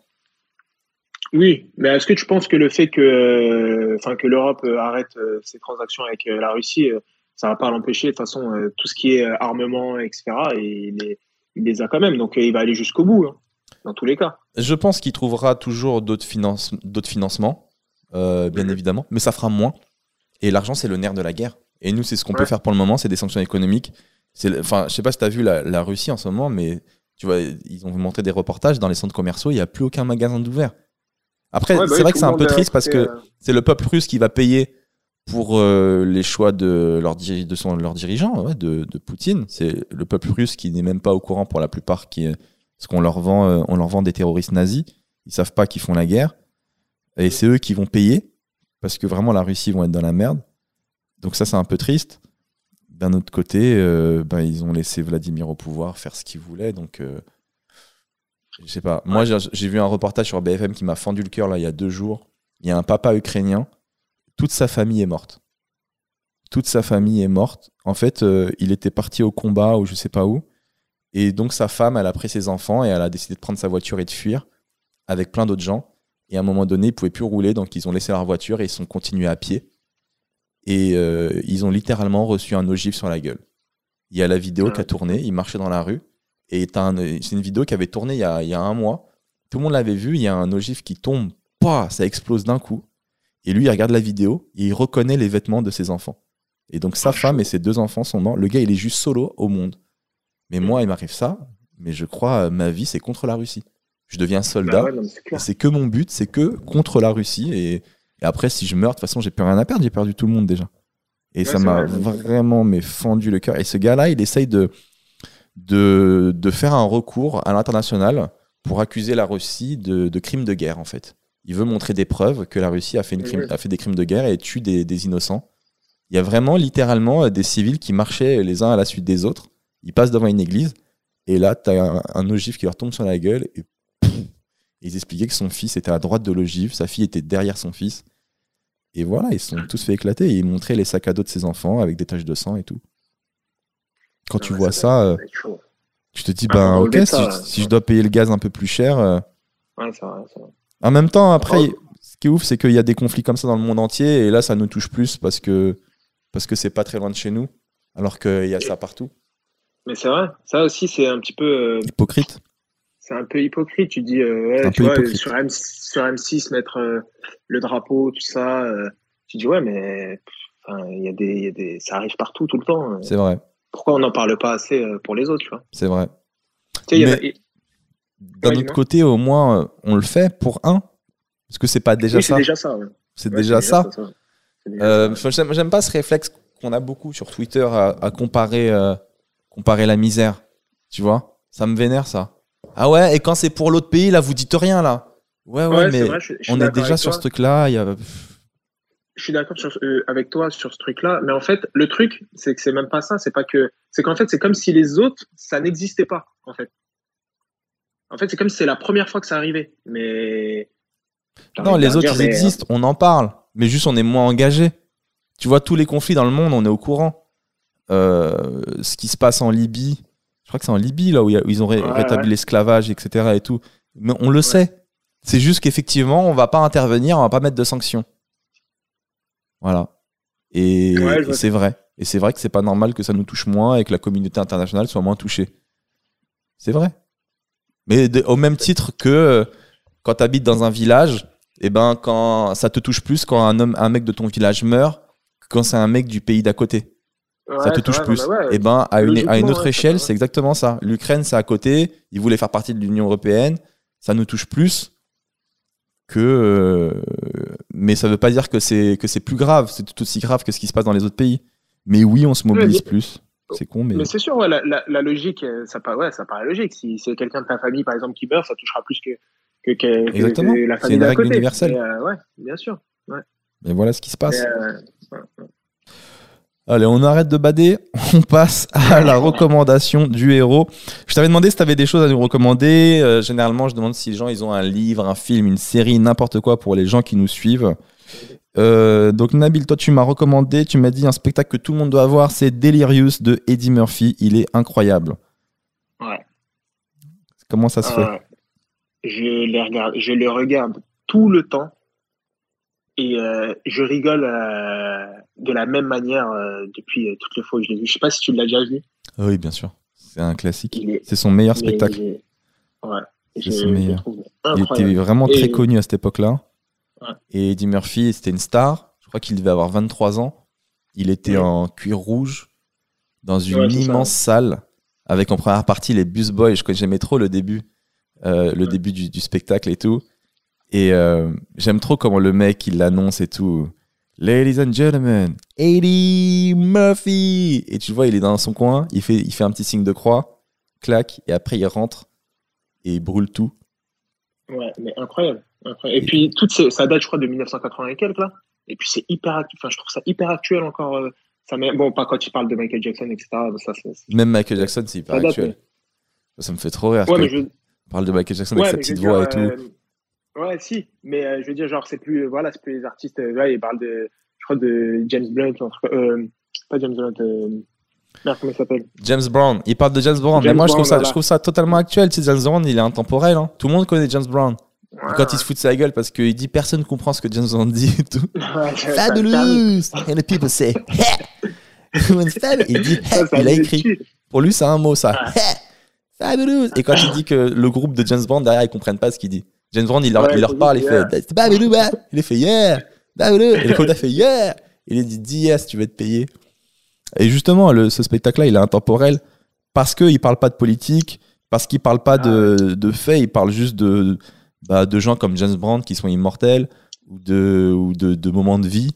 Oui, mais est-ce que tu penses que le fait que l'Europe arrête ses transactions avec la Russie, ça ne va pas l'empêcher? De toute façon, tout ce qui est armement, etc., il les a quand même. Donc, il va aller jusqu'au bout, hein, dans tous les cas. Je pense qu'il trouvera toujours d'autres financements, bien évidemment, mais ça fera moins. Et l'argent, c'est le nerf de la guerre. Et nous, c'est ce qu'on peut faire pour le moment, c'est des sanctions économiques. Enfin, je sais pas si tu as vu la Russie en ce moment, mais tu vois, ils ont montré des reportages dans les centres commerciaux, il n'y a plus aucun magasin d'ouvert. Après, c'est vrai que c'est un peu triste parce que c'est le peuple russe qui va payer pour les choix de leur dirigeant, de Poutine. C'est le peuple russe qui n'est même pas au courant pour la plupart, parce qu'on leur vend des terroristes nazis. Ils savent pas qu'ils font la guerre. Et c'est eux qui vont payer parce que vraiment la Russie vont être dans la merde. Donc ça, c'est un peu triste. D'un autre côté, ils ont laissé Vladimir au pouvoir faire ce qu'il voulait. Donc, je sais pas. Moi, j'ai vu un reportage sur BFM qui m'a fendu le cœur là, il y a 2 jours. Il y a un papa ukrainien. Toute sa famille est morte. Toute sa famille est morte. En fait, il était parti au combat ou je sais pas où. Et donc, sa femme, elle a pris ses enfants et elle a décidé de prendre sa voiture et de fuir avec plein d'autres gens. Et à un moment donné, ils ne pouvaient plus rouler. Donc, ils ont laissé leur voiture et ils sont continués à pied. Et ils ont littéralement reçu un ogive sur la gueule. Il y a la vidéo qui a tourné. Ils marchaient dans la rue. Et c'est une vidéo qui avait tourné il y a 1 mois. Tout le monde l'avait vu. Il y a un ogive qui tombe. Ça explose d'un coup. Et lui, il regarde la vidéo et il reconnaît les vêtements de ses enfants. Et donc, sa femme et ses 2 enfants sont morts. Le gars, il est juste solo au monde. Mais moi, il m'arrive ça. Mais je crois, ma vie, c'est contre la Russie. Je deviens soldat. Et c'est que mon but, c'est que contre la Russie. Et après, si je meurs, de toute façon, j'ai plus rien à perdre. J'ai perdu tout le monde déjà. Et ça m'a vraiment fendu le cœur. Et ce gars-là, il essaye de faire un recours à l'international pour accuser la Russie de crimes de guerre, en fait. Il veut montrer des preuves que la Russie a fait des crimes de guerre et tue des innocents. Il y a vraiment, littéralement, des civils qui marchaient les uns à la suite des autres. Ils passent devant une église et là, tu as un ogive qui leur tombe sur la gueule et ils expliquaient que son fils était à droite de l'ogive, sa fille était derrière son fils. Et voilà, ils se sont tous fait éclater et ils montraient les sacs à dos de ses enfants avec des taches de sang et tout. Quand tu vois ça, tu te dis, ok, si je dois payer le gaz un peu plus cher... ça va. En même temps, après, ce qui est ouf, c'est qu'il y a des conflits comme ça dans le monde entier et là, ça nous touche plus parce que c'est pas très loin de chez nous, alors qu'il y a ça partout. Mais c'est vrai, ça aussi, c'est un petit peu... hypocrite. C'est un peu hypocrite, tu dis, tu vois, sur M6, mettre le drapeau, tout ça, tu dis, mais il y a des, ça arrive partout, tout le temps. C'est vrai. Pourquoi on n'en parle pas assez pour les autres, tu vois? C'est vrai. D'un autre côté, au moins, on le fait pour un. Parce que c'est pas déjà ça. C'est déjà ça. Ouais. C'est déjà ça. J'aime pas ce réflexe qu'on a beaucoup sur Twitter à comparer la misère. Tu vois? Ça me vénère, ça. Ah ouais, et quand c'est pour l'autre pays, là, vous dites rien, là. Ouais, mais vrai, on est déjà sur ce truc-là. Je suis d'accord avec toi sur ce truc-là, mais en fait, le truc, c'est que c'est même pas ça. C'est qu'en fait, c'est comme si les autres, ça n'existait pas, en fait. En fait, c'est comme si c'est la première fois que ça arrivait. Mais non, les autres, ils existent. On en parle, mais juste on est moins engagé. Tu vois, tous les conflits dans le monde, on est au courant. Ce qui se passe en Libye, je crois que c'est en Libye là où ils ont rétabli l'esclavage, etc. et tout. Mais on le sait. C'est juste qu'effectivement, on va pas intervenir, on va pas mettre de sanctions. Voilà. Et c'est vrai. Et c'est vrai que c'est pas normal que ça nous touche moins et que la communauté internationale soit moins touchée. C'est vrai. Mais au même titre que quand tu habites dans un village, quand ça te touche plus quand un mec de ton village meurt que quand c'est un mec du pays d'à côté. ça te touche vrai, plus. ouais. Et ben, à une autre échelle, ouais. c'est exactement ça. L'Ukraine, c'est à côté. Ils voulaient faire partie de l'Union européenne. Ça nous touche plus que. Mais ça veut pas dire que c'est plus grave. C'est tout aussi grave que ce qui se passe dans les autres pays. Mais oui, on se mobilise plus. C'est con, mais. Mais c'est sûr, ouais, la logique, ça paraît logique. Si c'est quelqu'un de ta famille, par exemple, qui meurt, ça touchera plus Exactement. que la C'est famille une d'à règle côté. universelle. Ouais, bien sûr. Ouais. Mais voilà ce qui se passe. Ouais. Allez, on arrête de bader, on passe à la recommandation du héros. Je t'avais demandé si tu avais des choses à nous recommander. Généralement, je demande si les gens ils ont un livre, un film, une série, n'importe quoi pour les gens qui nous suivent. Donc Nabil, toi tu m'as recommandé, tu m'as dit un spectacle que tout le monde doit voir, c'est Delirious de Eddie Murphy. Il est incroyable. Ouais. Comment ça se fait? Je le regarde tout le temps. Et je rigole de la même manière depuis toutes les fois que je l'ai vu. Je sais pas si tu l'as déjà vu. Oui, bien sûr. C'est un classique. C'est son meilleur spectacle. Ouais. C'est son meilleur. Il Incroyable. était vraiment très connu à cette époque-là. Ouais. Et Eddie Murphy, c'était une star. Je crois qu'il devait avoir 23 ans. Il était en cuir rouge dans une immense salle avec en première partie les Bus Boys. J'aimais trop le début. Début du spectacle et tout. Et j'aime trop comment le mec il l'annonce et tout. Ladies and gentlemen, Eddie Murphy. Et tu vois, il est dans son coin, il fait un petit signe de croix, clac, et après il rentre et il brûle tout. Ouais, mais incroyable. Et puis ça date, je crois, de 1980 et quelques là. Et puis c'est hyper actuel. Enfin, je trouve ça hyper actuel encore. Bon, pas quand il parle de Michael Jackson, etc. Même Michael Jackson, c'est hyper actuel. Ça me fait trop rire. On parle de Michael Jackson avec sa petite voix et tout. Ouais, si, mais je veux dire, genre, c'est plus les artistes. Là, ils parlent je crois, de James Blunt, pas James Blunt, merde, comment il s'appelle? James Brown, il parle de James Brown, mais moi je trouve ça totalement actuel. Tu sais, James Brown, il est intemporel. Hein. Tout le monde connaît James Brown. Ouais, quand il se fout de sa gueule parce qu'il dit personne ne comprend ce que James Brown dit et tout. Fabulous! And the people say, il dit, il a écrit. Pour lui, c'est un mot, ça. Fabulous! Et quand il dit que le groupe de James Brown, derrière, ils comprennent pas ce qu'il dit. James Brown, il leur parle, il fait c'est Babylou, il fait yeah, Babylou, et le coda fait yeah, il dit yes, tu vas être payé. Et justement, ce spectacle-là, il est intemporel parce qu'il parle pas de politique, parce qu'il parle pas de faits, il parle juste de gens comme James Brown qui sont immortels ou de moments de vie.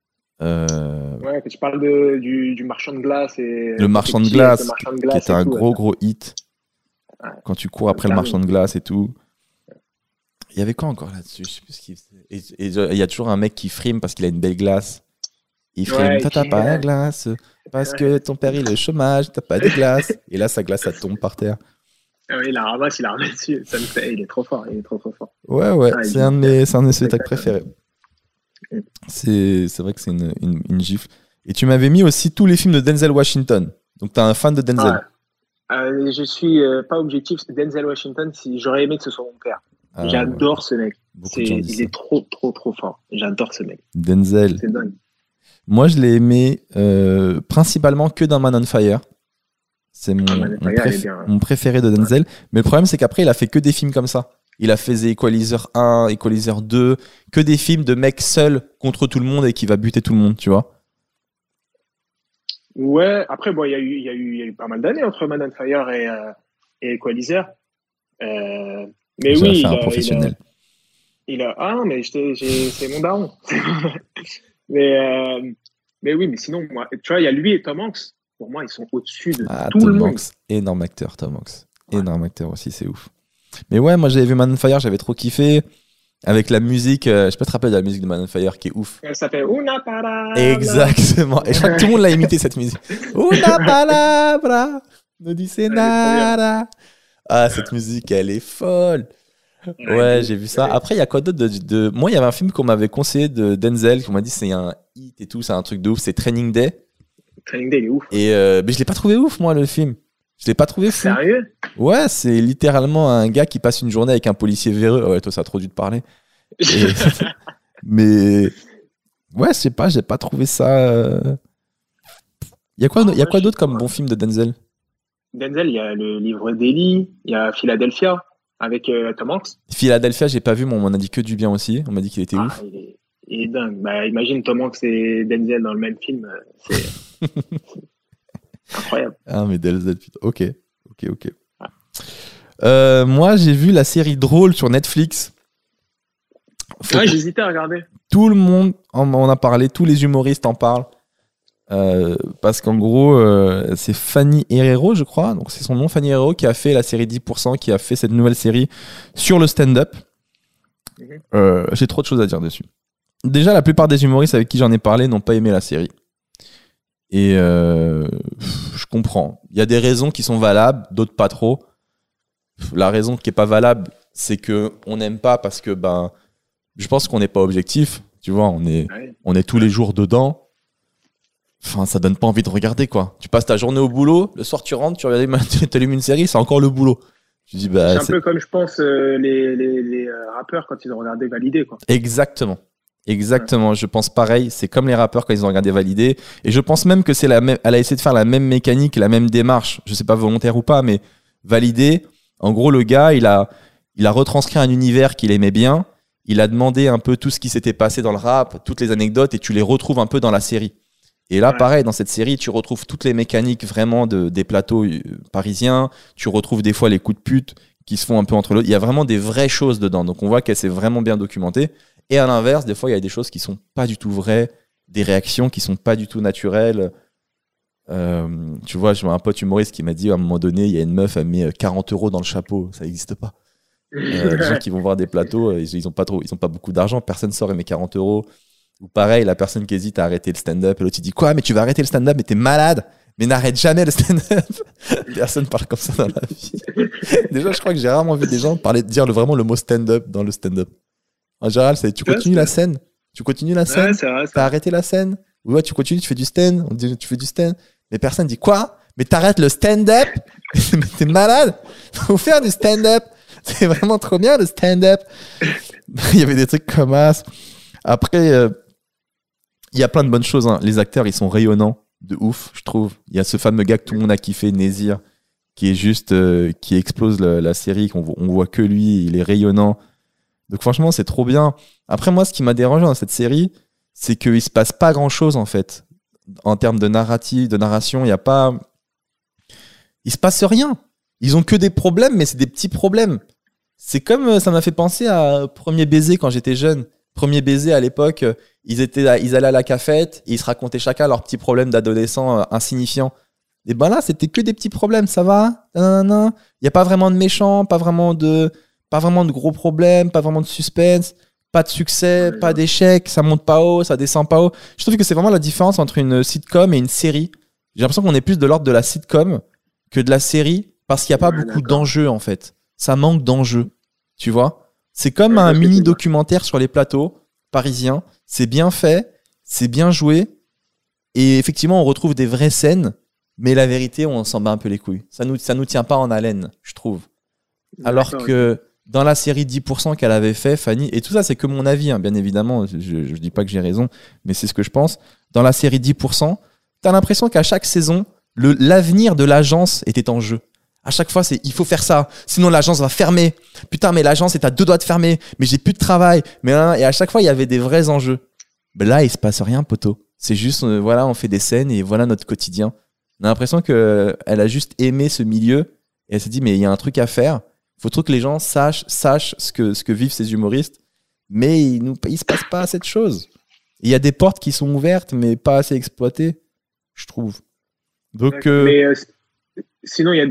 Ouais, que tu parles du marchand de glace le marchand de glace, qui était un gros hit. Ouais. Quand tu cours après le marchand de glace et tout. Il y avait quoi encore là-dessus? Je sais plus ce qu'il faisait. Et il y a toujours un mec qui frime parce qu'il a une belle glace. Il frime, t'as pas la glace parce que ton père il est au chômage, t'as pas de glace. Et là, sa glace, ça tombe par terre. Ah oui, il la ramasse dessus. Ça me fait... Il est trop fort, trop fort. Ouais, c'est un de mes spectacles préférés. C'est vrai que c'est une gifle. Et tu m'avais mis aussi tous les films de Denzel Washington. Donc t'es un fan de Denzel. Je suis pas objectif. Denzel Washington, j'aurais aimé que ce soit mon père. J'adore ce mec. Il est trop fort. J'adore ce mec. Denzel. C'est dingue. Moi, je l'ai aimé principalement que dans Man on Fire. C'est mon préféré de Denzel. Mais le problème, c'est qu'après, il a fait que des films comme ça. Il a fait The Equalizer 1, Equalizer 2, que des films de mecs seuls contre tout le monde et qui va buter tout le monde, tu vois. Ouais, après, bon, il y a eu pas mal d'années entre Man on Fire et Equalizer. Mais oui, fait un professionnel. Ah non, mais c'est mon daron. mais oui, mais sinon, moi, tu vois, il y a lui et Tom Hanks. Pour moi, ils sont au-dessus de tout le monde. Énorme acteur, Tom Hanks. Ouais. Énorme acteur aussi, c'est ouf. Mais ouais, moi j'avais vu Man on Fire, j'avais trop kiffé. Avec la musique, je peux te rappeler de la musique de Man on Fire qui est ouf. Elle s'appelle Una Palabra. Exactement. Et je crois que tout le monde l'a imité cette musique. Una Palabra, no dice nada. Ah, cette musique, elle est folle. Ouais, j'ai vu ça. Après, il y a quoi d'autre de... Moi, il y avait un film qu'on m'avait conseillé de Denzel, qu'on m'a dit c'est un hit et tout, c'est un truc de ouf, c'est Training Day. Training Day, il est ouf. Et mais je l'ai pas trouvé ouf, moi, le film. Je l'ai pas trouvé fou. Sérieux? Ouais, c'est littéralement un gars qui passe une journée avec un policier véreux. Ouais, toi, ça a trop dû te parler. Mais ouais, je sais pas, j'ai pas trouvé ça. Il y a quoi d'autre comme bon film de Denzel? Denzel, il y a le livre d'Eli, il y a Philadelphia avec Tom Hanks. Philadelphia, j'ai pas vu, mais on m'en a dit que du bien aussi. On m'a dit qu'il était ouf. Il est dingue. Bah, imagine Tom Hanks et Denzel dans le même film. Incroyable. Ah, mais DLZ, putain. Ok. Moi, j'ai vu la série Drôle sur Netflix. J'hésitais à regarder. Tout le monde en a parlé, tous les humoristes en parlent. Parce qu'en gros, c'est Fanny Herrero, je crois. Donc, c'est son nom, Fanny Herrero, qui a fait la série 10%, qui a fait cette nouvelle série sur le stand-up. J'ai trop de choses à dire dessus. Déjà, la plupart des humoristes avec qui j'en ai parlé n'ont pas aimé la série. Et je comprends. Il y a des raisons qui sont valables, d'autres pas trop. La raison qui est pas valable, c'est que on n'aime pas parce que je pense qu'on n'est pas objectif. Tu vois, on est tous les jours dedans. Enfin, ça donne pas envie de regarder, quoi. Tu passes ta journée au boulot, le soir tu rentres, tu allumes une série, c'est encore le boulot. Tu dis, c'est un peu comme je pense les rappeurs quand ils ont regardé Validé, quoi. Exactement, je pense pareil. C'est comme les rappeurs quand ils ont regardé Validé. Et je pense même que c'est elle a essayé de faire la même mécanique, la même démarche. Je sais pas volontaire ou pas, mais Validé. En gros, le gars, il a retranscrit un univers qu'il aimait bien. Il a demandé un peu tout ce qui s'était passé dans le rap, toutes les anecdotes, et tu les retrouves un peu dans la série. Et là, pareil, dans cette série, tu retrouves toutes les mécaniques vraiment des plateaux parisiens. Tu retrouves des fois les coups de pute qui se font un peu entre l'autre. Il y a vraiment des vraies choses dedans. Donc, on voit qu'elle s'est vraiment bien documentée. Et à l'inverse, des fois, il y a des choses qui sont pas du tout vraies, des réactions qui sont pas du tout naturelles. Tu vois, je vois un pote humoriste qui m'a dit à un moment donné, il y a une meuf, elle met 40 € dans le chapeau, ça n'existe pas. Les gens qui vont voir des plateaux, ils ont pas beaucoup d'argent, personne sort et met 40 €. Ou pareil, la personne qui hésite à arrêter le stand-up, et l'autre il dit quoi, mais tu vas arrêter le stand-up, mais t'es malade, mais n'arrête jamais le stand-up. Personne parle comme ça dans la vie. Déjà, je crois que j'ai rarement vu des gens dire vraiment le mot stand-up dans le stand-up. En général, c'est tu continues la scène, Ouais, c'est vrai, t'as arrêté la scène. Ouais, tu continues, tu fais du stand, on dit tu fais du stand. Mais personne dit quoi? Mais t'arrêtes le stand-up? Mais t'es malade? Faut faire du stand-up. C'est vraiment trop bien le stand-up. Il y avait des trucs comme ça. Après, il y a plein de bonnes choses. Hein. Les acteurs, ils sont rayonnants de ouf, je trouve. Il y a ce fameux gars que tout le monde a kiffé, Nézir, qui est juste, qui explose la série. On voit que lui, il est rayonnant. Donc franchement, c'est trop bien. Après, moi, ce qui m'a dérangé dans cette série, c'est qu'il se passe pas grand-chose en fait. En termes de narrative, de narration, il se passe rien. Ils ont que des problèmes, mais c'est des petits problèmes. C'est comme, ça m'a fait penser à Premier Baiser quand j'étais jeune. Premier Baiser à l'époque, ils allaient à la cafette et ils se racontaient chacun leurs petits problèmes d'adolescents insignifiants. Et ben là, c'était que des petits problèmes, ça va? Il n'y a pas vraiment de méchants, pas vraiment de gros problèmes, pas vraiment de suspense. Pas de succès, pas d'échec, ça monte pas haut, ça descend pas haut. Je trouve que c'est vraiment la différence entre une sitcom et une série. J'ai l'impression qu'on est plus de l'ordre de la sitcom que de la série parce qu'il n'y a pas beaucoup d'enjeux en fait. Ça manque d'enjeux, tu vois. C'est comme un mini documentaire sur les plateaux parisiens. C'est bien fait, c'est bien joué et effectivement on retrouve des vraies scènes, mais la vérité on s'en bat un peu les couilles. Ça nous tient pas en haleine, je trouve. Alors que dans la série 10% qu'elle avait fait, Fanny, et tout ça, c'est que mon avis, hein, bien évidemment, je dis pas que j'ai raison, mais c'est ce que je pense. Dans la série 10%, t'as l'impression qu'à chaque saison, l'avenir de l'agence était en jeu. À chaque fois, il faut faire ça, sinon l'agence va fermer. Putain, mais l'agence est à 2 doigts de fermer, mais j'ai plus de travail. Et à chaque fois, il y avait des vrais enjeux. Mais là, il se passe rien, poteau. C'est juste, voilà, on fait des scènes et voilà notre quotidien. On a l'impression qu'elle a juste aimé ce milieu et elle s'est dit, mais il y a un truc à faire. Faut trop que les gens sachent ce que vivent ces humoristes, mais il se passe pas assez de choses. Il y a des portes qui sont ouvertes, mais pas assez exploitées, je trouve. Donc, mais sinon, il y a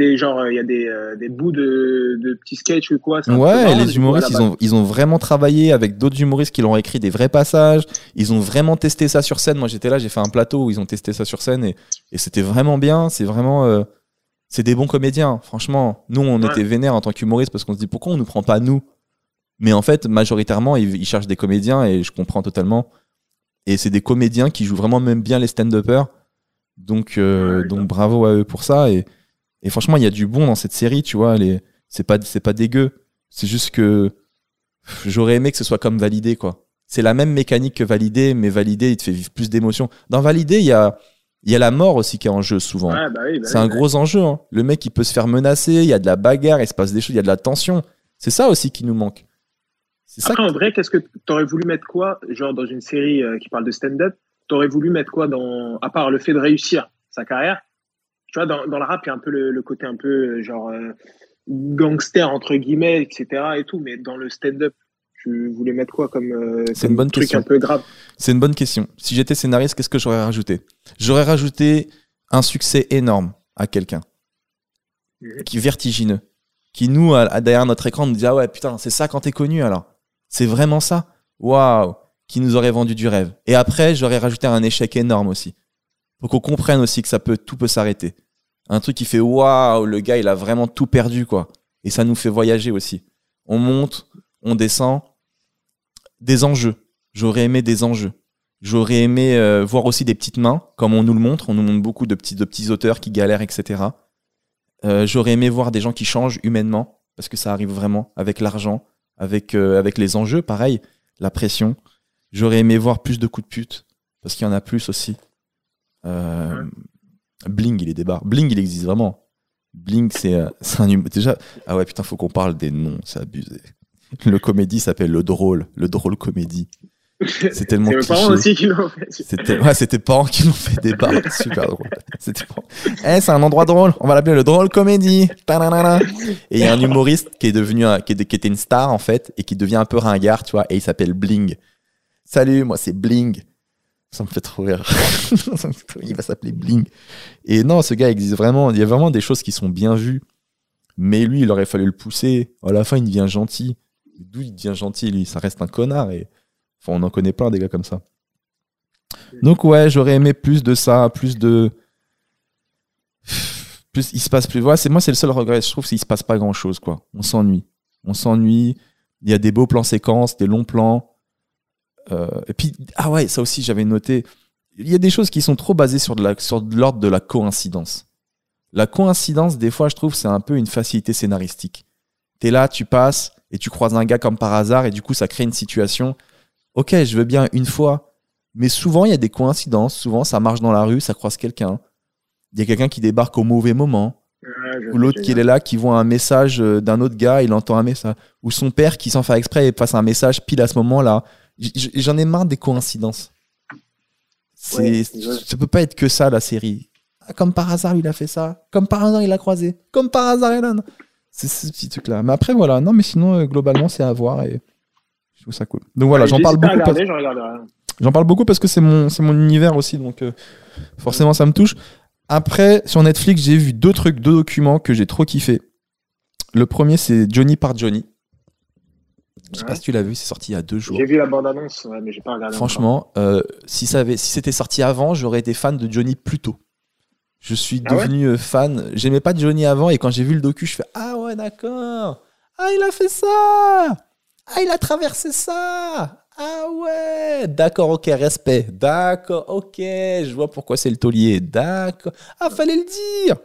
des bouts de petits sketchs ou quoi. Ouais, les humoristes, ils ont vraiment travaillé avec d'autres humoristes qui leur ont écrit des vrais passages. Ils ont vraiment testé ça sur scène. Moi, j'étais là, j'ai fait un plateau où ils ont testé ça sur scène et c'était vraiment bien. C'est vraiment... c'est des bons comédiens, franchement. Nous, on était vénères en tant qu'humoristes parce qu'on se dit pourquoi on nous prend pas nous. Mais en fait, majoritairement, ils cherchent des comédiens et je comprends totalement. Et c'est des comédiens qui jouent vraiment même bien les stand-uppers. Donc bravo à eux pour ça. Et franchement, il y a du bon dans cette série, tu vois. C'est pas dégueu. C'est juste que j'aurais aimé que ce soit comme Validé, quoi. C'est la même mécanique que Validé, mais Validé, il te fait vivre plus d'émotions. Dans Validé, il y a la mort aussi qui est en jeu souvent. C'est un gros enjeu. Hein. Le mec, il peut se faire menacer, il y a de la bagarre, il se passe des choses, il y a de la tension. C'est ça aussi qui nous manque. Après, en vrai, qu'est-ce que t'aurais voulu mettre quoi, genre dans une série qui parle de stand-up, t'aurais voulu mettre quoi à part le fait de réussir sa carrière, tu vois, dans le rap, il y a un peu le côté un peu genre gangster, entre guillemets, etc. et tout, mais dans le stand-up, tu voulais mettre quoi C'est une bonne truc question. un peu grave? C'est une bonne question. Si j'étais scénariste, qu'est-ce que j'aurais rajouté? J'aurais rajouté un succès énorme à quelqu'un, qui est vertigineux, qui nous, derrière notre écran, nous dit ah ouais, putain, c'est ça quand t'es connu alors. C'est vraiment ça? Waouh! Qui nous aurait vendu du rêve. Et après, j'aurais rajouté un échec énorme aussi. Faut qu'on comprenne aussi que tout peut s'arrêter. Un truc qui fait waouh, le gars, il a vraiment tout perdu, quoi. Et ça nous fait voyager aussi. On monte, on descend. Des enjeux. J'aurais aimé des enjeux. J'aurais aimé voir aussi des petites mains, comme on nous le montre. On nous montre beaucoup de petits auteurs qui galèrent, etc. J'aurais aimé voir des gens qui changent humainement, parce que ça arrive vraiment avec l'argent, avec les enjeux, pareil, la pression. J'aurais aimé voir plus de coups de pute, parce qu'il y en a plus aussi. Bling, il est des bars. Bling, il existe vraiment. Bling, c'est un humain. Déjà, ah ouais, putain, faut qu'on parle des noms, c'est abusé. Le comédie s'appelle le drôle comédie. C'est tellement c'est mes parents aussi qui l'ont fait. C'est tes parents qui l'ont fait des bars. Super drôle. C'est un endroit drôle. On va l'appeler le drôle comédie. Ta-da-da-da. Et il y a un humoriste qui est devenu qui était une star en fait et qui devient un peu ringard, tu vois. Et il s'appelle Bling. Salut, moi c'est Bling. Ça me fait trop rire. Il va s'appeler Bling. Et non, ce gars existe vraiment. Il y a vraiment des choses qui sont bien vues. Mais lui, il aurait fallu le pousser. À la fin, il devient gentil. D'où il devient gentil, lui? Ça reste un connard. Et enfin, on en connaît plein des gars comme ça. Donc ouais, j'aurais aimé plus de ça, plus il se passe plus. Voilà, c'est le seul regret. Je trouve qu'il se passe pas grand chose, quoi. On s'ennuie. Il y a des beaux plans séquences, des longs plans. Et puis ah ouais, ça aussi j'avais noté. Il y a des choses qui sont trop basées sur de l'ordre de la coïncidence. La coïncidence, des fois, je trouve, c'est un peu une facilité scénaristique. T'es là, tu passes et tu croises un gars comme par hasard et du coup, ça crée une situation. Ok, je veux bien une fois, mais souvent, il y a des coïncidences. Souvent, ça marche dans la rue, ça croise quelqu'un. Il y a quelqu'un qui débarque au mauvais moment. Ou l'autre qui est là, qui voit un message d'un autre gars, il entend un message. Ou son père qui, sans faire exprès, passe un message pile à ce moment-là. J'en ai marre des coïncidences. Ça peut pas être que ça, la série. Comme par hasard, il a fait ça. Comme par hasard, il a croisé. Comme par hasard, il a... C'est ce petit truc-là. Mais après, voilà. Non, mais sinon, globalement, c'est à voir et je trouve ça cool. Donc voilà, j'en parle beaucoup. J'en parle beaucoup parce que c'est mon univers aussi. Donc forcément, ça me touche. Après, sur Netflix, j'ai vu deux documents que j'ai trop kiffé. Le premier, c'est Johnny par Johnny. Je sais pas si tu l'as vu, c'est sorti il y a 2 jours. J'ai vu la bande-annonce, mais j'ai pas regardé. Franchement, si c'était sorti avant, j'aurais été fan de Johnny plus tôt. Je suis devenu fan. J'aimais pas Johnny avant et quand j'ai vu le docu, je fais ah ouais, d'accord. Ah, il a fait ça. Ah, il a traversé ça. Ah ouais, d'accord, ok, respect. D'accord, ok, je vois pourquoi c'est le taulier. D'accord. Ah, fallait le dire.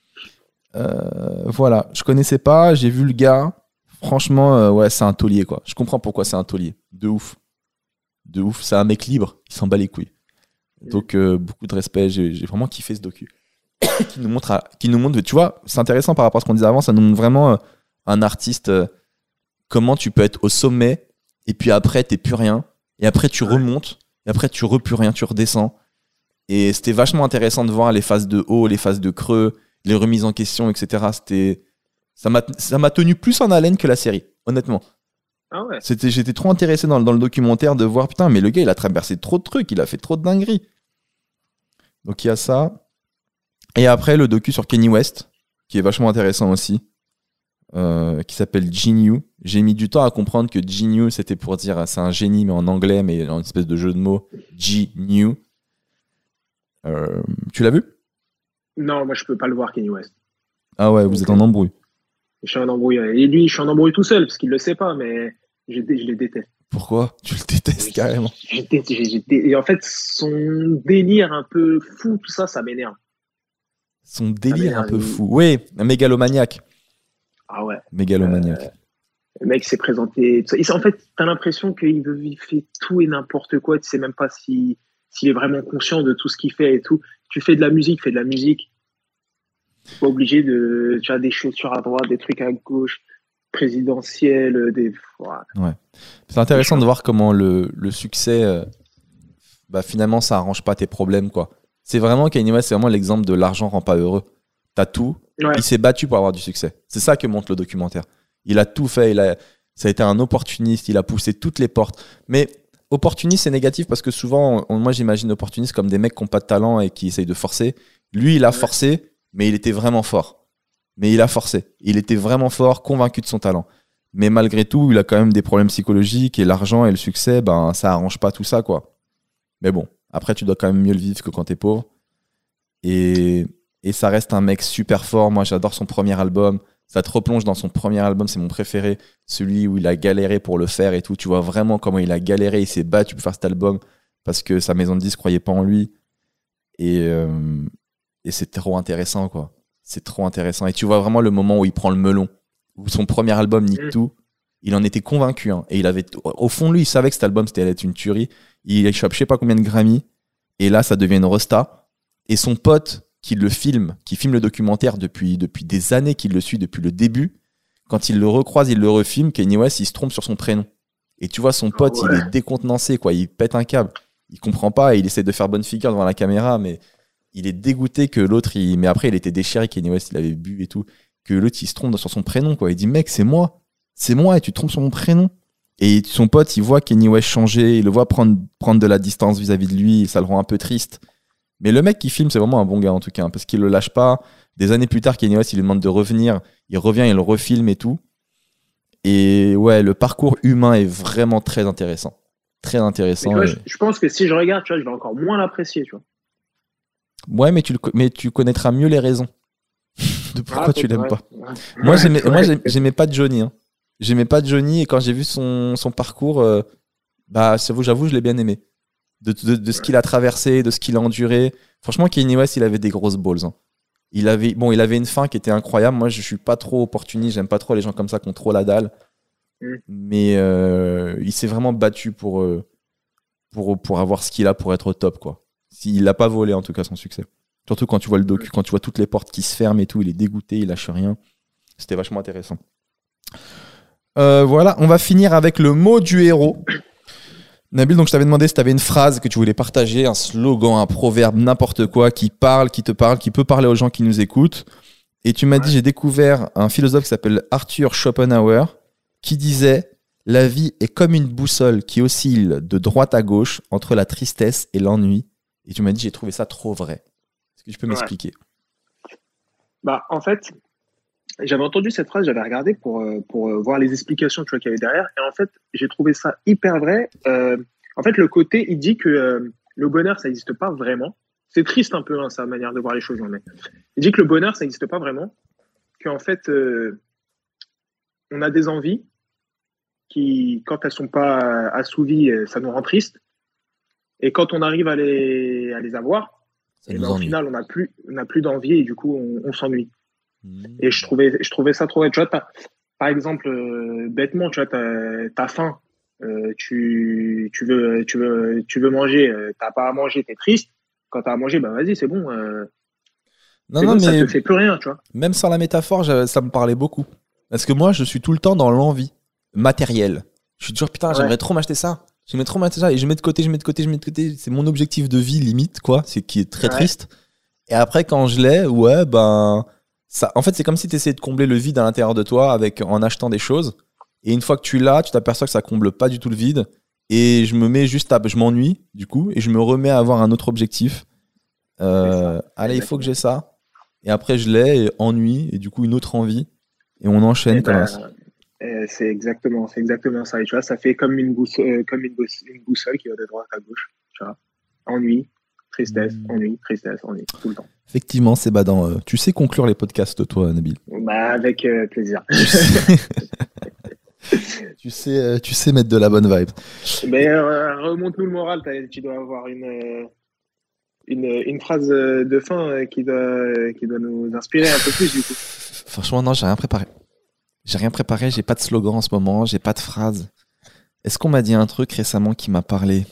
Voilà, je connaissais pas, j'ai vu le gars. Franchement, ouais, c'est un taulier, quoi. Je comprends pourquoi c'est un taulier. De ouf. C'est un mec libre, il s'en bat les couilles. Donc, beaucoup de respect. J'ai vraiment kiffé ce docu. qui nous montre, tu vois, c'est intéressant par rapport à ce qu'on disait avant, ça nous montre vraiment un artiste, comment tu peux être au sommet, et puis après, t'es plus rien, et après, tu remontes, et après, tu plus rien, tu redescends. Et c'était vachement intéressant de voir les phases de haut, les phases de creux, les remises en question, etc. Ça m'a tenu plus en haleine que la série, honnêtement. Ah ouais. J'étais trop intéressé dans le documentaire de voir, putain, mais le gars, il a traversé trop de trucs, il a fait trop de dingueries. Donc il y a ça. Et après, le docu sur Kanye West, qui est vachement intéressant aussi, qui s'appelle Genius. J'ai mis du temps à comprendre que Genius, c'était pour dire, c'est un génie, mais en anglais, mais en une espèce de jeu de mots. Genius. Tu l'as vu? Non, moi je peux pas le voir, Kanye West. Ah ouais, vous êtes en embrouille. Je suis en embrouille. Et lui, je suis en embrouille tout seul, parce qu'il le sait pas, mais je les déteste. Pourquoi? Tu le détestes carrément. Et en fait, son délire un peu fou, tout ça, ça m'énerve. Son délire un peu fou. Oui, un mégalomaniaque. Ah ouais. Mégalomaniaque. Le mec s'est présenté. En fait, t'as l'impression qu'il fait tout et n'importe quoi. Tu sais même pas s'il est vraiment conscient de tout ce qu'il fait et tout. Tu fais de la musique, fais de la musique. T'es pas obligé de. Tu as des chaussures à droite, des trucs à gauche, présidentielles, des. Ouais. C'est intéressant de voir comment le succès, finalement, ça arrange pas tes problèmes, quoi. C'est vraiment Kanye West, c'est vraiment l'exemple de l'argent rend pas heureux. t'as tout. Ouais. Il s'est battu pour avoir du succès. C'est ça que montre le documentaire. Il a tout fait. Ça a été un opportuniste. Il a poussé toutes les portes. Mais opportuniste, c'est négatif parce que souvent, moi, j'imagine opportuniste comme des mecs qui n'ont pas de talent et qui essayent de forcer. Lui, il a forcé, mais il était vraiment fort. Mais il a forcé. Il était vraiment fort, convaincu de son talent. Mais malgré tout, il a quand même des problèmes psychologiques et l'argent et le succès, ben, ça arrange pas tout ça, quoi. Mais bon, après, tu dois quand même mieux le vivre que quand t'es pauvre. Et ça reste un mec super fort. Moi, j'adore son premier album. Ça te replonge dans son premier album, c'est mon préféré. Celui où il a galéré pour le faire et tout. Tu vois vraiment comment il a galéré. Il s'est battu pour faire cet album parce que sa maison de disques croyait pas en lui. Et c'est trop intéressant, quoi. C'est trop intéressant. Et tu vois vraiment le moment où il prend le melon, où son premier album nique tout. Il en était convaincu. Hein. Et au fond de lui, il savait que cet album, c'était allait être une tuerie. Il échappe je sais pas combien de Grammy. Et là, ça devient une resta. Et son pote qui filme le documentaire depuis des années, qu'il le suit depuis le début, quand il le recroise, il le refilme, Kanye West, il se trompe sur son prénom. Et tu vois, son pote, il est décontenancé, quoi. Il pète un câble. Il comprend pas et il essaie de faire bonne figure devant la caméra, mais il est dégoûté que l'autre, mais après, il était déchiré, Kanye West, il avait bu et tout, que l'autre, il se trompe sur son prénom, quoi. Il dit, mec, c'est moi, et tu te trompes sur mon prénom. Et son pote, il voit Kanye West changer, il le voit prendre de la distance vis-à-vis de lui, et ça le rend un peu triste. Mais le mec qui filme, c'est vraiment un bon gars en tout cas, hein, parce qu'il le lâche pas. Des années plus tard, Kanye West, il lui demande de revenir, il revient, il le refilme et tout. Et ouais, le parcours humain est vraiment très intéressant. Très intéressant. Mais tu vois, je pense que si je regarde, tu vois, je vais encore moins l'apprécier, tu vois. Ouais, mais tu connaîtras mieux les raisons de pourquoi tu l'aimes pas. Ouais. Moi, j'aimais pas Johnny. Hein. J'aimais pas Johnny et quand j'ai vu son parcours, j'avoue, je l'ai bien aimé. De ce qu'il a traversé, de ce qu'il a enduré. Franchement, Kanye West, il avait des grosses balls. Hein. Il avait une fin qui était incroyable. Moi, je suis pas trop opportuniste. J'aime pas trop les gens comme ça qui ont trop la dalle. Mais il s'est vraiment battu pour avoir ce qu'il a pour être au top, quoi. Il l'a pas volé, en tout cas, son succès. Surtout quand tu vois le docu, quand tu vois toutes les portes qui se ferment et tout, il est dégoûté, il lâche rien. C'était vachement intéressant. Voilà, on va finir avec le mot du héros. Nabil, donc je t'avais demandé si tu avais une phrase que tu voulais partager, un slogan, un proverbe, n'importe quoi, qui te parle, qui peut parler aux gens qui nous écoutent. Et tu m'as dit, j'ai découvert un philosophe qui s'appelle Arthur Schopenhauer, qui disait « La vie est comme une boussole qui oscille de droite à gauche entre la tristesse et l'ennui. » Et tu m'as dit, j'ai trouvé ça trop vrai. Est-ce que tu peux m'expliquer ? Bah, en fait, j'avais entendu cette phrase, j'avais regardé pour voir les explications, tu vois, qu'il y avait derrière. Et en fait, j'ai trouvé ça hyper vrai. En fait, le côté, il dit que le bonheur, ça n'existe pas vraiment. C'est triste un peu, hein, sa manière de voir les choses. Mais il dit que le bonheur, ça n'existe pas vraiment. Qu'en fait, on a des envies qui, quand elles sont pas assouvies, ça nous rend triste. Et quand on arrive à les avoir, au final, on n'a plus d'envie et du coup, on s'ennuie. Et je trouvais ça trop vrai. Tu vois, par exemple, bêtement, tu vois, t'as faim, tu veux manger, t'as pas à manger, t'es triste. Quand t'as à manger, bah vas-y, c'est bon. Mais ça te fait plus rien, tu vois. Même sans la métaphore, ça me parlait beaucoup. Parce que moi, je suis tout le temps dans l'envie matérielle. Je suis toujours, putain, j'aimerais trop m'acheter ça. J'aimerais trop m'acheter ça. Et je mets de côté. C'est mon objectif de vie, limite, quoi. C'est qui est très triste. Et après, quand je l'ai, ça, en fait, c'est comme si tu essayais de combler le vide à l'intérieur de toi en achetant des choses. Et une fois que tu l'as, tu t'aperçois que ça comble pas du tout le vide. Et je me mets je m'ennuie, du coup, et je me remets à avoir un autre objectif. Allez, il faut que j'ai ça. Et après, je l'ai, et ennui, et du coup, une autre envie. Et on enchaîne comme ça. C'est exactement ça. Et tu vois, ça fait comme une boussole qui va de droite à gauche. Tu vois, ennui, tristesse, ennui, tout le temps. Effectivement, c'est badant. Tu sais conclure les podcasts, toi, Nabil? Avec plaisir. Tu sais mettre de la bonne vibe. Mais remonte-nous le moral. Tu dois avoir une phrase de fin qui doit nous inspirer un peu plus, du coup. Franchement, non, j'ai rien préparé. J'ai pas de slogan en ce moment, j'ai pas de phrase. Est-ce qu'on m'a dit un truc récemment qui m'a parlé?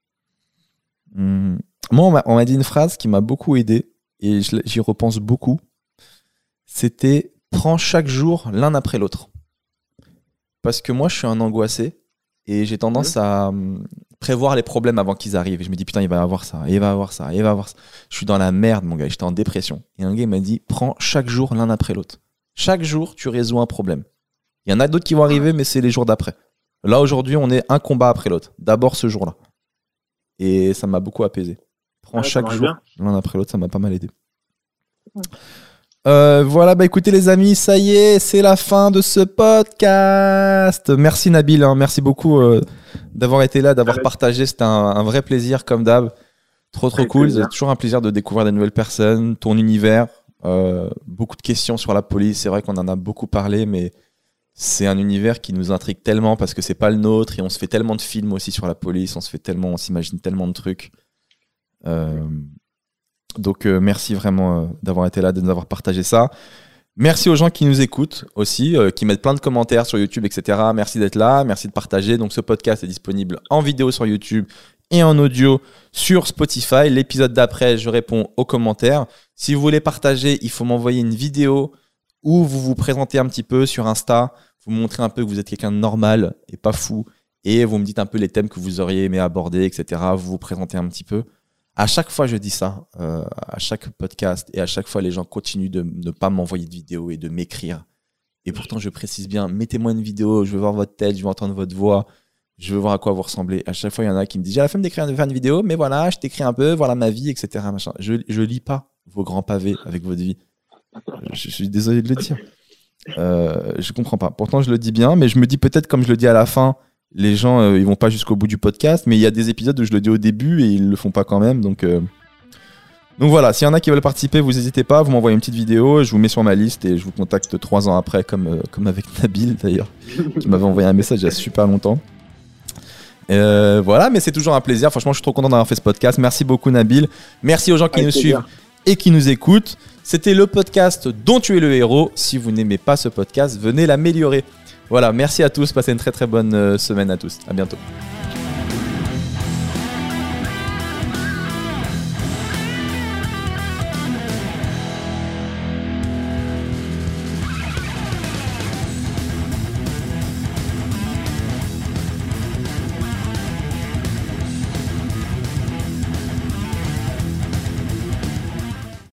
Moi, on m'a dit une phrase qui m'a beaucoup aidé et j'y repense beaucoup. C'était « Prends chaque jour l'un après l'autre ». Parce que moi, je suis un angoissé et j'ai tendance à prévoir les problèmes avant qu'ils arrivent. Et je me dis, putain, il va y avoir ça, il va y avoir ça, il va y avoir ça. Je suis dans la merde, mon gars, j'étais en dépression. Et un gars m'a dit, prends chaque jour l'un après l'autre. Chaque jour, tu résous un problème. Il y en a d'autres qui vont arriver, mais c'est les jours d'après. Là, aujourd'hui, on est un combat après l'autre. D'abord ce jour-là. Et ça m'a beaucoup apaisé. Prends chaque jour l'un après l'autre, ça m'a pas mal aidé. Voilà, bah écoutez les amis, ça y est, c'est la fin de ce podcast. Merci Nabil, hein, merci beaucoup d'avoir été là, d'avoir partagé. C'était un vrai plaisir comme d'hab. Trop cool. C'est toujours un plaisir de découvrir des nouvelles personnes, ton univers. Beaucoup de questions sur la police. C'est vrai qu'on en a beaucoup parlé, mais c'est un univers qui nous intrigue tellement parce que c'est pas le nôtre et on se fait tellement de films aussi sur la police. On s'imagine tellement de trucs. Donc merci vraiment d'avoir été là, de nous avoir partagé ça. Merci aux gens qui nous écoutent aussi, qui mettent plein de commentaires sur YouTube, etc. Merci d'être là, merci de partager. Donc ce podcast est disponible en vidéo sur YouTube et en audio sur Spotify. L'épisode d'après, je réponds aux commentaires. Si vous voulez partager, il faut m'envoyer une vidéo où vous vous présentez un petit peu sur Insta, vous montrez un peu que vous êtes quelqu'un de normal et pas fou, et vous me dites un peu les thèmes que vous auriez aimé aborder, etc. Vous vous présentez un petit peu. À chaque fois, je dis ça, à chaque podcast, et à chaque fois, les gens continuent de ne pas m'envoyer de vidéo et de m'écrire. Et pourtant, je précise bien, mettez-moi une vidéo, je veux voir votre tête, je veux entendre votre voix, je veux voir à quoi vous ressemblez. À chaque fois, il y en a qui me disent, j'ai la flemme de faire une vidéo, mais voilà, je t'écris un peu, voilà ma vie, etc. Machin. Je lis pas vos grands pavés avec votre vie. Je suis désolé de le dire. Je comprends pas. Pourtant, je le dis bien, mais je me dis peut-être, comme je le dis à la fin, les gens, ils vont pas jusqu'au bout du podcast, mais il y a des épisodes où je le dis au début et ils le font pas quand même. Donc voilà, s'il y en a qui veulent participer, vous n'hésitez pas, vous m'envoyez une petite vidéo, je vous mets sur ma liste et je vous contacte 3 ans après, comme avec Nabil d'ailleurs, qui m'avait envoyé un message il y a super longtemps. Voilà, mais c'est toujours un plaisir. Franchement, je suis trop content d'avoir fait ce podcast. Merci beaucoup Nabil. Merci aux gens qui nous suivent et qui nous écoutent. C'était le podcast dont tu es le héros. Si vous n'aimez pas ce podcast, venez l'améliorer. Voilà, merci à tous. Passez une très bonne semaine à tous. À bientôt.